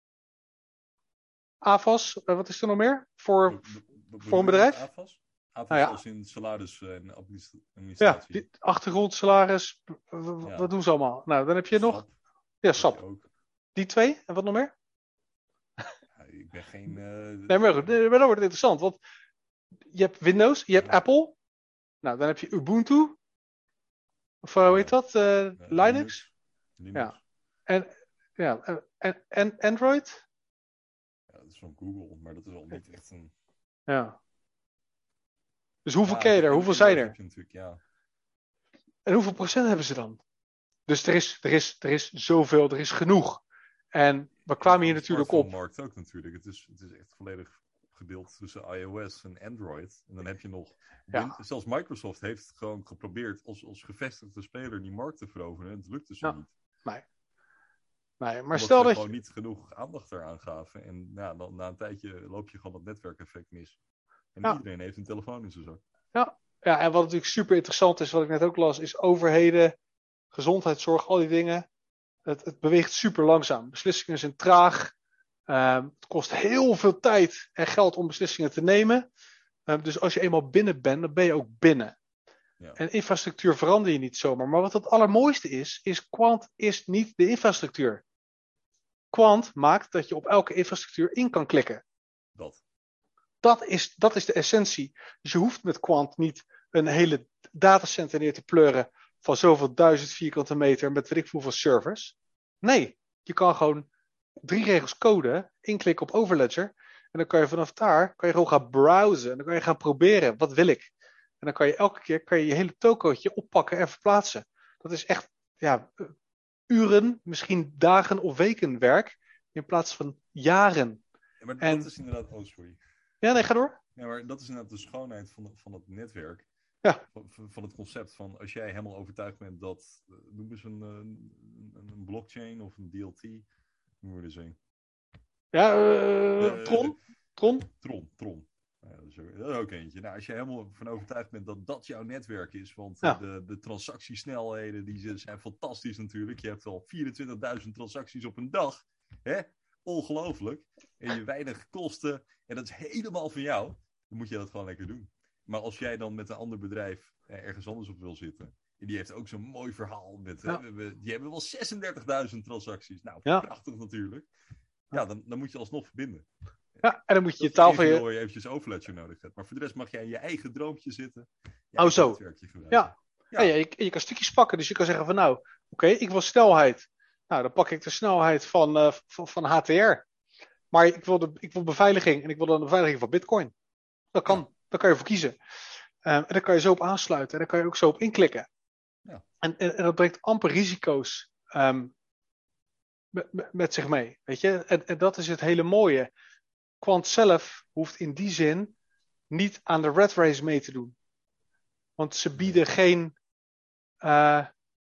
A F A S, uh, wat is er nog meer? Voor, Be- be- be- voor een bedrijf? A F A S? A F A S Nou ja. als in salaris en administratie. Ja, die, achtergrond, salaris, w- w- Ja. wat doen ze allemaal? Nou, dan heb je Sap, nog. Ja, heb S A P. je ook. Die twee, en wat nog meer? Ja, ik ben geen... Uh, Nee, maar goed, nee, maar dan wordt het interessant. Want je hebt Windows, je hebt Ja. Apple. Nou, dan heb je Ubuntu. Of uh, hoe heet dat? Uh, Ja, Linux. Linux. Ja. En, ja, en, en, en Android? Ja, dat is van Google, maar dat is al niet echt een... Ja. Dus hoeveel Ja, ken je er? in- Hoeveel in- zijn heb er? je natuurlijk, ja. En hoeveel procent hebben ze dan? Dus er is, er is, er is zoveel, er is genoeg. En we kwamen hier En de natuurlijk op. smartphone-markt ook natuurlijk. Het is, het is echt volledig gedeeld tussen iOS en Android. En dan heb je nog... Ja. Win- Zelfs Microsoft heeft gewoon geprobeerd als, als gevestigde speler die markt te veroveren. En het lukte ze Ja. niet. Nee. Nee, maar Omdat stel ze dat je... gewoon niet genoeg aandacht eraan gaven. En ja, dan, na een tijdje loop je gewoon dat netwerkeffect mis. En Ja. iedereen heeft een telefoon in zijn zak. Ja. Ja, en wat natuurlijk super interessant is, wat ik net ook las, is overheden, gezondheidszorg, al die dingen. Het, het beweegt super langzaam. Beslissingen zijn traag. Um, het kost heel veel tijd en geld om beslissingen te nemen. Um, dus als je eenmaal binnen bent, dan ben je ook binnen. Ja. En infrastructuur verander je niet zomaar. Maar wat het allermooiste is, is Quant is niet de infrastructuur. Quant maakt dat je op elke infrastructuur in kan klikken. Dat. Dat is, dat is de essentie. Dus je hoeft met Quant niet een hele datacenter neer te pleuren van zoveel duizend vierkante meter met weet ik hoeveel servers. Nee, je kan gewoon drie regels code, inklikken op Overledger. En dan kan je vanaf daar kan je gewoon gaan browsen. En dan kan je gaan proberen, wat wil ik? En dan kan je elke keer kan je, je hele tokootje oppakken en verplaatsen. Dat is echt ja, uren, misschien dagen of weken werk. In plaats van jaren. Ja, maar En- dat is inderdaad... Oh, sorry. Ja, nee, ga door. Ja, maar dat is inderdaad de schoonheid van, van het netwerk. Ja. Van, van- van het concept van als jij helemaal overtuigd bent dat... Uh, noem eens een, een, een blockchain of een D L T. Hoe moet je dat zeggen? Ja, uh, Eh, Tron? Tron? Tron, Tron. Ja, dat, is ook, dat is ook eentje. Nou, als je helemaal van overtuigd bent dat dat jouw netwerk is, want Ja. de, de transactiesnelheden die ze- zijn fantastisch natuurlijk. Je hebt al vierentwintigduizend transacties op een dag. Hè? Ongelooflijk. En je weinig kosten. En dat is helemaal van jou. Dan moet je dat gewoon lekker doen. Maar als jij dan met een ander bedrijf eh, ergens anders op wil zitten. En die heeft ook zo'n mooi verhaal. Met, hè, Ja. we- we- die hebben wel zesendertigduizend transacties. Nou, Ja. prachtig natuurlijk. Ja, dan, dan moet je alsnog verbinden. Ja, en dan moet je je Dat taal is van even je... waar je eventjes Overledger nodig hebt. Maar voor de rest mag jij in je eigen droompje zitten. Je Oh, eigen zo. netwerkje gebruiken. Ja. Ja, ja, je, je kan stukjes pakken. Dus je kan zeggen van nou, oké, okay, ik wil snelheid. Nou, dan pak ik de snelheid van, uh, van, van H T R. Maar ik wil, de, ik wil beveiliging en ik wil dan de beveiliging van Bitcoin. Dat kan. Ja. Daar kan je voor kiezen. Um, en daar kan je zo op aansluiten. En daar kan je ook zo op inklikken. Ja. En, en, en dat brengt amper risico's um, met, met, met zich mee. Weet je? En, en dat is het hele mooie. Quant zelf hoeft in die zin niet aan de rat race mee te doen. Want ze bieden geen uh,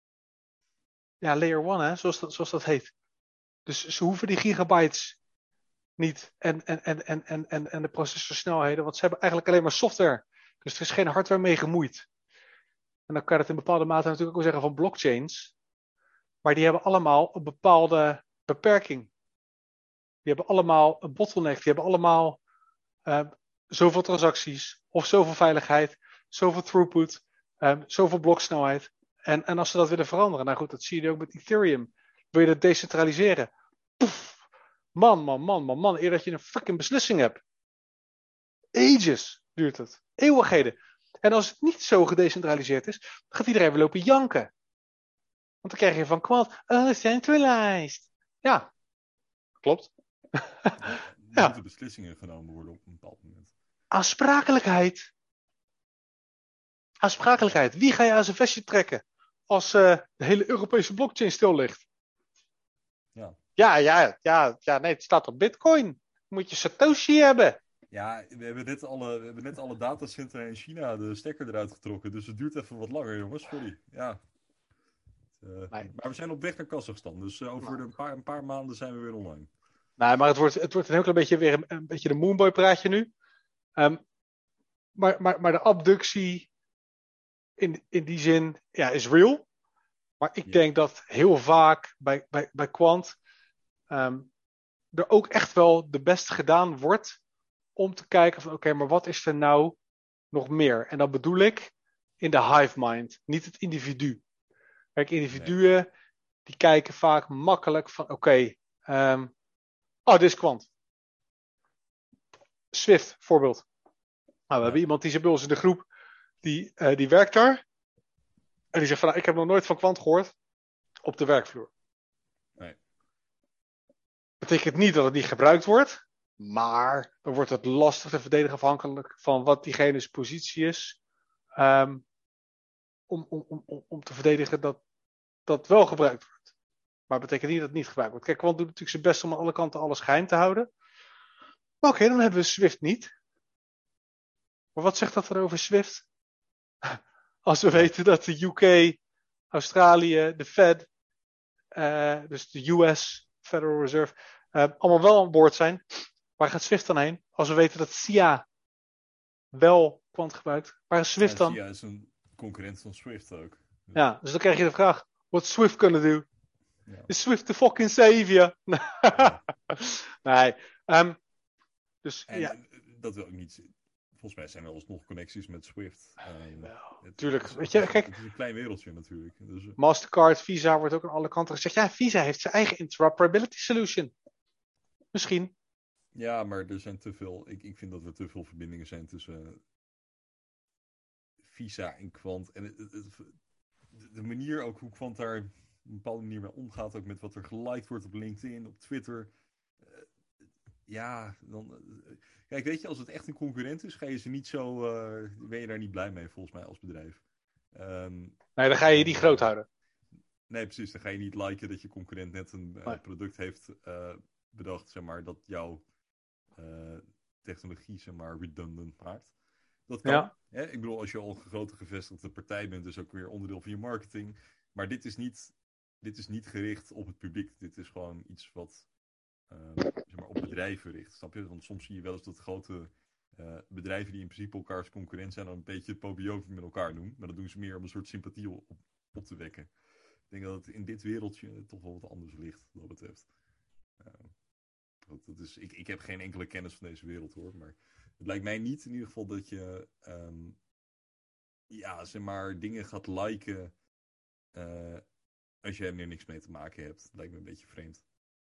ja, layer one, hè, zoals, dat, zoals dat heet. Dus ze hoeven die gigabytes niet en, en, en, en, en, en, en de processorsnelheden, want ze hebben eigenlijk alleen maar software. Dus er is geen hardware mee gemoeid. En dan kan je het in bepaalde mate natuurlijk ook wel zeggen van blockchains. Maar die hebben allemaal een bepaalde beperking. Die hebben allemaal een bottleneck. Die hebben allemaal uh, zoveel transacties, of zoveel veiligheid, zoveel throughput, um, zoveel bloksnelheid. En, en als ze dat willen veranderen, nou goed, dat zie je ook met Ethereum. Wil je dat decentraliseren? Poef, man, man, man, man, man, eer dat je een fucking beslissing hebt. Ages duurt het. Eeuwigheden. En als het niet zo gedecentraliseerd is, gaat iedereen weer lopen janken. Want dan krijg je van Quant, oh, centralized. Ja, klopt. Er Ja. moeten beslissingen genomen worden op een bepaald moment. Aansprakelijkheid. Aansprakelijkheid. Wie ga je aan zijn vestje trekken als uh, de hele Europese blockchain stil ligt? Ja. Ja, ja, ja, ja, nee, het staat op Bitcoin. Moet je Satoshi hebben. Ja, we hebben net alle, we hebben net alle datacentra in China de stekker eruit getrokken. Dus het duurt even wat langer, jongens. Sorry. Ja. Uh, nee. Maar we zijn op weg naar Kazachstan. Dus uh, over nou. een, paar, een paar maanden zijn we weer online. Nee, maar het wordt, het wordt een heel klein beetje weer een, een beetje de Moonboy praatje nu. Um, maar, maar, maar de abductie in, in die zin ja, is real. Maar ik ja. denk dat heel vaak bij, bij, bij Quant um, er ook echt wel de best gedaan wordt om te kijken van oké, okay, maar wat is er nou nog meer? En dat bedoel ik in de hive mind, niet het individu. Kijk, individuen nee. die kijken vaak makkelijk van oké, okay, um, oh, dit is Quant. Swift, voorbeeld. Nou, we ja. hebben iemand die zit bij ons in de groep, die, uh, die werkt daar. En die zegt van, nou, ik heb nog nooit van Quant gehoord op de werkvloer. Nee. Betekent niet dat het niet gebruikt wordt, maar dan wordt het lastig te verdedigen afhankelijk van wat diegene's positie is. Um, om, om, om, om te verdedigen dat dat wel gebruikt wordt. Maar dat betekent niet dat het niet gebruikt wordt. Kijk, Quant doet natuurlijk zijn best om aan alle kanten alles geheim te houden. Maar oké, okay, dan hebben we Swift niet. Maar wat zegt dat dan over Swift? Als we weten dat de U K, Australië, de Fed, uh, dus de U S, Federal Reserve, uh, allemaal wel aan boord zijn. Waar gaat Swift dan heen? Als we weten dat S I A wel Quant gebruikt. Waar is Swift ja, dan? S I A is een concurrent van Swift ook. Dus... Ja, dus dan krijg je de vraag, wat Swift kunnen doen? Ja. Is Swift the fucking savior? Ja. Nee. Um, dus, en ja. dat wil ik niet... Volgens mij zijn er alsnog connecties met Swift. Um, well, het, tuurlijk. Het is, Weet je, het is, kijk, het is een klein wereldje natuurlijk. Dus, uh... Mastercard, Visa wordt ook aan alle kanten gezegd. Ja, Visa heeft zijn eigen interoperability solution. Misschien. Ja, maar er zijn te veel... Ik, ik vind dat er te veel verbindingen zijn tussen uh, Visa en Quant. En het, het, het, de manier ook hoe Quant daar op een bepaalde manier mee omgaat. Ook met wat er geliked wordt op LinkedIn, op Twitter. Uh, ja, dan... Uh, Kijk, weet je, als het echt een concurrent is, ga je ze niet zo, uh, ben je daar niet blij mee, volgens mij, als bedrijf. Um, nee, dan ga je je niet groot houden. Nee, precies. Dan ga je niet liken dat je concurrent net een uh, nee. product heeft uh, bedacht, zeg maar, dat jouw uh, technologie, zeg maar, redundant maakt. Dat kan. Ja. Hè? Ik bedoel, als je al een grote gevestigde partij bent, is ook weer onderdeel van je marketing. Maar dit is niet, dit is niet gericht op het publiek. Dit is gewoon iets wat... Uh, zeg maar op bedrijven richt, snap je? Want soms zie je wel eens dat grote uh, bedrijven die in principe elkaars concurrent zijn dan een beetje pobiovie met elkaar doen. Maar dat doen ze meer om een soort sympathie op, op te wekken. Ik denk dat het in dit wereldje toch wel wat anders ligt, wat dat betreft. Uh, dat, dat is, ik, ik heb geen enkele kennis van deze wereld hoor, maar het lijkt mij niet in ieder geval dat je um, ja, zeg maar, dingen gaat liken uh, als je er niks mee te maken hebt. Dat lijkt me een beetje vreemd.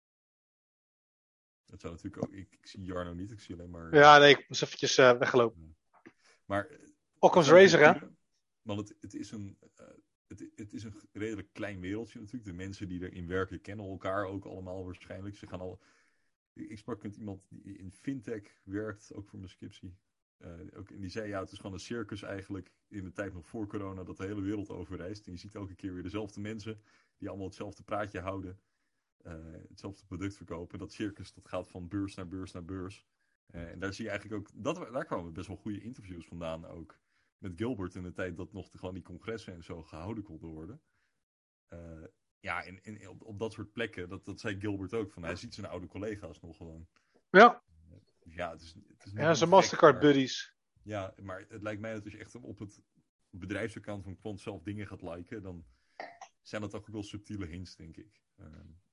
Dat zou natuurlijk ook... Ik, ik zie Jarno niet, ik zie alleen maar... Ja, nee, ik was eventjes uh, weggelopen. Maar... Occam's Razor, hè? Want het, het, is een, uh, het, het is een redelijk klein wereldje natuurlijk. De mensen die erin werken kennen elkaar ook allemaal waarschijnlijk. Ze gaan al... Ik sprak met iemand die in fintech werkt, ook voor mijn scriptie. Uh, ook, en die zei, ja, het is gewoon een circus eigenlijk in de tijd nog voor corona dat de hele wereld overreist. En je ziet elke keer weer dezelfde mensen die allemaal hetzelfde praatje houden. Uh, hetzelfde product verkopen. Dat circus dat gaat van beurs naar beurs naar beurs. Uh, en daar zie je eigenlijk ook... Dat, daar kwamen best wel goede interviews vandaan ook. Met Gilbert in de tijd dat nog de, gewoon die congressen en zo gehouden konden worden. Uh, ja, en, en op, op dat soort plekken, dat, dat zei Gilbert ook. Van, hij ziet zijn oude collega's nog gewoon. Ja. Uh, ja, het is, het is ja, zijn Mastercard maar, buddies. Ja, maar het lijkt mij dat als je echt op het bedrijfsaccount van Quant zelf dingen gaat liken, dan zijn dat ook wel subtiele hints, denk ik. Uh,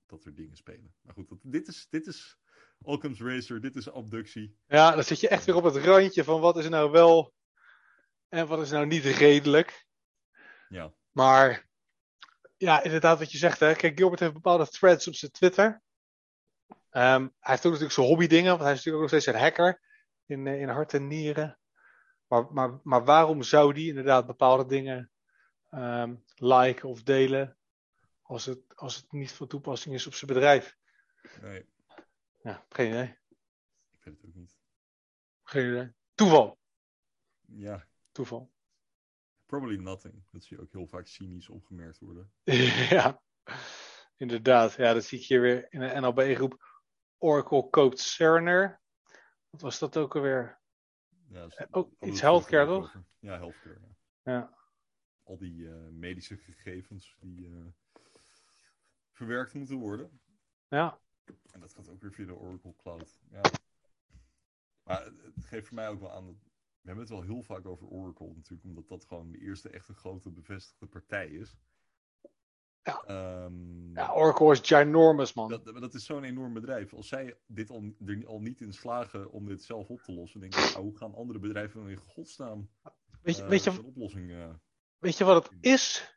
dat er dingen spelen. Maar goed, dat, dit is, dit is Occam's Razor, dit is abductie. Ja, dan zit je echt weer op het randje van wat is nou wel en wat is nou niet redelijk. Ja. Maar ja, inderdaad wat je zegt. Hè. Kijk, Gilbert heeft bepaalde threads op zijn Twitter. Um, hij heeft ook natuurlijk zijn hobbydingen, want hij is natuurlijk ook nog steeds een hacker in, uh, in hart en nieren. Maar, maar, maar waarom zou die inderdaad bepaalde dingen um, liken of delen als het, als het niet van toepassing is op zijn bedrijf? Nee. Ja, geen idee. Ik weet het ook niet. Geen idee. Toeval. Ja. Toeval. Probably nothing. Dat zie je ook heel vaak cynisch opgemerkt worden. Ja, inderdaad. Ja, dat zie ik hier weer in de N L B-groep. Oracle koopt Cerner. Wat was dat ook alweer? Ja, dus ook iets healthcare, toch? Over. Ja, healthcare. Ja. Ja. Al die uh, medische gegevens die uh, verwerkt moeten worden. Ja. En dat gaat ook weer via de Oracle Cloud. Ja. Maar het geeft voor mij ook wel aan dat we hebben het wel heel vaak over Oracle natuurlijk, omdat dat gewoon de eerste echte grote bevestigde partij is. Ja, um, ja Oracle is ginormous, man. Dat, dat is zo'n enorm bedrijf. Als zij dit al, er al niet in slagen om dit zelf op te lossen, denk ik, nou, hoe gaan andere bedrijven dan in godsnaam weet je, uh, weet je, een oplossing... Uh, weet je wat het is?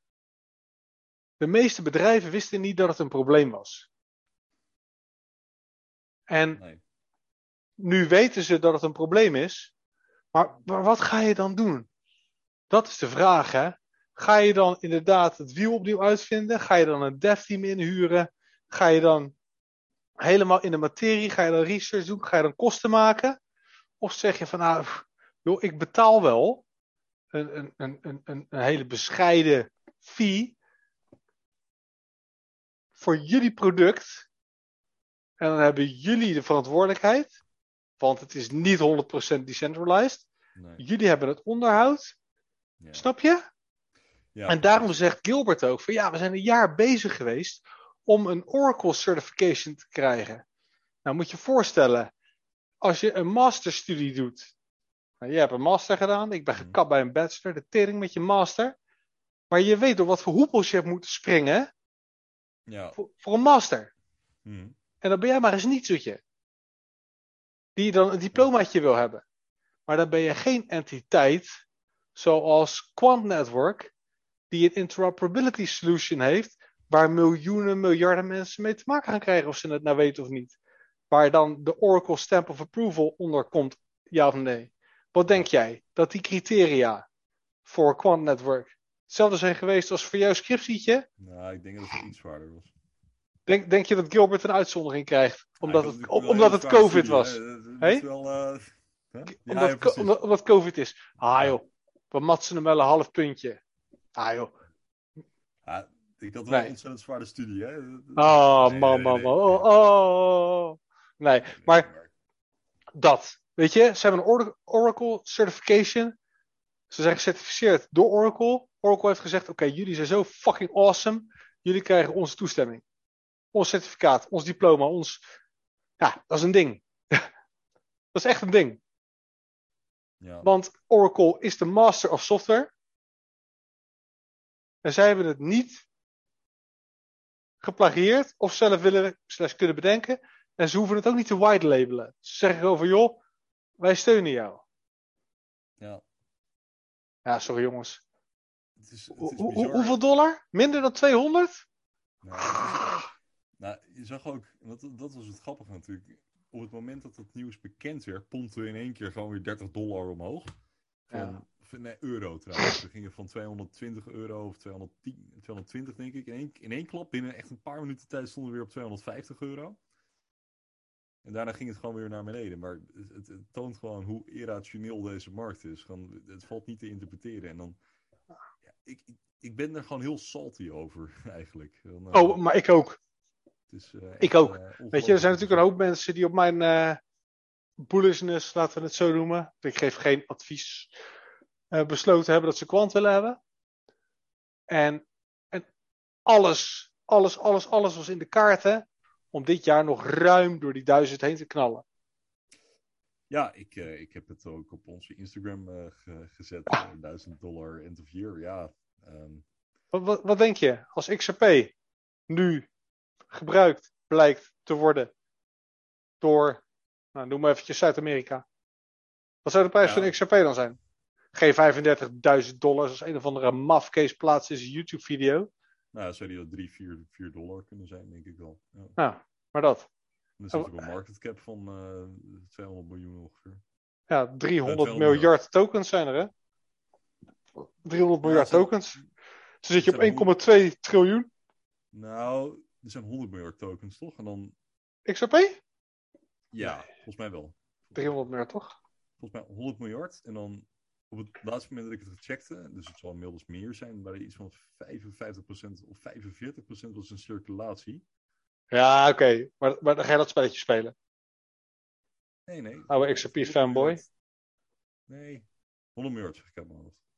De meeste bedrijven wisten niet dat het een probleem was. En nee. nu weten ze dat het een probleem is. Maar, maar wat ga je dan doen? Dat is de vraag, hè? Ga je dan inderdaad het wiel opnieuw uitvinden? Ga je dan een dev-team inhuren? Ga je dan helemaal in de materie? Ga je dan research doen? Ga je dan kosten maken? Of zeg je van, nou, joh, ik betaal wel een, een, een, een, een hele bescheiden fee voor jullie product. En dan hebben jullie de verantwoordelijkheid. Want het is niet honderd procent decentralized. Nee. Jullie hebben het onderhoud. Ja. Snap je? Ja, en daarom zegt Gilbert ook van ja, we zijn een jaar bezig geweest om een Oracle certification te krijgen. Nou moet je voorstellen, als je een masterstudie doet. Nou, jij hebt een master gedaan, ik ben gekapt bij een bachelor, de tering met je master. Maar je weet door wat voor hoepels je hebt moeten springen ja. voor, voor een master. Hmm. En dan ben jij maar eens niet zoetje. Die dan een diplomaatje wil hebben. Maar dan ben je geen entiteit zoals Quant Network, die een interoperability solution heeft, waar miljoenen, miljarden mensen mee te maken gaan krijgen, of ze het nou weten of niet. Waar dan de Oracle Stamp of Approval onder komt, ja of nee. Wat denk jij? Dat die criteria voor Quant Network hetzelfde zijn geweest als voor jouw scriptietje? Nou, ik denk dat het iets zwaarder was. Denk, denk je dat Gilbert een uitzondering krijgt? Omdat ja, het, omdat het COVID studie, was? Hè? Hey? Wel, uh, huh? ja, omdat, ja, omdat, omdat COVID is. Ah ja. joh, we matsen hem wel een half puntje. Ah joh. Ja, ik had wel nee. een ontzettend zware studie, hè? Oh, nee, man, man, man. Oh, oh. Nee, maar dat. Weet je, ze hebben een Oracle certification. Ze zijn gecertificeerd door Oracle. Oracle heeft gezegd, oké, okay, jullie zijn zo fucking awesome. Jullie krijgen onze toestemming. Ons certificaat, ons diploma, ons... Ja, dat is een ding. Dat is echt een ding. Ja. Want Oracle is de master of software. En zij hebben het niet geplagieerd of zelf willen slash kunnen bedenken. En ze hoeven het ook niet te white labelen. Ze zeggen gewoon van, joh, wij steunen jou. Ja. Ja, sorry jongens. Het is, het is Hoe, hoeveel dollar? Minder dan tweehonderd? Nou, het is, nou, je zag ook, dat, dat was het grappige natuurlijk. Op het moment dat het nieuws bekend werd, pompten we in één keer gewoon weer dertig dollar omhoog. Van, ja. Nee, euro trouwens. We gingen van tweehonderdtwintig euro of tweehonderdtien, tweehonderdtwintig denk ik. In één, in één klap, binnen echt een paar minuten tijd stonden we weer op tweehonderdvijftig euro. En daarna ging het gewoon weer naar beneden. Maar het, het, het toont gewoon hoe irrationeel deze markt is. Gewoon, het valt niet te interpreteren. En dan, ja, ik, ik, ik ben er gewoon heel salty over, eigenlijk. Dan, uh, oh, maar ik ook. Het is, uh, echt, ik ook. Uh, Weet je, er zijn natuurlijk een hoop mensen die op mijn uh, bullishness, laten we het zo noemen. Ik geef geen advies. Uh, besloten hebben dat ze kwant willen hebben. En, en alles, alles, alles, alles was in de kaarten om dit jaar nog ruim door die duizend heen te knallen. Ja, ik, uh, ik heb het ook op onze Instagram uh, ge- gezet. Uh, duizend dollar end of year, ja. Um... Wat, wat, wat denk je? Als X R P nu gebruikt blijkt te worden door, nou, noem maar eventjes Zuid-Amerika. Wat zou de prijs Ja. van X R P dan zijn? Geen vijfendertigduizend dollars als een of andere mafcase plaatst in zijn YouTube-video. Nou, zou die dat drie, vier dollar kunnen zijn, denk ik wel. Ja. Nou, maar dat. En er zit ook een market cap van uh, tweehonderd miljoen ongeveer. Ja, driehonderd Ja, miljard miljard tokens zijn er, hè? driehonderd Ja, miljard zijn, tokens. Dan zit je op één komma honderd twee triljoen. Nou, er zijn honderd miljard tokens, toch? En dan... X R P? Ja, Nee. volgens mij wel. driehonderd miljard, toch? Volgens mij honderd miljard. En dan op het laatste moment dat ik het checkte, dus het zal inmiddels meer zijn, maar iets van vijfenvijftig procent of vijfenveertig procent was in circulatie. Ja, oké. Okay. Maar, maar dan ga je dat spelletje spelen. Nee, nee. Oude X R P fanboy. Nee, honderd miljard zeg ik uit mijn hoofd.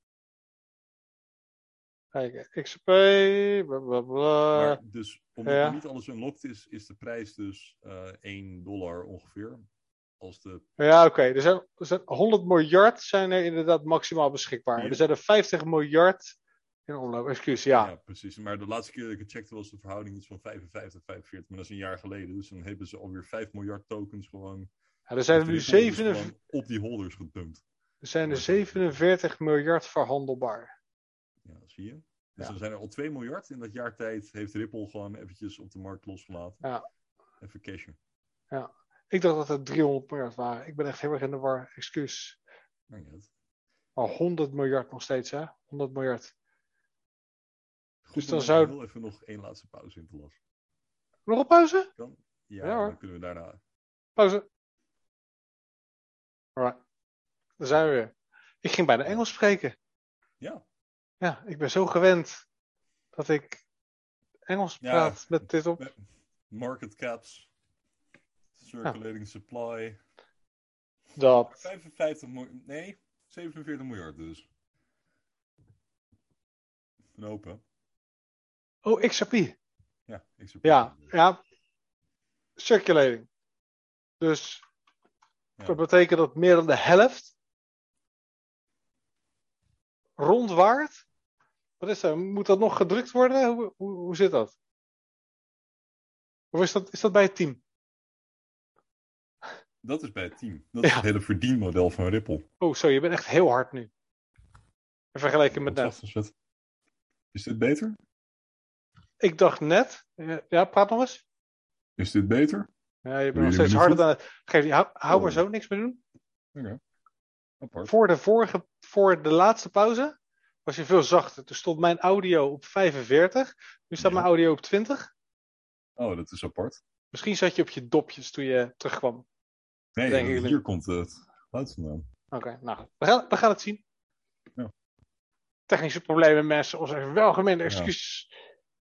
Kijk, X R P, bla bla bla. Maar dus, omdat ja. er niet alles unlocked is, is de prijs dus uh, één dollar ongeveer. Als de... Ja, oké. Okay. Er, zijn, er zijn honderd miljard zijn er inderdaad maximaal beschikbaar. Ja. Er zijn er vijftig miljard in omloop. Excuus, ja. Ja, precies. Maar de laatste keer dat ik het checkte was de verhouding iets van vijfenvijftig, vijfenveertig. Maar dat is een jaar geleden. Dus dan hebben ze alweer vijf miljard tokens gewoon... Ja, er zijn er nu zevenenveertig... op die holders gedumpt. Er zijn er zevenenveertig miljard verhandelbaar. Ja, zie je. Dus ja. dan zijn er al twee miljard. In dat jaar tijd heeft Ripple gewoon eventjes op de markt losgelaten. Ja. Even cashen. Ja. Ik dacht dat het driehonderd miljard waren. Ik ben echt heel erg in de war. Excuus. Maar niet. Maar honderd miljard nog steeds, hè? honderd miljard. Goed, dus dan, dan zou... heel even nog één laatste pauze in te lassen. Nog een pauze? Kan? Ja, ja hoor. Dan kunnen we daarna... Pauze. Alright. Daar zijn we weer. Ik ging bijna Engels spreken. Ja. Ja, ik ben zo gewend dat ik Engels ja, praat met dit op. Market caps. Circulating ja. supply. Dat. vijfenvijftig miljard. Nee, zevenenveertig miljard dus. Een open. Oh, X R P. Ja, X R P. Ja, ja. Circulating. Dus ja. Dat betekent dat meer dan de helft rondwaart. Wat is dat? Moet dat nog gedrukt worden? Hoe, hoe, hoe zit dat? Of is dat, is dat bij het team? Dat is bij het team. Dat ja. is het hele verdienmodel van Ripple. Oh, zo, je bent echt heel hard nu. In vergelijking met net. Is, is dit beter? Ik dacht net. Ja, praat nog eens. Is dit beter? Ja, je bent nog steeds harder dan het. Geef je, hou, hou oh. maar zo, niks meer doen. Oké. Okay. Voor de vorige, voor de laatste pauze was je veel zachter. Toen stond mijn audio op vijfenveertig. Nu staat ja. mijn audio op twintig. Oh, dat is apart. Misschien zat je op je dopjes toen je terugkwam. Nee, denk ik hier niet. Komt het geluid vandaan. Oké, okay, nou, we gaan, we gaan het zien. Ja. Technische problemen, mensen. Ons even welgemeende excuses. Ja.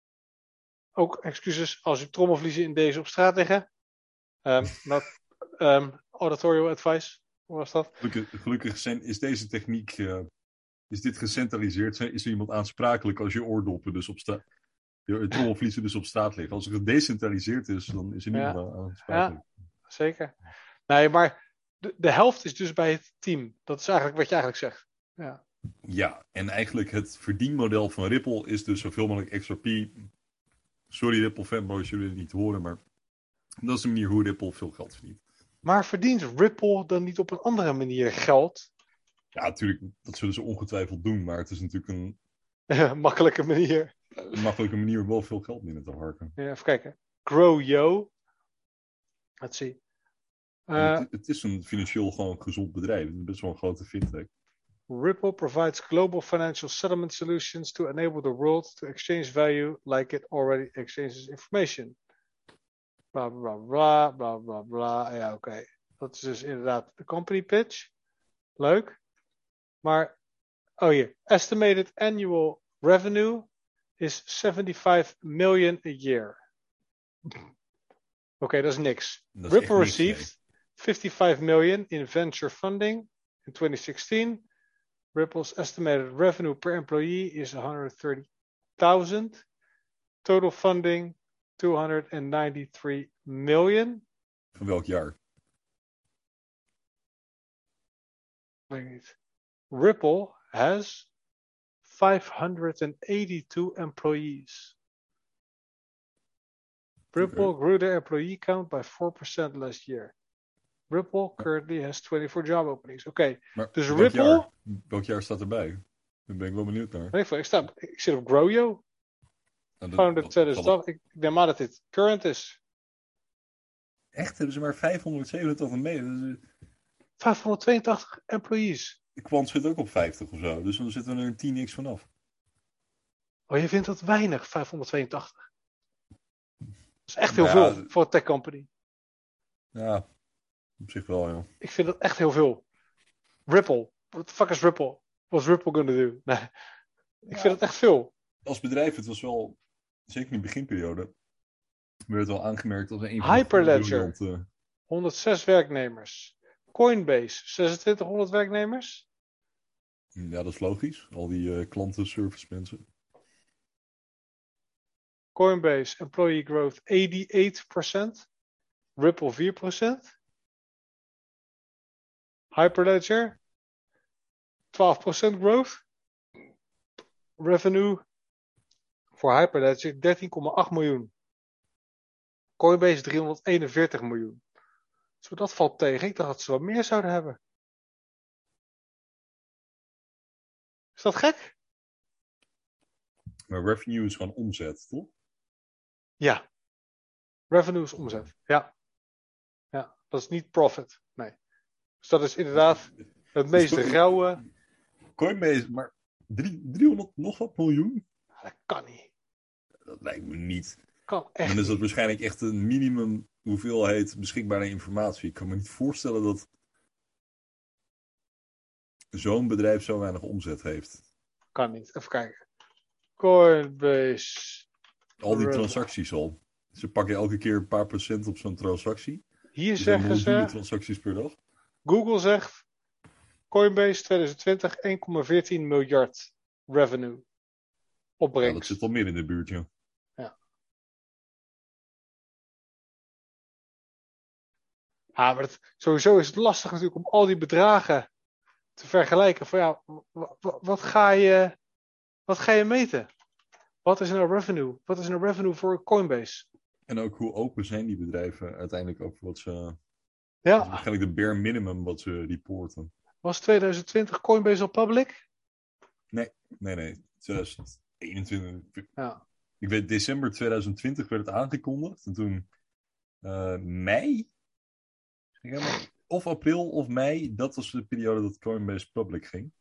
Ook excuses als u trommelvliezen in deze op straat liggen. Um, not, um, auditorial advice. Hoe was dat? Gelukkig, gelukkig zijn, is deze techniek... Uh, is dit gecentraliseerd? Is er iemand aansprakelijk als je oordoppen dus op straat... Je trommelvliezen dus op straat liggen. Als het gedecentraliseerd is, dan is er niemand ja. aansprakelijk. Ja, zeker. Nee, maar de, de helft is dus bij het team. Dat is eigenlijk wat je eigenlijk zegt. Ja, ja en eigenlijk het verdienmodel van Ripple is dus zoveel mogelijk X R P. Sorry Ripple fanboys, jullie het niet horen, maar dat is de manier hoe Ripple veel geld verdient. Maar verdient Ripple dan niet op een andere manier geld? Ja, natuurlijk, dat zullen ze ongetwijfeld doen, maar het is natuurlijk een... makkelijke manier. Een makkelijke manier om wel veel geld binnen te harken. Ja, even kijken. GrowYo. Let's see. Uh, het, het is een financieel gewoon gezond bedrijf. Het is best wel een grote fintech. Ripple provides global financial settlement solutions to enable the world to exchange value like it already exchanges information. Bla bla bla bla bla bla. Ja, oké. Okay. Dat is dus inderdaad de company pitch. Leuk. Maar, oh hier. Estimated annual revenue is seventy-five million a year. Oké, okay, dat is niks. Dat is Ripple received niks, fifty-five million in venture funding in twenty sixteen. Ripple's estimated revenue per employee is one hundred thirty thousand. Total funding two hundred ninety-three million. Van welk jaar? Weet niet. Ripple has five hundred eighty-two employees. Ripple Oké. grew their employee count by four percent last year. Ripple currently has twenty-four job openings. Oké, okay. Maar Dus welk Ripple... jaar? Welk jaar staat erbij? Daar ben ik wel benieuwd naar. Ik, ik, sta, ik zit op Growyo. Nou, dat, Founded wat, twintig twaalf. Ik neem aan dat dit current is. echt, hebben ze maar vijfhonderdzevenentachtig mee. Dat is, vijfhonderdtweeëntachtig employees. de kwant zit ook op vijftig of zo. Dus dan zitten we er een tien x vanaf. Oh, je vindt dat weinig, vijfhonderdtweeëntachtig. Dat is echt heel Nou ja, veel voor een tech company. Ja, op zich wel, ja. Ik vind dat echt heel veel. Ripple. What the fuck is Ripple? What's Ripple gonna do? Nee. Ik Ja, vind het echt veel. als bedrijf, het was wel, zeker in de beginperiode, werd het wel aangemerkt als een van de Hyperledger. briljante... honderdzes werknemers. Coinbase. zesentwintighonderd werknemers. Ja, dat is logisch. Al die uh, klantenservice mensen. Coinbase employee growth eighty-eight percent. Ripple four percent. Hyperledger twaalf percent growth. Revenue voor Hyperledger dertien komma acht miljoen. Coinbase driehonderdeenenveertig miljoen. Dus dat valt tegen. Ik dacht dat ze wat meer zouden hebben. Is dat gek? Maar revenue is gewoon omzet, toch? Ja. Revenue is omzet. Ja. Ja. Dat is niet profit. Nee. Dus dat is inderdaad het meest rauwe. Coinbase, maar driehonderd nog wat miljoen? Dat kan niet. Dat lijkt me niet. Kan echt Dan is dat niet. waarschijnlijk echt een minimum hoeveelheid beschikbare informatie. Ik kan me niet voorstellen dat zo'n bedrijf zo weinig omzet heeft. Kan niet. Even kijken. Coinbase. Al die Ripple. transacties al. Ze pakken elke keer een paar procent op zo'n transactie. Hier Er zijn zeggen miljoenen ze. transacties per dag. Google zegt. Coinbase twintig twintig één komma veertien miljard revenue. Opbrengst. Ja, dat zit al meer in de buurt, ja. Ja. Ah, maar het, sowieso is het lastig natuurlijk om al die bedragen te vergelijken. Van ja, wat, wat, ga je, wat ga je meten? Wat is nou revenue? Wat is nou revenue voor Coinbase? En ook hoe open zijn die bedrijven uiteindelijk over wat ze... Ja. Dat is waarschijnlijk de bare minimum wat ze reporten. Was twintig twintig Coinbase al public? Nee, nee, nee. twintig eenentwintig. Ja. Ik weet, december twintig twintig werd het aangekondigd. En toen uh, mei... Of april of mei, dat was de periode dat Coinbase public ging.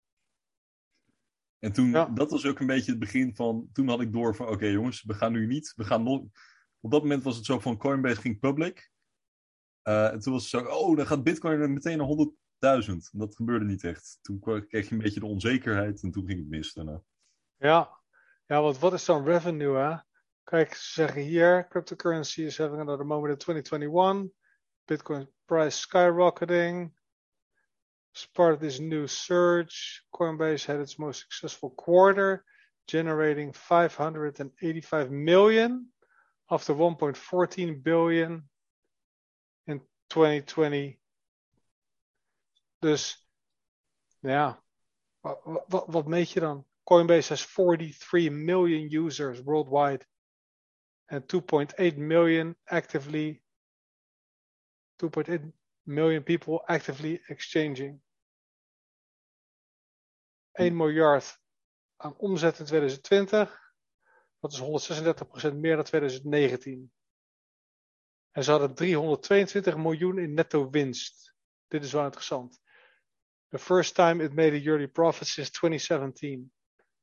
En toen, Ja. dat was ook een beetje het begin van... Toen had ik door van, oké okay, jongens, we gaan nu niet... We gaan nog... Op dat moment was het zo van, Coinbase ging public. Uh, en toen was het zo, oh, dan gaat Bitcoin meteen naar honderdduizend. Dat gebeurde niet echt. Toen kreeg je een beetje de onzekerheid en toen ging het mis daarna. Ja, ja, want wat is dan revenue, hè? Kijk, ze zeggen hier, cryptocurrency is having another moment in twenty twenty-one. Bitcoin price skyrocketing. As part of this new surge, Coinbase had its most successful quarter, generating five hundred eighty-five million after one point one four billion in twenty twenty. Dus, ja, wat, wat, wat meet je dan? Coinbase has forty-three million users worldwide and two point eight million actively two point eight million people actively exchanging. één miljard aan omzet in twintig twintig. Dat is honderdzesendertig procent meer dan twintig negentien. En ze hadden driehonderdtweeëntwintig miljoen in netto winst. Dit is wel interessant. The first time it made a yearly profit since twenty seventeen.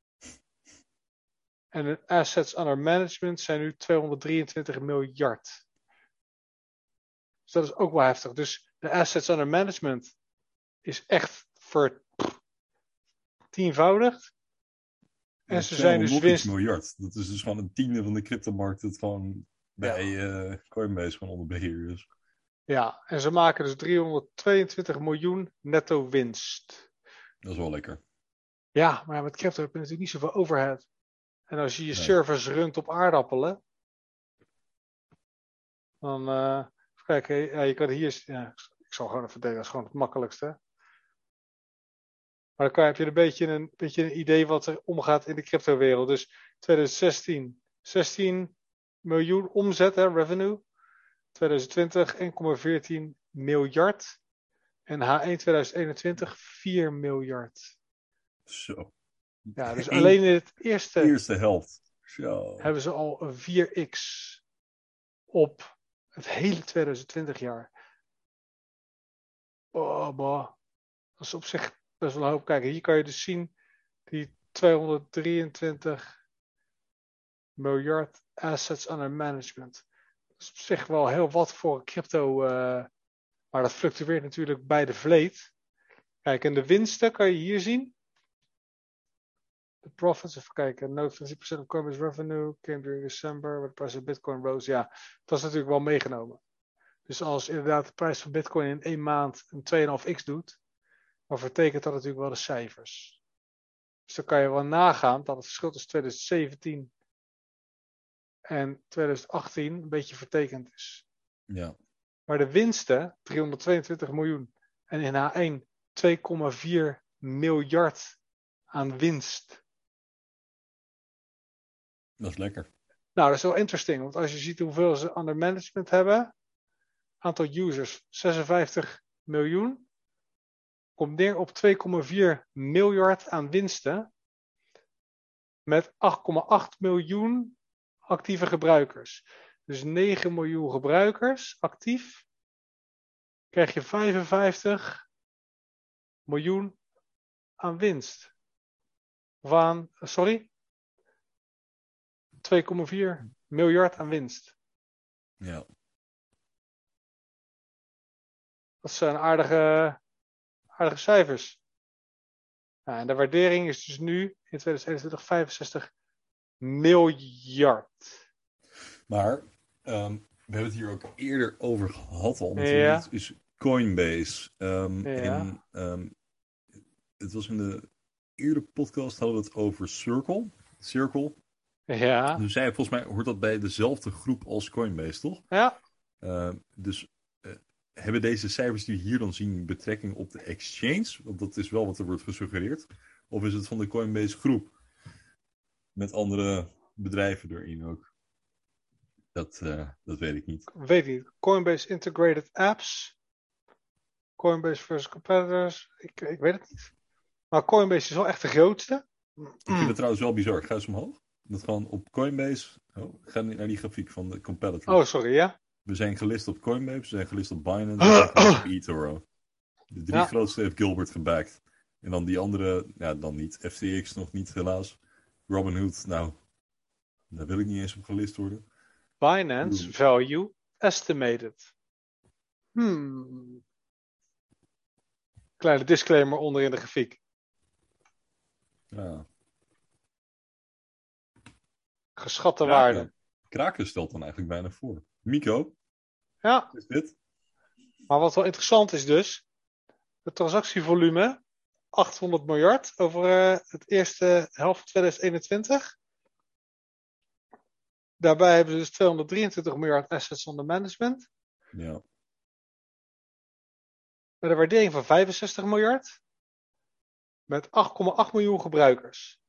En de assets under management zijn nu tweehonderddrieëntwintig miljard. Dus dat is ook wel heftig. Dus de assets under management is echt vertienvoudigd. En Ja, ze zijn dus winst... miljard. Dat is dus gewoon een tiende van de cryptomarkt dat gewoon bij ja. uh, Coinbase gewoon onder beheer is. Ja, en ze maken dus driehonderdtweeëntwintig miljoen netto winst. Dat is wel lekker. Ja, maar met crypto heb je natuurlijk niet zoveel overhead. En als je je nee. servers runt op aardappelen, dan, uh, even kijken, ja, je kan hier, ja, ik zal gewoon even delen, dat is gewoon het makkelijkste. Maar dan kan, heb je een beetje een, beetje een idee wat er omgaat in de cryptowereld. Dus twintig zestien, zestien miljoen omzet, hè, revenue. twintig twintig één komma veertien miljard. En H één twintig eenentwintig vier miljard. Zo. Ja, dus Eén alleen in het eerste eerste helft. Zo. hebben ze al een vier x op het hele twintig twintig jaar. Oh, boh. Dat is op zich best wel een hoop. Kijk, hier kan je dus zien die tweehonderddrieëntwintig miljard assets under management. Dat is op zich wel heel wat voor crypto, uh, maar dat fluctueert natuurlijk bij de vleet. Kijk, en de winsten kan je hier zien. De profits, even kijken. Note fifty percent of Coinbase revenue came during December, where the price of Bitcoin rose. Ja, dat is natuurlijk wel meegenomen. Dus als inderdaad de prijs van Bitcoin in één maand een twee komma vijf x doet, dan vertekent dat natuurlijk wel de cijfers. Dus dan kan je wel nagaan dat het verschil tussen twintig zeventien en twintig achttien een beetje vertekend is. Ja. Maar de winsten, driehonderdtweeëntwintig miljoen. En in H één twee komma vier miljard aan winst. Dat is lekker. Nou, dat is wel interesting. Want als je ziet hoeveel ze under management hebben. Aantal users zesenvijftig miljoen. Komt neer op twee komma vier miljard aan winsten. Met acht komma acht miljoen actieve gebruikers. Dus negen miljoen gebruikers actief. Krijg je vijfenvijftig miljoen aan winst. Of aan, sorry? twee komma vier miljard aan winst. Ja. Dat zijn aardige, aardige cijfers. Nou, en de waardering is dus nu in twintig eenentwintig vijfenzestig miljard. Maar um, we hebben het hier ook eerder over gehad al. Ja. Het is Coinbase. Um, Ja. En um, het was in de eerdere podcast hadden we het over Circle. Circle. Ja. Dus zei volgens mij hoort dat bij dezelfde groep als Coinbase, toch? Ja. Uh, dus uh, hebben deze cijfers die we hier dan zien betrekking op de exchange? Want dat is wel wat er wordt gesuggereerd. Of is het van de Coinbase groep? Met andere bedrijven erin ook. Dat, uh, dat weet ik niet. Weet ik niet. Coinbase Integrated Apps. Coinbase versus competitors. Ik, ik weet het niet. Maar Coinbase is wel echt de grootste. Ik vind het trouwens wel bizar. Ga eens omhoog. Dat gewoon op Coinbase. Oh, ga naar die grafiek van de competitor. Oh, sorry, ja. We zijn gelist op Coinbase, we zijn gelist op Binance, we zijn gelist op eToro. De drie Ja. grootste heeft Gilbert gebackt. En dan die andere, ja, dan niet. F T X nog niet, helaas. Robinhood, nou, daar wil ik niet eens op gelist worden. Binance Hmm. Value Estimated. Hmm. Kleine disclaimer onder in de grafiek. Ja. Geschatte Kraken. waarde. Kraken stelt dan eigenlijk bijna voor. Mico, Ja, is dit? maar wat wel interessant is dus. Het transactievolume. achthonderd miljard over uh, het eerste helft van twintig eenentwintig. Daarbij hebben ze dus tweehonderddrieëntwintig miljard assets onder management. Ja. Met een waardering van vijfenzestig miljard. Met acht komma acht miljoen gebruikers.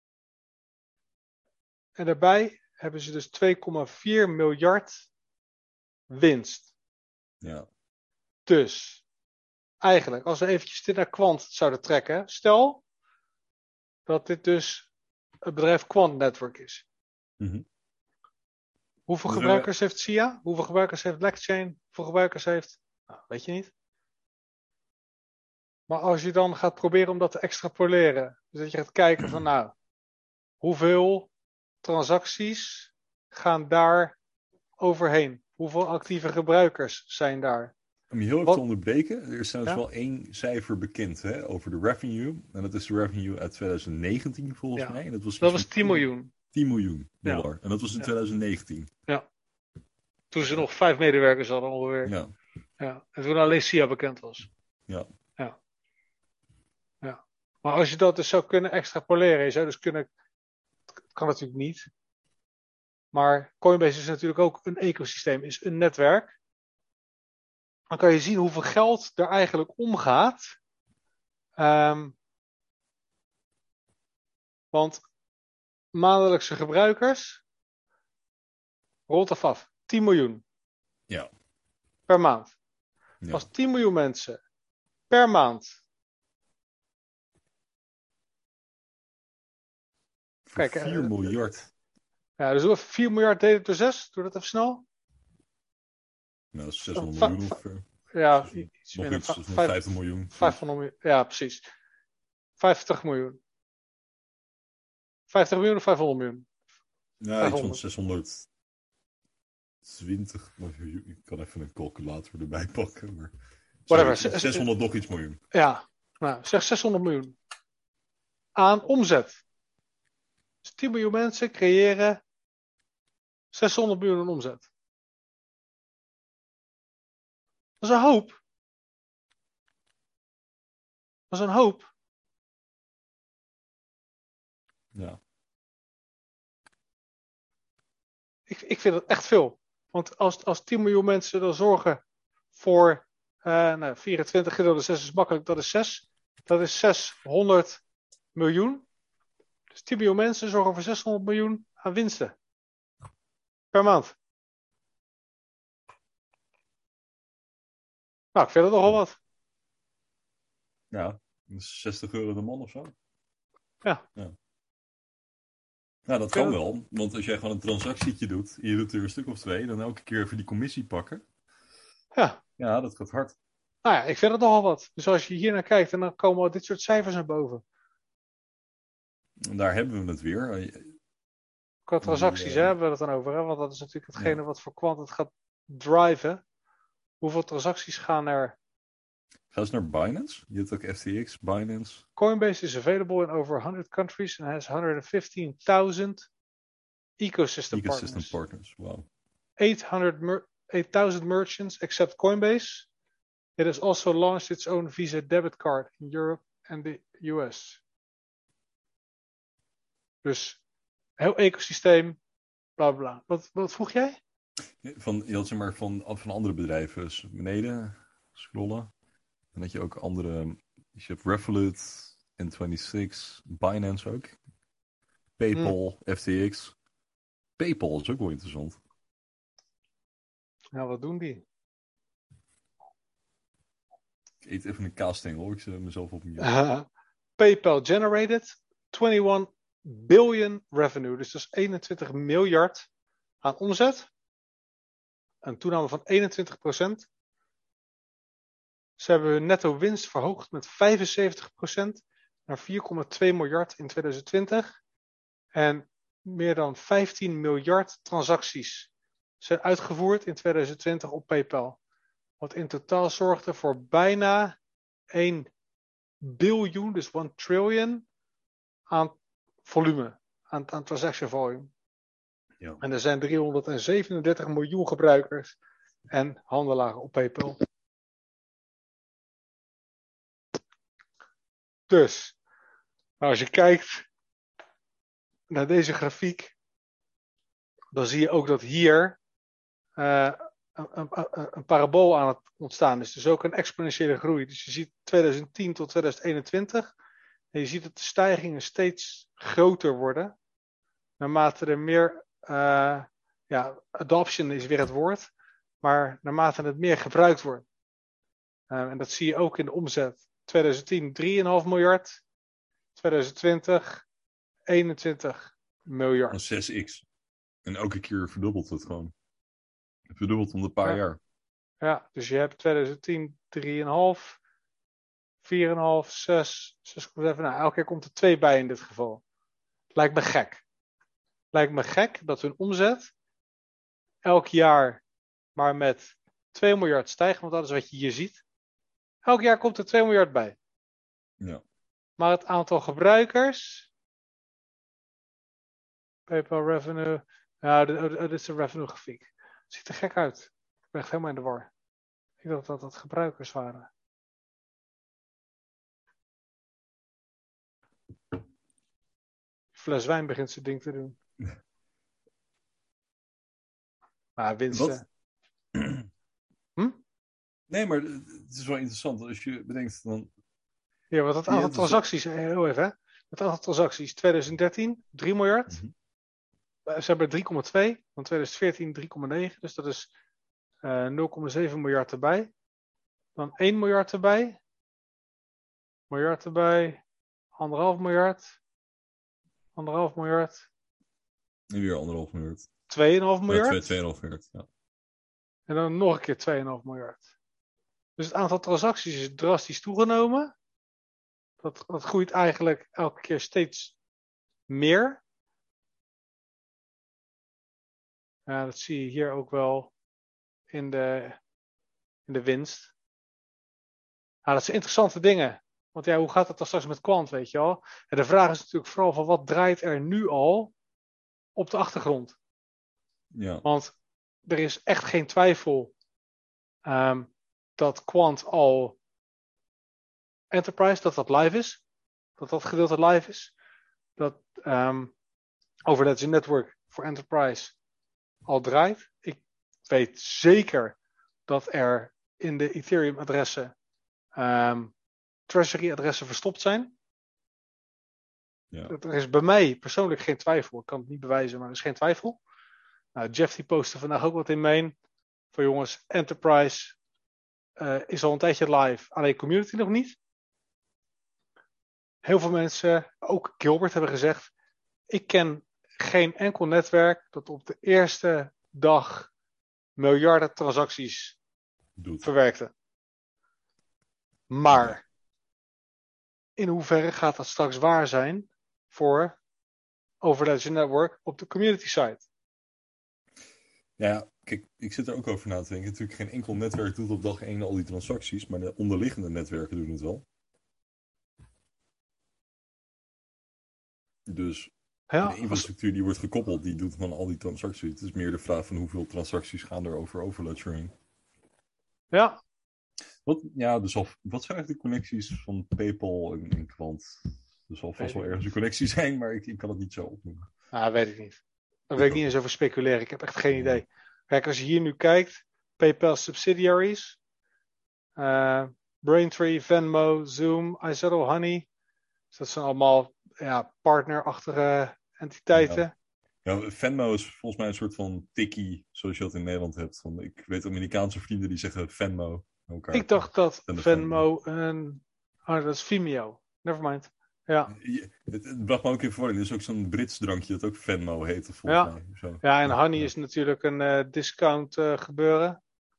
En daarbij hebben ze dus twee komma vier miljard winst. Ja. Dus, eigenlijk, als we eventjes dit naar Quant zouden trekken. Stel dat dit dus het bedrijf Quant Network is. Mm-hmm. Hoeveel Dus gebruikers heeft S I A? Hoeveel gebruikers heeft Blackchain? Hoeveel gebruikers heeft... Nou, weet je niet. Maar als je dan gaat proberen om dat te extrapoleren. Dus dat je gaat kijken van nou, hoeveel transacties gaan daar overheen? Hoeveel actieve gebruikers zijn daar? Om je heel even Wat? te onderbreken, er is trouwens Ja? wel één cijfer bekend hè, over de revenue. En dat is de revenue uit twintig negentien volgens Ja. mij. En dat was, Dat iets was van tien miljoen. tien miljoen dollar. Ja. En dat was in Ja. twintig negentien. Ja. Toen ze nog vijf medewerkers hadden ongeveer. Ja. Ja. En toen alleen S I A bekend was. Ja. Ja. Ja. Maar als je dat dus zou kunnen extrapoleren, je zou dus kunnen... Het kan natuurlijk niet. Maar Coinbase is natuurlijk ook een ecosysteem, is een netwerk. Dan kan je zien hoeveel geld er eigenlijk omgaat. Um, want maandelijkse gebruikers Rond of af. tien miljoen. Ja. Per maand. Ja. Als tien miljoen mensen per maand. Voor Kijk, vier uh, miljard. Ja, dus doe even vier miljard delen door zes. Doe dat even snel. Nou, dat is zeshonderd Va- miljoen va- ongeveer. Ja, zeshonderd iets nog minder. iets, Va- zeshonderdvijftig miljoen. vijfhonderd miljoen. Ja, precies. vijftig miljoen. vijftig miljoen of vijfhonderd miljoen? Ja, iets van zeshonderdtwintig miljoen. Ik kan even een calculator erbij pakken. Maar... Whatever. Sorry, zeshonderd nog iets miljoen. Ja, nou, zeg zeshonderd miljoen. Aan omzet. Dus tien miljoen mensen creëren zeshonderd miljoen aan omzet. Dat is een hoop. Dat is een hoop. Ja. Ik, ik vind het echt veel. Want als, als tien miljoen mensen dan zorgen voor uh, nou, vierentwintig gedeeld door zes is makkelijk, dat is zes. Dat is zeshonderd miljoen. Dus tien miljoen mensen zorgen voor zeshonderd miljoen aan winsten. Per maand. Nou, ik vind het nogal wat. Ja, zestig euro de man of zo. Ja. ja. Nou, dat kan wel. Want als jij gewoon een transactietje doet, en je doet er een stuk of twee, dan elke keer even die commissie pakken. Ja. Ja, dat gaat hard. Nou ja, ik vind het nogal wat. Dus als je hier naar kijkt, en dan komen al dit soort cijfers naar boven. En daar hebben we het weer. Qua transacties die, uh, hè, hebben we het dan over. Hè? Want dat is natuurlijk hetgene ja. wat voor kwant het gaat driven. Hoeveel transacties gaan er... Ga eens naar Binance. Je hebt ook F T X, Binance. Coinbase is available in over honderd countries and has one hundred fifteen thousand ecosystem, ecosystem partners. partners. Wow. eight thousand merchants accept Coinbase. It has also launched its own Visa debit card in Europe and the U S. Dus heel ecosysteem, bla bla. Wat, wat vroeg jij? Van, je had zeg maar van, van andere bedrijven. Dus beneden scrollen. En dat je ook andere... Je hebt Revolut, N zesentwintig, Binance ook. PayPal, hmm. F T X. PayPal is ook wel interessant. Nou, wat doen die? Ik eet even een kaasstengel, ik zet mezelf op mute. Uh, PayPal generated eenentwintig billion revenue. Dus dat is eenentwintig miljard aan omzet. Een toename van eenentwintig procent. Ze hebben hun netto winst verhoogd met vijfenzeventig procent naar vier komma twee miljard in twintig twintig. En meer dan vijftien miljard transacties zijn uitgevoerd in twintig twintig op PayPal. Wat in totaal zorgde voor bijna één biljoen, dus one trillion, aan volume, aan, aan transaction volume. Ja. En er zijn driehonderdzevenendertig miljoen gebruikers en handelaren op PayPal. Dus, nou als je kijkt naar deze grafiek, dan zie je ook dat hier uh, een, een, een parabool aan het ontstaan is. Dus ook een exponentiële groei. Dus je ziet twintig tien tot twintig eenentwintig. En je ziet dat de stijgingen steeds groter worden. Naarmate er meer, uh, ja, adoption is weer het woord. Maar naarmate het meer gebruikt wordt. Uh, en dat zie je ook in de omzet. twintig tien drie komma vijf miljard. twintig twintig eenentwintig miljard. zes x. En elke keer verdubbelt het gewoon. Het verdubbelt om een paar ja. jaar. Ja, dus je hebt twintig tien drie komma vijf, vier komma vijf, zes, zes komma zeven. Nou, elke keer komt er twee bij in dit geval. Lijkt me gek. Lijkt me gek dat hun omzet elk jaar maar met twee miljard stijgt. Want dat is wat je hier ziet. Elk jaar komt er twee miljard bij. Ja. Maar het aantal gebruikers... PayPal revenue... Ja, dit is de revenue grafiek. Het ziet er gek uit. Ik ben echt helemaal in de war. Ik dacht dat dat gebruikers waren. Fles wijn begint zijn ding te doen. Maar winsten... Hm? Nee, maar het is wel interessant. Als je bedenkt dan... Ja, want het aantal ja, transacties... Heel even, hè. Het aantal transacties. twintig dertien, drie miljard. Mm-hmm. ze hebben drie komma twee, van twintig veertien drie komma negen, dus dat is uh, nul komma zeven miljard erbij. Dan één miljard erbij, miljard erbij, anderhalf miljard, anderhalf miljard. En weer anderhalf miljard. twee komma vijf miljard. Ja, twee komma vijf miljard, ja. En dan nog een keer twee komma vijf miljard. Dus het aantal transacties is drastisch toegenomen. Dat, dat groeit eigenlijk elke keer steeds meer. Ja, dat zie je hier ook wel in de, in de winst. Ja, dat zijn interessante dingen. Want ja, hoe gaat het dan straks met kwant, weet je wel? En de vraag is natuurlijk vooral van wat draait er nu al op de achtergrond? Ja. Want er is echt geen twijfel um, dat kwant al enterprise, dat dat live is. Dat dat gedeelte live is. Dat um, Overledger Network voor enterprise al draait. Ik weet zeker dat er in de Ethereum adressen um, treasury adressen verstopt zijn. Ja. Er is bij mij persoonlijk geen twijfel. Ik kan het niet bewijzen, maar er is geen twijfel. Nou, Jeff die postte vandaag ook wat in main. Van jongens, enterprise uh, is al een tijdje live. Alleen community nog niet. Heel veel mensen, ook Gilbert, hebben gezegd. Ik ken geen enkel netwerk dat op de eerste dag miljarden transacties Doet. verwerkte. Maar in hoeverre gaat dat straks waar zijn voor Overledger Network op de community site? Ja, kijk, ik zit er ook over na te denken. Natuurlijk geen enkel netwerk doet op dag één al die transacties, maar de onderliggende netwerken doen het wel. Dus Ja, de infrastructuur die wordt gekoppeld, die doet gewoon al die transacties. Het is meer de vraag van hoeveel transacties gaan er over Overledger heen. Ja. Wat, ja, dus al, wat zijn eigenlijk de connecties van PayPal en, en Quant? Er zal vast wel ergens een connectie zijn, maar ik, ik kan het niet zo opnoemen. Ah, weet ik niet. Daar weet ik niet eens over speculeren. Ik heb echt geen idee. Kijk, als je hier nu kijkt, PayPal subsidiaries, uh, Braintree, Venmo, Zoom, iZettle, Honey. Dus dat zijn allemaal ja, partnerachtige entiteiten. Ja. Ja, Venmo is volgens mij een soort van tikkie, zoals je dat in Nederland hebt. Van, ik weet Amerikaanse vrienden die zeggen Venmo. Elkaar. Ik dacht dat Venmo, Venmo een... Oh, dat is Vimeo. Nevermind. Ja. Ja, het, het bracht me ook in verwarring. Er is ook zo'n Brits drankje dat ook Venmo heette, volgens ja. mij. Zo. Ja, en Honey ja. is natuurlijk een uh, discount uh, gebeuren.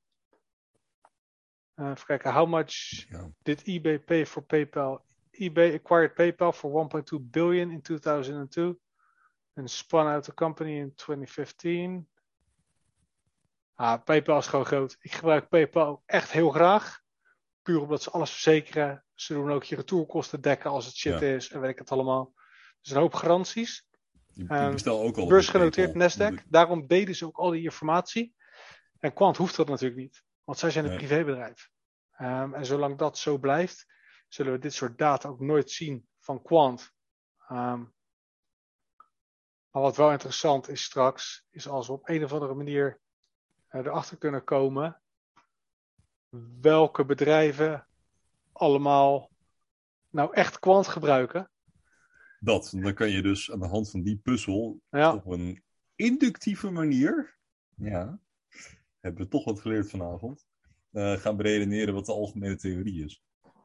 Uh, even kijken, how much ja. did eBay pay for PayPal? eBay acquired PayPal for one point two billion in two thousand two and spun out the company in twenty fifteen. Ah, PayPal is gewoon groot. Ik gebruik PayPal echt heel graag. Puur omdat ze alles verzekeren. Ze doen ook je retourkosten dekken als het shit ja. is. En weet ik het allemaal. Dus een hoop garanties. Ik bestel ook al. Beursgenoteerd Nasdaq. Daarom deden ze ook al die informatie. En Quant hoeft dat natuurlijk niet. Want zij zijn een nee. privébedrijf. Um, en zolang dat zo blijft, zullen we dit soort data ook nooit zien van Quant. Um, maar wat wel interessant is straks, is als we op een of andere manier uh, erachter kunnen komen welke bedrijven allemaal nou echt Quant gebruiken. Dat, dan kan je dus aan de hand van die puzzel ja. op een inductieve manier, ja, hebben we toch wat geleerd vanavond, uh, gaan beredeneren wat de algemene theorie is.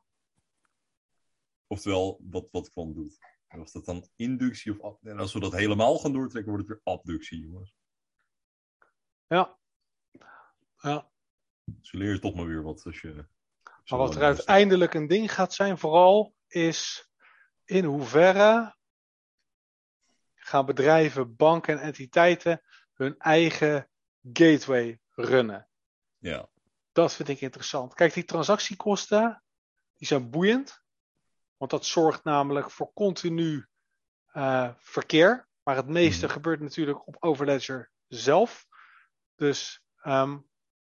Oftewel, wat, wat Quant doet. En of dat dan inductie of ab- en als we dat helemaal gaan doortrekken, wordt het weer abductie, jongens. Ja. Ja. Dus je leert toch maar weer wat als je... Maar wat er uiteindelijk een ding gaat zijn vooral, is in hoeverre gaan bedrijven, banken en entiteiten hun eigen gateway runnen. Ja. Dat vind ik interessant. Kijk, die transactiekosten, die zijn boeiend. Want dat zorgt namelijk voor continu uh, verkeer. Maar het meeste mm. gebeurt natuurlijk op Overledger zelf. Dus um,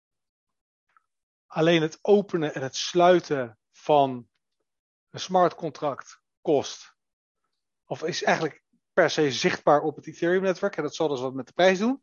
alleen het openen en het sluiten van een smart contract kost. Of is eigenlijk per se zichtbaar op het Ethereum netwerk. En dat zal dus wat met de prijs doen.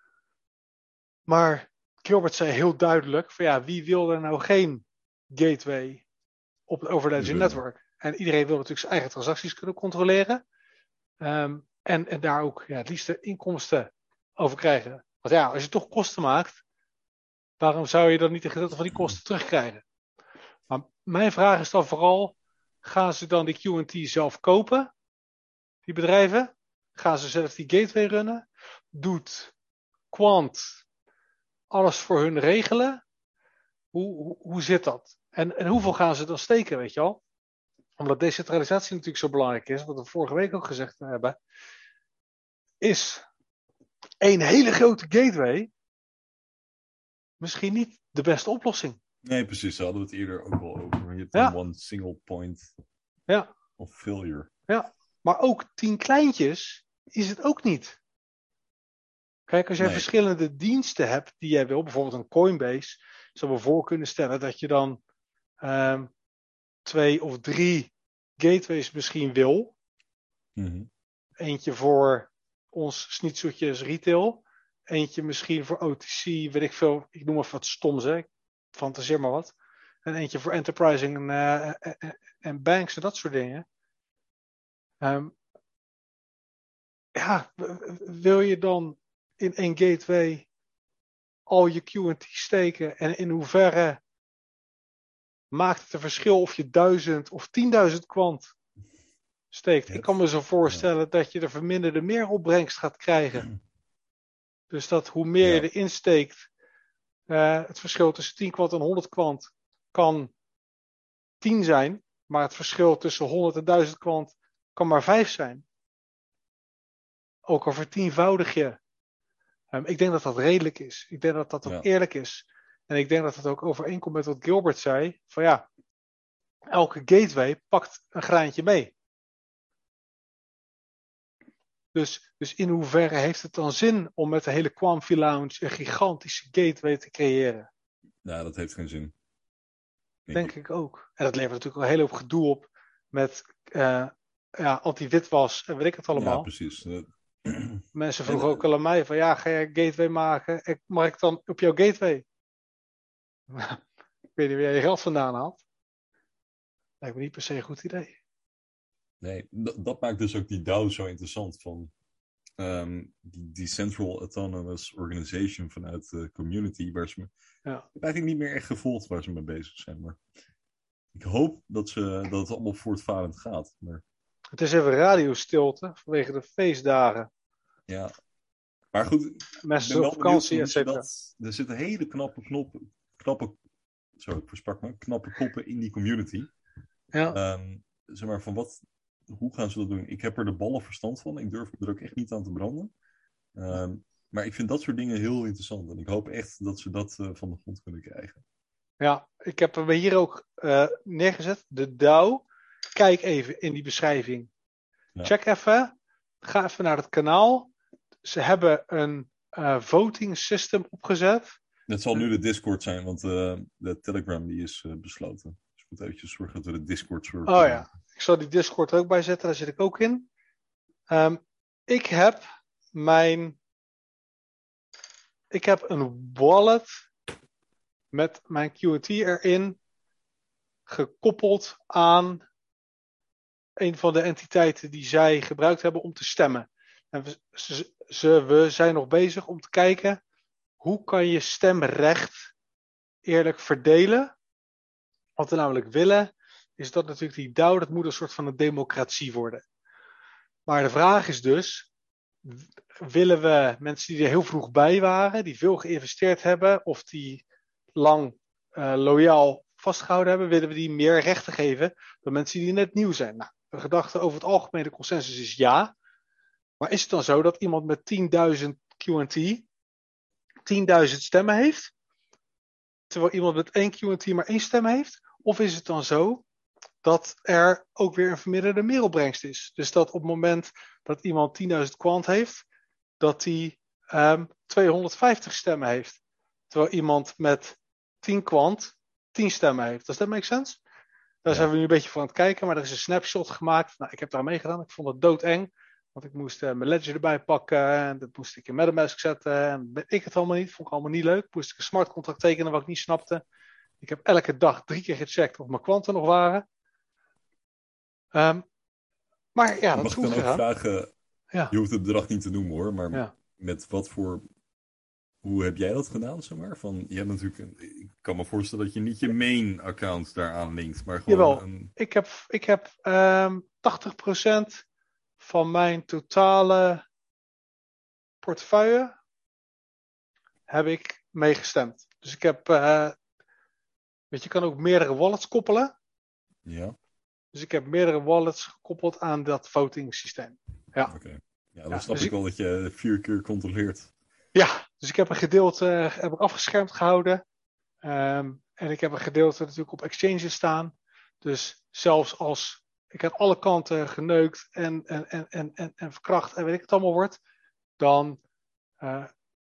Maar Gilbert zei heel duidelijk van ja, wie wil er nou geen gateway op het Overledger netwerk? En iedereen wil natuurlijk zijn eigen transacties kunnen controleren. Um, En, en daar ook ja, het liefste inkomsten over krijgen. Want ja, als je toch kosten maakt, waarom zou je dan niet een gedeelte van die kosten terugkrijgen? Maar mijn vraag is dan vooral, gaan ze dan die Q en T zelf kopen? Die bedrijven? Gaan ze zelf die gateway runnen? Doet Quant alles voor hun regelen? Hoe, hoe, hoe zit dat? En, en hoeveel gaan ze dan steken, weet je wel? Omdat decentralisatie natuurlijk zo belangrijk is, wat we vorige week ook gezegd hebben, is een hele grote gateway misschien niet de beste oplossing. Nee, precies. Daar hadden we het eerder ook wel over. Je hebt Ja. dan one single point Ja. of failure. Ja, maar ook tien kleintjes is het ook niet. Kijk, als jij Nee. verschillende diensten hebt die jij wil, bijvoorbeeld een Coinbase, zou me voor kunnen stellen dat je dan um, twee of drie gateways misschien wil. Mm-hmm. Eentje voor ons snitseltjes retail. Eentje misschien voor O T C, weet ik veel. Ik noem even wat stoms, hè. Ik fantaseer maar wat. En eentje voor enterprising en, uh, en, en banks en dat soort dingen. Um, ja, wil je dan in één gateway al je Q en T steken? En in hoeverre maakt het een verschil of je duizend of tienduizend kwant steekt? Yes. Ik kan me zo voorstellen ja. dat je de verminderde meeropbrengst gaat krijgen. Dus dat hoe meer ja. je erin steekt, uh, het verschil tussen tien kwant en honderd kwant kan tien zijn. Maar het verschil tussen honderd en duizend kwant kan maar vijf zijn. Ook al vertienvoudig je. Um, ik denk dat dat redelijk is. Ik denk dat dat ook ja. eerlijk is. En ik denk dat het ook overeenkomt met wat Gilbert zei. Van ja, elke gateway pakt een graantje mee. Dus, dus in hoeverre heeft het dan zin om met de hele Quamfi Lounge een gigantische gateway te creëren? Ja, dat heeft geen zin. Denk, denk ik. ik ook. En dat levert natuurlijk een hele hoop gedoe op met uh, ja, anti-witwas en weet ik het allemaal. Ja, precies. Uh, Mensen vroegen en, ook al aan mij van ja, ga jij een gateway maken? Mag ik dan op jouw gateway? Ik weet niet waar jij je geld vandaan haalt. Lijkt me niet per se een goed idee. Nee, d- dat maakt dus ook die DAO zo interessant van um, die Decentral Autonomous Organization vanuit de community waar ze me... Ja. Ik heb eigenlijk niet meer echt gevolgd waar ze mee bezig zijn, maar ik hoop dat, ze, dat het allemaal voortvarend gaat. Maar... Het is even radiostilte vanwege de feestdagen. Ja, maar goed. Mensen zijn op vakantie, et cetera. Er zitten hele knappe knoppen, knappe, zo, ik versprak me, knappe koppen in die community. Ja. Um, zeg maar, van wat, hoe gaan ze dat doen? Ik heb er de ballen verstand van. Ik durf me er ook echt niet aan te branden. Um, maar ik vind dat soort dingen heel interessant. En ik hoop echt dat ze dat uh, van de grond kunnen krijgen. Ja, ik heb hem hier ook uh, neergezet. De DAO. Kijk even in die beschrijving. Ja. Check even. Ga even naar het kanaal. Ze hebben een uh, voting system opgezet. Dat zal nu de Discord zijn, want uh, de Telegram die is uh, besloten. Dus ik moet eventjes zorgen dat we de Discord zorgen. Oh ja, ik zal die Discord er ook bij zetten. Daar zit ik ook in. Um, ik heb mijn... Ik heb een wallet met mijn Q en T erin gekoppeld aan een van de entiteiten die zij gebruikt hebben om te stemmen. En we, ze, ze, we zijn nog bezig om te kijken hoe kan je stemrecht eerlijk verdelen. Wat we namelijk willen is dat natuurlijk die DAO, dat moet een soort van een democratie worden. Maar de vraag is dus, willen we mensen die er heel vroeg bij waren, die veel geïnvesteerd hebben of die lang uh, loyaal vastgehouden hebben, willen we die meer rechten geven dan mensen die net nieuw zijn? Nou, de gedachte over het algemene consensus is ja. Maar is het dan zo dat iemand met tienduizend Q en T tienduizend stemmen heeft, terwijl iemand met één Q en T maar één stem heeft? Of is het dan zo dat er ook weer een verminderde meeropbrengst is? Dus dat op het moment dat iemand tienduizend kwant heeft, dat hij um, tweehonderdvijftig stemmen heeft. Terwijl iemand met tien kwant tien stemmen heeft. Does that make sense? Daar ja. zijn we nu een beetje voor aan het kijken, maar er is een snapshot gemaakt. Nou, ik heb daar meegedaan. Ik vond het doodeng. Want ik moest uh, mijn ledger erbij pakken. En dat moest ik in MetaMask zetten. En weet ik het allemaal niet. Vond ik allemaal niet leuk. Moest ik een smart contract tekenen wat ik niet snapte. Ik heb elke dag drie keer gecheckt of mijn kwanten nog waren. Um, maar ja, dat Mag is ik goed dan ook gegaan. vragen, Ja. Je hoeft het bedrag niet te noemen hoor, maar Ja. met wat voor... Hoe heb jij dat gedaan, zeg maar? Van, je hebt natuurlijk een, ik kan me voorstellen dat je niet je main account daaraan linkt, maar gewoon Jawel, een... ik heb, ik heb um, tachtig procent van mijn totale portefeuille heb ik meegestemd. Dus ik heb, uh, weet je, je kan ook meerdere wallets koppelen. Ja. Dus ik heb meerdere wallets gekoppeld aan dat voting systeem. Ja. Oké. Okay. Ja, dan ja, snap dus ik wel dat je vier keer controleert. Ja, dus ik heb een gedeelte uh, heb ik afgeschermd gehouden. Um, en ik heb een gedeelte natuurlijk op exchanges staan. Dus zelfs als ik aan alle kanten geneukt en, en, en, en, en, en verkracht en weet ik het allemaal wordt, dan uh,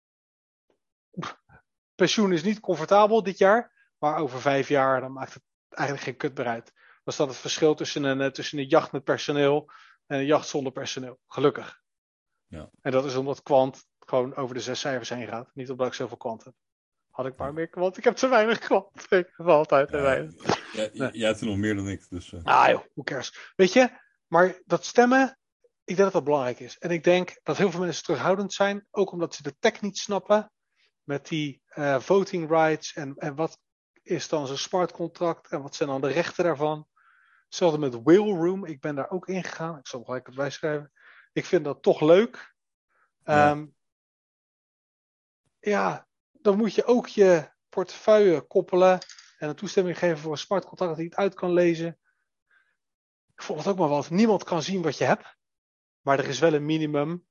pensioen is niet comfortabel dit jaar, maar over vijf jaar dan maakt het eigenlijk geen kut meer uit. Dan is dat het verschil tussen een, tussen een jacht met personeel en een jacht zonder personeel. Gelukkig. Ja. En dat is omdat kwant gewoon over de zes cijfers heen gaat. Niet omdat ik zoveel kwant heb. Had ik maar meer kwant. Ik heb te weinig kwant. Ik heb altijd te ja, weinig. Ja, nee. Jij hebt er nog meer dan ik. Dus, uh... Ah joh, hoe cares. Weet je, maar dat stemmen, ik denk dat dat belangrijk is. En ik denk dat heel veel mensen terughoudend zijn. Ook omdat ze de tech niet snappen. Met die uh, voting rights. En, en wat is dan zo'n smart contract. En wat zijn dan de rechten daarvan. Hetzelfde met Whale Room. Ik ben daar ook ingegaan. Ik zal gelijk het bijschrijven. Ik vind dat toch leuk. Ja. Um, ja, dan moet je ook je portefeuille koppelen en een toestemming geven voor een smart contract dat hij het uit kan lezen. Ik vond het ook maar wat. Niemand kan zien wat je hebt, maar er is wel een minimum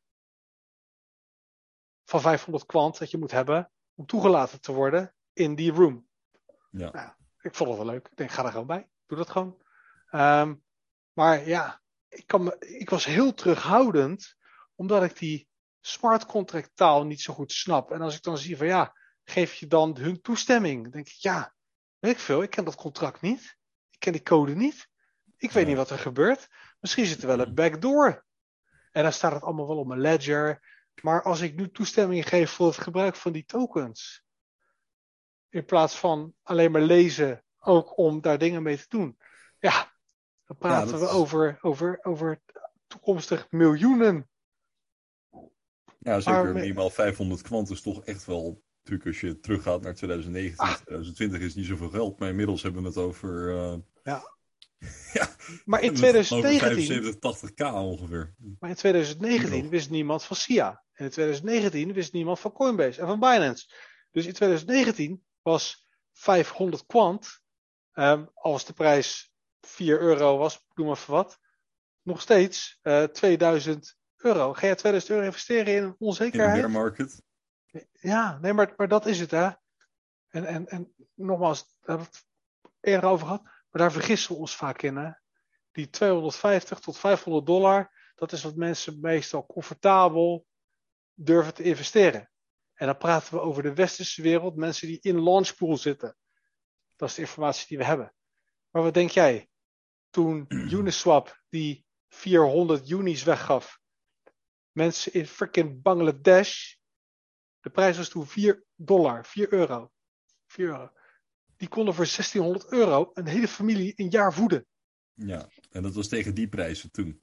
van vijfhonderd kwant dat je moet hebben om toegelaten te worden in die room. Ja. Nou, ik vond het wel leuk. Ik denk, ga er gewoon bij. Doe dat gewoon. Um, maar ja, ik, kan me, ik was heel terughoudend, omdat ik die smart contract taal niet zo goed snap. En als ik dan zie van ja, geef je dan hun toestemming? Dan denk ik ja, weet ik veel. Ik ken dat contract niet. Ik ken die code niet. Ik weet ja. niet wat er gebeurt. Misschien zit er wel een backdoor. En dan staat het allemaal wel op mijn ledger. Maar als ik nu toestemming geef voor het gebruik van die tokens, in plaats van alleen maar lezen, ook om daar dingen mee te doen. Ja, dan praten ja, we is... over, over, over toekomstig miljoenen. Ja, zeker. Maar, minimaal vijfhonderd kwant is toch echt wel... Natuurlijk, als je teruggaat naar twintig negentien, ah. twintig twintig is niet zoveel geld. Maar inmiddels hebben we het over... Uh... Ja. ja. Maar in twintig negentien... vijfenzeventig, tachtig k ongeveer. Maar in twintig negentien wist niemand van S I A. En in twintig negentien wist niemand van Coinbase en van Binance. Dus in twintig negentien was vijfhonderd kwant... Um, als de prijs vier euro was, noem maar voor wat, nog steeds uh, tweeduizend euro. Ga je tweeduizend euro investeren in een onzekerheid? In de bear market? Ja, nee, maar, maar dat is het, hè. En, en, en nogmaals, daar hebben we het eerder over gehad, maar daar vergissen we ons vaak in, hè. Die tweehonderdvijftig tot vijfhonderd dollar, dat is wat mensen meestal comfortabel durven te investeren. En dan praten we over de westerse wereld, mensen die in launchpool zitten. Dat is de informatie die we hebben. Maar wat denk jij? Toen Uniswap die vierhonderd unis weggaf. Mensen in freaking Bangladesh. De prijs was toen vier dollar. vier euro. vier euro. Die konden voor zestienhonderd euro een hele familie een jaar voeden. Ja, en dat was tegen die prijzen toen.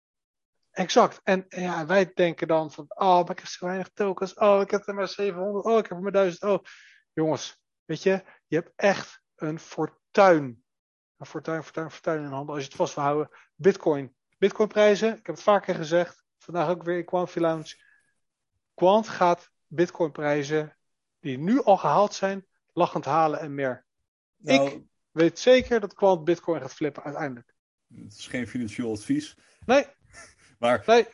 Exact. En ja, wij denken dan van, oh, maar ik heb zo weinig tokens. Oh, ik heb er maar zevenhonderd. Oh, ik heb er maar duizend. Oh, jongens, weet je, je hebt echt een fortuin. Een fortuin, fortuin, fortuin in handen. Als je het vast wil houden. Bitcoin. Bitcoin prijzen. Ik heb het vaker gezegd. Vandaag ook weer in Quant Lounge. Quant gaat Bitcoin prijzen die nu al gehaald zijn, lachend halen en meer. Nou, ik weet zeker dat Quant Bitcoin gaat flippen uiteindelijk. Het is geen financieel advies. Nee. Maar nee.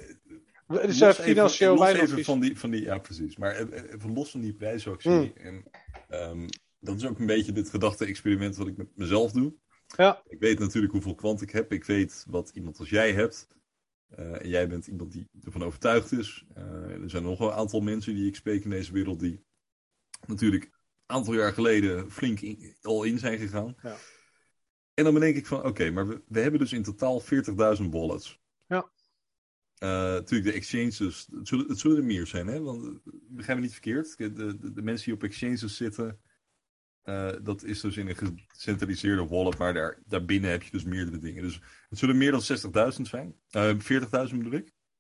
Uh, het is los financieel even, weinig los advies. Even van die, van die, ja, precies. Maar even los van die prijsactie. Hmm. En, um, dat is ook een beetje dit gedachte-experiment wat ik met mezelf doe. Ja. Ik weet natuurlijk hoeveel kwant ik heb. Ik weet wat iemand als jij hebt. Uh, en jij bent iemand die ervan overtuigd is. Uh, er zijn nog wel een aantal mensen die ik spreek in deze wereld die natuurlijk een aantal jaar geleden flink in, al in zijn gegaan. Ja. En dan bedenk ik van, oké, okay, maar we, we hebben dus in totaal veertigduizend wallets. Ja. Uh, natuurlijk de exchanges, het zullen, het zullen er meer zijn, hè? Want begrijp me niet verkeerd. De, de, de mensen die op exchanges zitten, uh, dat is dus in een gecentraliseerde wallet, maar daar, daarbinnen heb je dus meerdere dingen. Dus het zullen meer dan zestigduizend zijn. Uh, veertigduizend bedoel ik.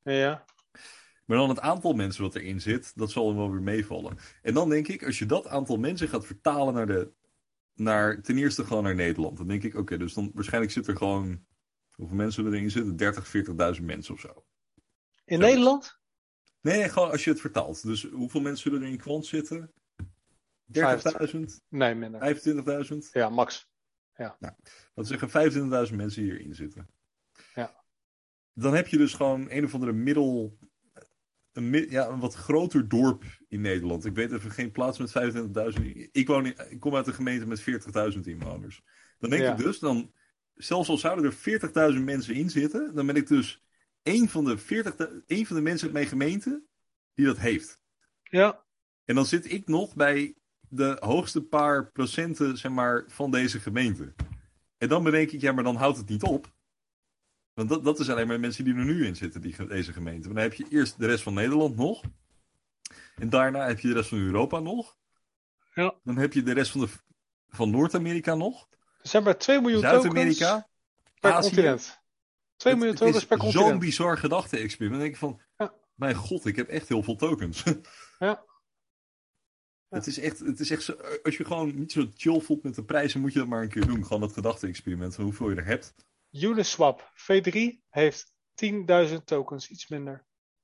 Ja. Maar dan het aantal mensen wat erin zit, dat zal hem wel weer meevallen. En dan denk ik, als je dat aantal mensen gaat vertalen naar de, naar, ten eerste gewoon naar Nederland. Dan denk ik, oké, okay, dus dan waarschijnlijk zit er gewoon, hoeveel mensen erin zitten? dertig, veertigduizend mensen of zo. In Zoiets. Nederland? Nee, nee, gewoon als je het vertaalt. Dus hoeveel mensen zullen er in kwant zitten? dertigduizend? Nee, minder. vijfentwintigduizend? Ja, max. Ja. Nou, dat zeggen vijfentwintigduizend mensen die hierin zitten. Ja. Dan heb je dus gewoon een of andere middel... Een, ja, een wat groter dorp in Nederland. Ik weet even geen plaats met vijfentwintigduizend. Ik, woon in, ik kom uit een gemeente met veertigduizend inwoners. Dan denk Ja. ik dus, dan, zelfs al zouden er veertigduizend mensen in zitten, dan ben ik dus één van de, veertig, één van de mensen uit mijn gemeente die dat heeft. Ja. En dan zit ik nog bij de hoogste paar procenten, zeg maar, van deze gemeente. En dan bedenk ik, ja, maar dan houdt het niet op. Want dat, dat is alleen maar de mensen die er nu in zitten, die, deze gemeente. Maar dan heb je eerst de rest van Nederland nog. En daarna heb je de rest van Europa nog. Ja. Dan heb je de rest van, de, van Noord-Amerika nog. Er zijn maar twee miljoen Zuid-Amerika, tokens per Azië. continent. twee miljoen Het, het tokens is per continent. zo'n bizar gedachte-experiment. Dan denk ik van, Ja. mijn god, ik heb echt heel veel tokens. Ja. Het is echt, het is echt zo, als je gewoon niet zo chill voelt met de prijzen, moet je dat maar een keer doen. Gewoon dat gedachte-experiment van hoeveel je er hebt. Uniswap V drie heeft tienduizend tokens, iets minder.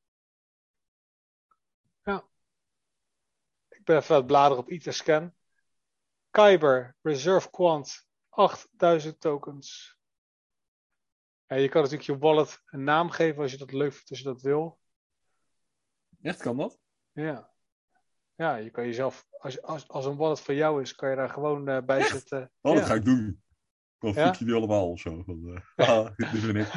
Ja. Ik ben even aan het bladeren op Etherscan. Kyber, Reserve Quant, achtduizend tokens. Ja, je kan natuurlijk je wallet een naam geven als je dat leuk vindt, als je dat wil. Echt, kan dat? Ja. Ja, je kan jezelf, als, als, als een wallet van jou is, kan je daar gewoon uh, bij Echt? zetten. Oh, ja. dat ga ik doen. Dan Ja? fuck je die allemaal of zo. Van, uh, ah, dit ben ik.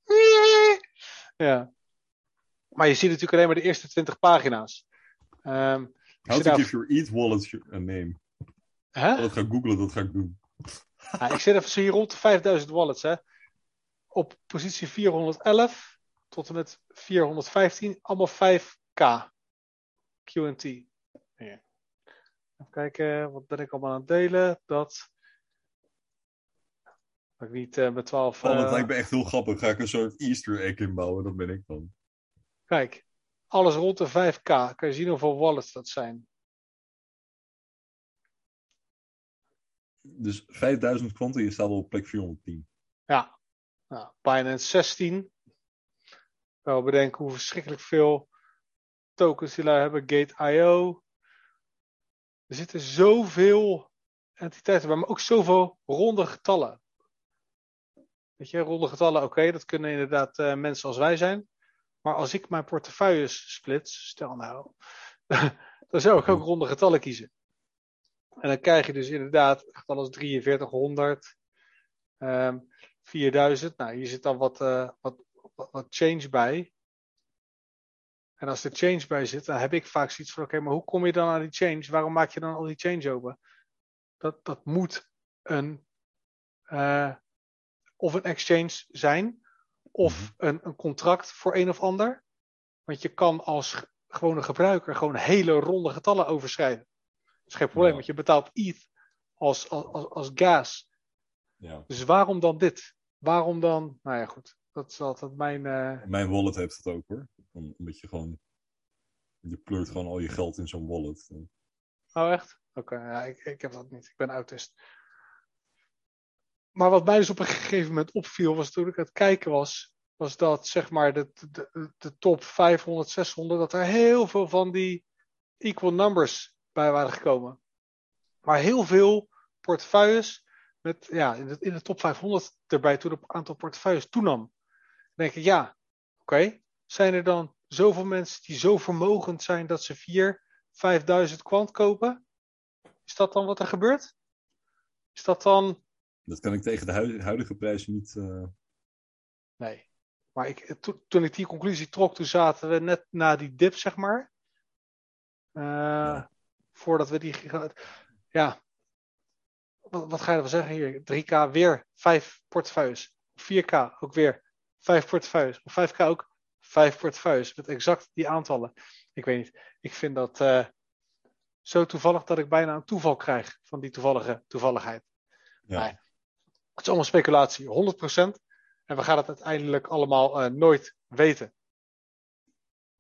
Ja. Maar je ziet natuurlijk alleen maar de eerste twintig pagina's. Um, How to give your Eat wallet a name. Huh? Oh, dat ga ik googlen, dat ga ik doen. Ja, ik zit even zo hier rond de vijfduizend wallets. Hè. Op positie vierhonderdelf tot en met vierhonderdvijftien. Allemaal vijf k. Q en T. Ja. Even kijken, wat ben ik allemaal aan het delen? Dat... Dat ik niet uh, met twaalf... Oh, dat uh... lijkt me echt heel grappig. Ga ik een soort Easter egg inbouwen, dat ben ik dan. Kijk, alles rond de vijf k. Kan je zien hoeveel wallets dat zijn. Dus vijfduizend kwanten, je staat al op plek vierhonderdtien. Ja. Nou, Binance zestien. Wel bedenken hoe verschrikkelijk veel tokens die daar hebben. Gate punt i o. Er zitten zoveel entiteiten bij, maar ook zoveel ronde getallen. Weet je, ronde getallen, oké, okay, dat kunnen inderdaad uh, mensen als wij zijn. Maar als ik mijn portefeuilles splits, stel nou, dan zou ik ook ronde getallen kiezen. En dan krijg je dus inderdaad getallen als drieënveertighonderd, um, vierduizend. Nou, hier zit dan wat, uh, wat, wat, wat change bij. En als er change bij zit, dan heb ik vaak zoiets van, oké, okay, maar hoe kom je dan aan die change? Waarom maak je dan al die change open? Dat, dat moet een, uh, of een exchange zijn, of mm-hmm. een, een contract voor een of ander. Want je kan als gewone gebruiker gewoon hele ronde getallen overschrijven. Dat is geen probleem, ja. Want je betaalt E T H als, als, als gas. Ja. Dus waarom dan dit? Waarom dan? Nou ja, goed. Dat is altijd mijn... Uh... Mijn wallet heeft het ook, hoor. Omdat je gewoon... Je pleurt gewoon al je geld in zo'n wallet. Oh, echt? Oké, okay, ja, ik, ik heb dat niet. Ik ben autist. Maar wat mij dus op een gegeven moment opviel, was toen ik aan het kijken was, was dat, zeg maar, de, de, de top vijfhonderd, zeshonderd, dat er heel veel van die equal numbers bij waren gekomen. Maar heel veel portefeuilles met, ja, in de, in de top vijfhonderd erbij toen het aantal portefeuilles toenam. Dan denk ik, ja, oké, okay, zijn er dan zoveel mensen die zo vermogend zijn dat ze vier, vijfduizend kwant kopen? Is dat dan wat er gebeurt? Is dat dan... Dat kan ik tegen de huidige prijs niet... Uh... Nee. Maar ik, to, toen ik die conclusie trok, toen zaten we net na die dip, zeg maar. Uh, ja. Voordat we die... Ja. Wat, wat ga je ervan zeggen hier? drie k weer vijf portefeuilles. vier k ook weer vijf portefeuilles. Of vijf k ook vijf portefeuilles. Met exact die aantallen. Ik weet niet. Ik vind dat uh, zo toevallig dat ik bijna een toeval krijg van die toevallige toevalligheid. Ja. Nee. Het is allemaal speculatie. honderd procent. En we gaan het uiteindelijk allemaal uh, nooit weten.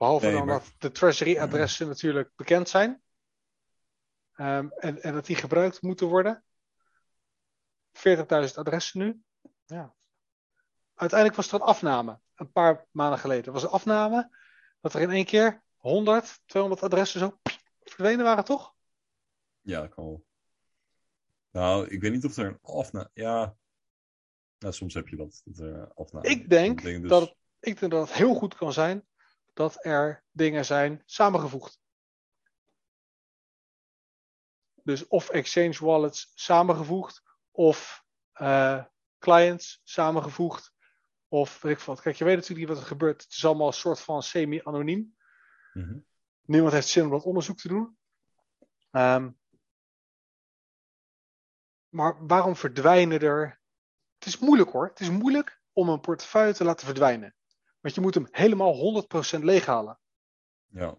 Behalve Nee, dan maar- dat de treasury-adressen natuurlijk bekend zijn. Um, en, en dat die gebruikt moeten worden. veertigduizend adressen nu. Ja. Uiteindelijk was er een afname. Een paar maanden geleden. Er was een afname. Dat er in één keer honderd, tweehonderd adressen zo verdwenen waren, toch? Ja, kan wel. Nou, ik weet niet of er een afname... Ja, nou, soms heb je dat. dat er afname. Ik denk, denk dus... dat het, ik denk dat het heel goed kan zijn dat er dingen zijn samengevoegd. Dus of exchange wallets samengevoegd, of uh, clients samengevoegd, of weet ik wat. Kijk, je weet natuurlijk niet wat er gebeurt. Het is allemaal een soort van semi-anoniem. Mm-hmm. Niemand heeft zin om dat onderzoek te doen. Um, maar waarom verdwijnen er... Het is moeilijk hoor. Het is moeilijk om een portefeuille te laten verdwijnen. Want je moet hem helemaal honderd procent leeghalen. Ja.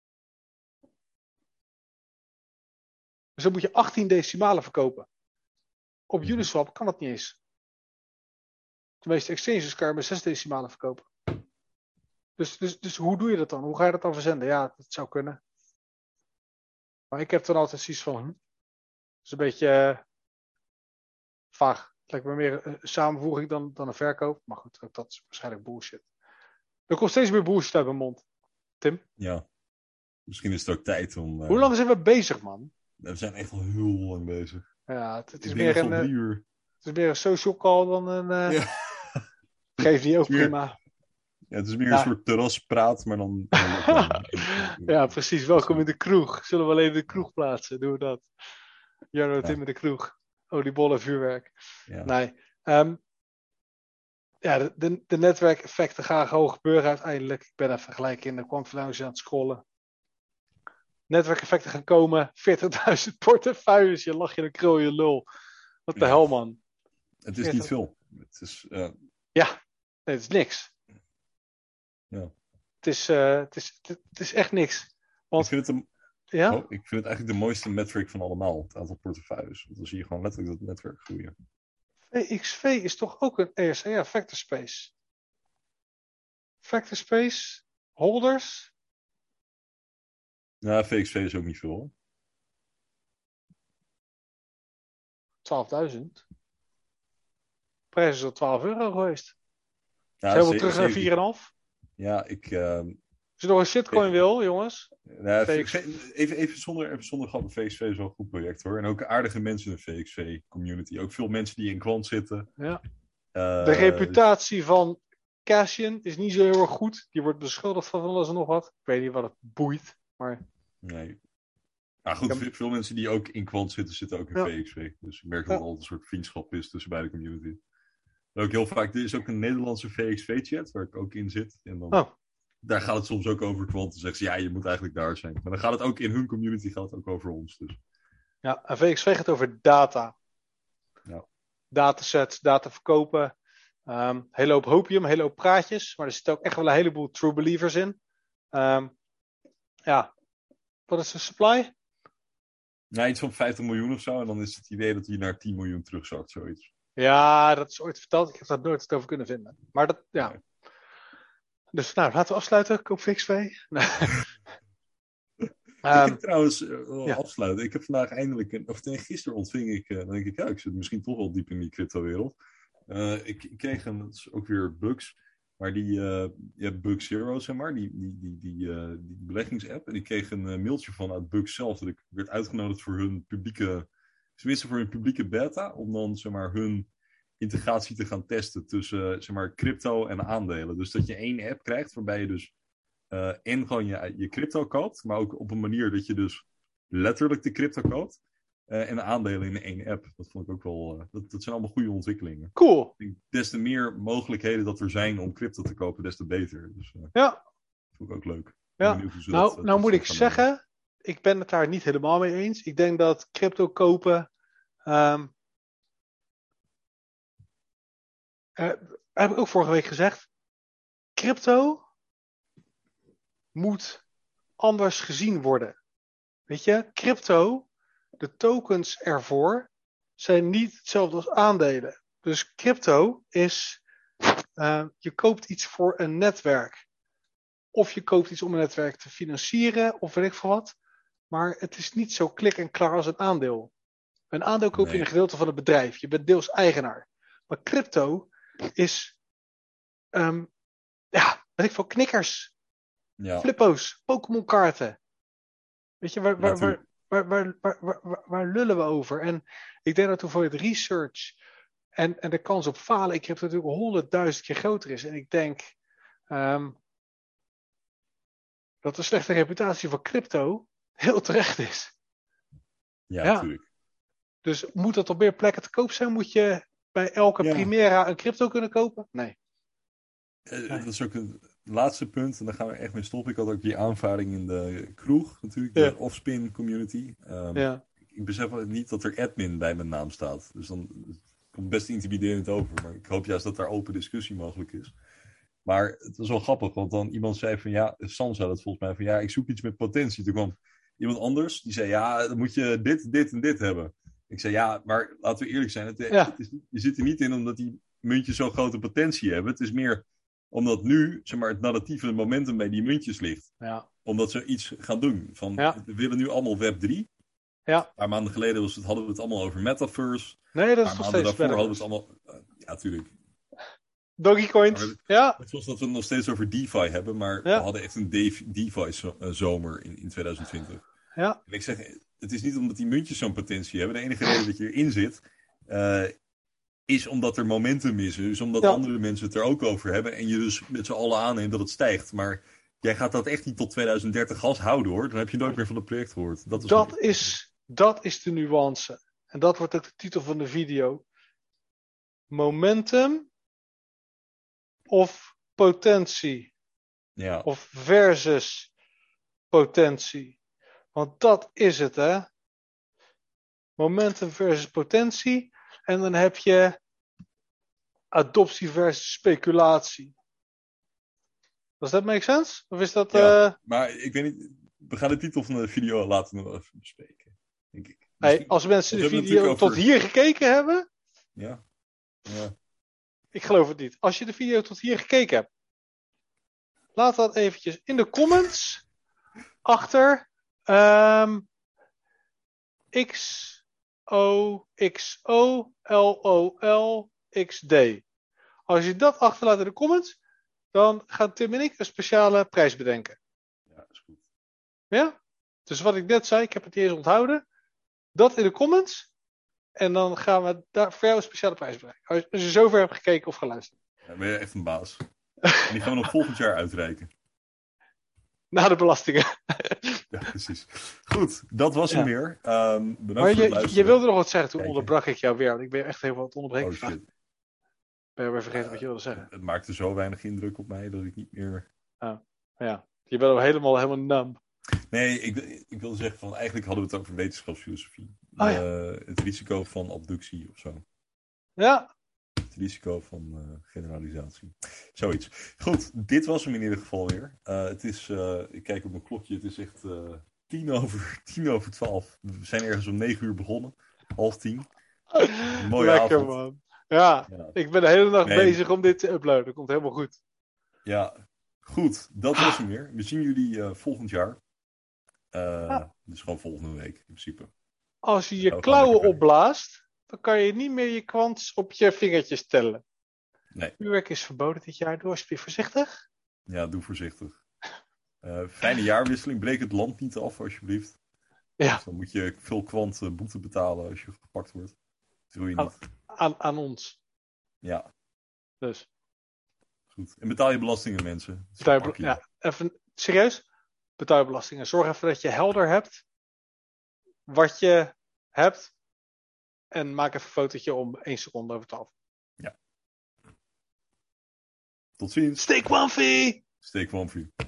Dus dan moet je achttien decimalen verkopen. Op Mm-hmm. Uniswap kan dat niet eens. De meeste exchanges kan je met zes decimalen verkopen. Dus, dus, dus hoe doe je dat dan? Hoe ga je dat dan verzenden? Ja, dat zou kunnen. Maar ik heb dan altijd zoiets van... Hm, het is een beetje uh, vaag. Het lijkt me meer een samenvoeging dan, dan een verkoop. Maar goed, ook dat is waarschijnlijk bullshit. Er komt steeds meer bullshit uit mijn mond. Tim? Ja. Misschien is het ook tijd om... Uh... Hoe lang zijn we bezig, man? We zijn echt al heel lang bezig. Ja, het, het, is, ik meer een, drie uur. het is meer een social call dan een... Uh... Ja. Geef die ook meer, prima. Ja, het is meer ja. een soort terraspraat, maar dan... ja, precies. Welkom in de kroeg. Zullen we alleen in de kroeg plaatsen? Doen we dat. Jarno, Tim in de kroeg. Oliebollen, vuurwerk. Ja. Nee. Um, ja, de, de, de netwerkeffecten gaan gewoon gebeuren uiteindelijk. Ik ben even gelijk in de Quantum Lounge aan het scrollen. Netwerkeffecten gaan komen. veertigduizend portefeuilles. Je lach je, dan krul je lul. Wat de Ja. hel, man. Het is niet veel. Het is... Uh... Ja. Nee, het is niks. Ja. Het is, uh, het is, het, het is echt niks. Want, ik, vind het een... ja? oh, ik vind het eigenlijk de mooiste metric van allemaal. Het aantal portefeuilles. Want dan zie je gewoon letterlijk dat netwerk groeien. V X V is toch ook een E R C, ja, Vector Space. Vector Space, holders. Ja, V X V is ook niet veel hoor. twaalfduizend. Prijs is al twaalf euro geweest. Ja, Zijn we terug naar vier komma vijf? Ja, ik... Uh... Als je nog een shitcoin wil, jongens. Ja, V X V, even, even, zonder, even zonder grap, V X V is wel een goed project hoor. En ook aardige mensen in de V X V-community. Ook veel mensen die in Quant zitten. Ja. Uh, de reputatie dus... van Cassian is niet zo heel erg goed. Die wordt beschuldigd van alles en nog wat. Ik weet niet wat het boeit, maar... Nee. Maar goed, ja. Veel mensen die ook in Quant zitten, zitten ook in ja. V X V. Dus ik merk dat ja. er altijd een soort vriendschap is tussen beide community. En ook heel vaak, er is ook een Nederlandse V X V-chat waar ik ook in zit. En dan... Oh. Daar gaat het soms ook over Quant. Dan zeggen ze, ja, je moet eigenlijk daar zijn. Maar dan gaat het ook in hun community gaat het ook over ons. Dus. Ja, en V X V gaat over data. Ja. Datasets, data verkopen. Um, hele hoop hopium, hele hoop praatjes. Maar er zitten ook echt wel een heleboel true believers in. Um, ja, wat is de supply? Nou, iets van vijftig miljoen of zo. En dan is het idee dat hij naar tien miljoen terugzakt, zoiets. Ja, dat is ooit verteld. Ik heb daar nooit het over kunnen vinden. Maar dat, ja... Nee. Dus nou, laten we afsluiten. Koop V X V. Nee. ik um, heb trouwens, uh, ja. afsluiten. Ik heb vandaag eindelijk, een, of nee, gisteren ontving ik, uh, dan denk ik, ja, ik zit misschien toch wel diep in die crypto-wereld. Uh, ik, ik kreeg een, dat is ook weer Bugs, maar die, uh, je hebt Bug Zero, zeg maar, die, die, die, die, uh, die beleggingsapp. En ik kreeg een uh, mailtje van uit Bugs zelf, dat ik werd uitgenodigd voor hun publieke, tenminste voor hun publieke beta, om dan, zeg maar, hun integratie te gaan testen tussen, zeg maar, crypto en aandelen. Dus dat je één app krijgt waarbij je dus uh, en gewoon je, je crypto koopt, maar ook op een manier dat je dus letterlijk de crypto koopt uh, en de aandelen in één app. Dat vond ik ook wel, uh, dat, dat zijn allemaal goede ontwikkelingen. Cool. Ik denk, des te meer mogelijkheden dat er zijn om crypto te kopen, des te beter. Dus uh, ja. Dat vond ik ook leuk. Ja. Nou, dat, nou dat moet ik zeggen, maken. Ik ben het daar niet helemaal mee eens. Ik denk dat crypto kopen um, Uh, heb ik ook vorige week gezegd. Crypto moet anders gezien worden. Weet je, crypto, de tokens ervoor, zijn niet hetzelfde als aandelen. Dus crypto is, uh, je koopt iets voor een netwerk. Of je koopt iets om een netwerk te financieren, of weet ik veel wat. Maar het is niet zo klik en klaar als een aandeel. Een aandeel koop je Nee. in een gedeelte van het bedrijf. Je bent deels eigenaar. Maar crypto is, um, ja, weet ik veel, knikkers, Ja, flippo's, Pokémon kaarten. Weet je, waar, waar, natuurlijk. waar, waar, waar, waar, waar, waar lullen we over? En ik denk dat hoeveelheid research en, en de kans op falen in crypto natuurlijk honderdduizend keer groter is. En ik denk um, dat de slechte reputatie van crypto heel terecht is. Ja, Ja. natuurlijk. Dus moet dat op meer plekken te koop zijn? Moet je bij elke Ja. Primera een crypto kunnen kopen? Nee. Uh, nee. Dat is ook het laatste punt. En daar gaan we echt mee stoppen. Ik had ook die aanvaring in de kroeg natuurlijk. De Ja. Offspin community. Um, Ja. Ik besef niet dat er admin bij mijn naam staat. Dus dan komt best intimiderend over. Maar ik hoop juist dat daar open discussie mogelijk is. Maar het was wel grappig. Want dan iemand zei van ja, Sam zei dat volgens mij van ja, ik zoek iets met potentie. Toen kwam iemand anders. Die zei ja, dan moet je dit, dit en dit hebben. Ik zei ja, maar laten we eerlijk zijn. Het, Ja. het is, je zit er niet in omdat die muntjes zo'n grote potentie hebben. Het is meer omdat nu zeg maar, het narratieve momentum bij die muntjes ligt. Ja. Omdat ze iets gaan doen. Van, Ja. We willen nu allemaal web drie. Ja. Een paar maanden geleden was het, hadden we het allemaal over metaverse. Nee, dat is een nog paar maanden steeds daarvoor hadden we metaverse. het allemaal... Uh, ja, tuurlijk. Dogecoins. Maar Ja. Het was dat we het nog steeds over DeFi hebben. Maar Ja. we hadden echt een DeFi-zomer in, in twintig twintig. Ja. En ik zeg, het is niet omdat die muntjes zo'n potentie hebben. De enige reden dat je erin zit... Uh, is omdat er momentum is. Dus omdat Ja. andere mensen het er ook over hebben. En je dus met z'n allen aanneemt dat het stijgt. Maar jij gaat dat echt niet tot twintig dertig gas houden hoor. Dan heb je nooit meer van het project gehoord. Dat is, Dat is, dat is de nuance. En dat wordt ook de titel van de video. Momentum of potentie. Ja. Of versus potentie. Want dat is het, hè. Momentum versus potentie. En dan heb je adoptie versus speculatie. Does that make sense? Of is dat... Ja, uh... maar ik weet niet... We gaan de titel van de video later nog even bespreken. Denk ik. Hey, als mensen de video over... tot hier gekeken hebben... Ja. ja. Ik geloof het niet. Als je de video tot hier gekeken hebt... Laat dat eventjes in de comments... achter... Um, X O X O L O L X D. Als je dat achterlaat in de comments... dan gaan Tim en ik een speciale prijs bedenken. Ja, is goed. Ja? Dus wat ik net zei, ik heb het niet eens onthouden. Dat in de comments. En dan gaan we daar voor jou een speciale prijs bedenken. Als je zover hebt gekeken of geluisterd. Ja, ben je echt een baas. En die gaan we nog volgend jaar uitreiken. Na de belastingen. Ja, precies. Goed, dat was ja. hem weer. Um, bedankt maar voor je, het luisteren. je wilde nog wat zeggen, toen Kijken. onderbrak ik jou weer. Want ik ben echt even wat onderbreken. Oh shit. Ben je weer vergeten uh, wat je wilde zeggen? Het, het maakte zo weinig indruk op mij dat ik niet meer... Oh, ja, je bent helemaal, helemaal numb. Nee, ik, ik wilde zeggen van eigenlijk hadden we het over wetenschapsfilosofie. Oh, ja. uh, het risico van abductie of zo. Ja. Het risico van uh, generalisatie. Zoiets. Goed, dit was hem in ieder geval weer. Uh, het is, uh, ik kijk op mijn klokje, het is echt uh, tien over, tien over twaalf. We zijn ergens om negen uur begonnen. Half tien. Mooie Lekker avond. man. Ja, ja, ik ben de hele dag nee. bezig om dit te uploaden. Dat komt helemaal goed. Ja, goed. Dat was hem weer. We zien jullie uh, volgend jaar. Uh, ja. Dus gewoon volgende week in principe. Als je je nou, klauwen opblaast, dan kan je niet meer je kwants op je vingertjes tellen. Nee. Vuurwerk is verboden dit jaar. Doe alsjeblieft voorzichtig. Ja, doe voorzichtig. Uh, fijne jaarwisseling. Breek het land niet af, alsjeblieft. Ja. Dus dan moet je veel kwant uh, boete betalen als je gepakt wordt. Dat wil je aan, niet. Aan, aan ons. Ja. Dus. Goed. En betaal je belastingen, mensen. Betaal je be- ja, even serieus. Betaal je belastingen. Zorg even dat je helder hebt wat je hebt. En maak even een fotootje om één seconde over twaalf. Ja. Tot ziens. Steek one fee! Steek one fee.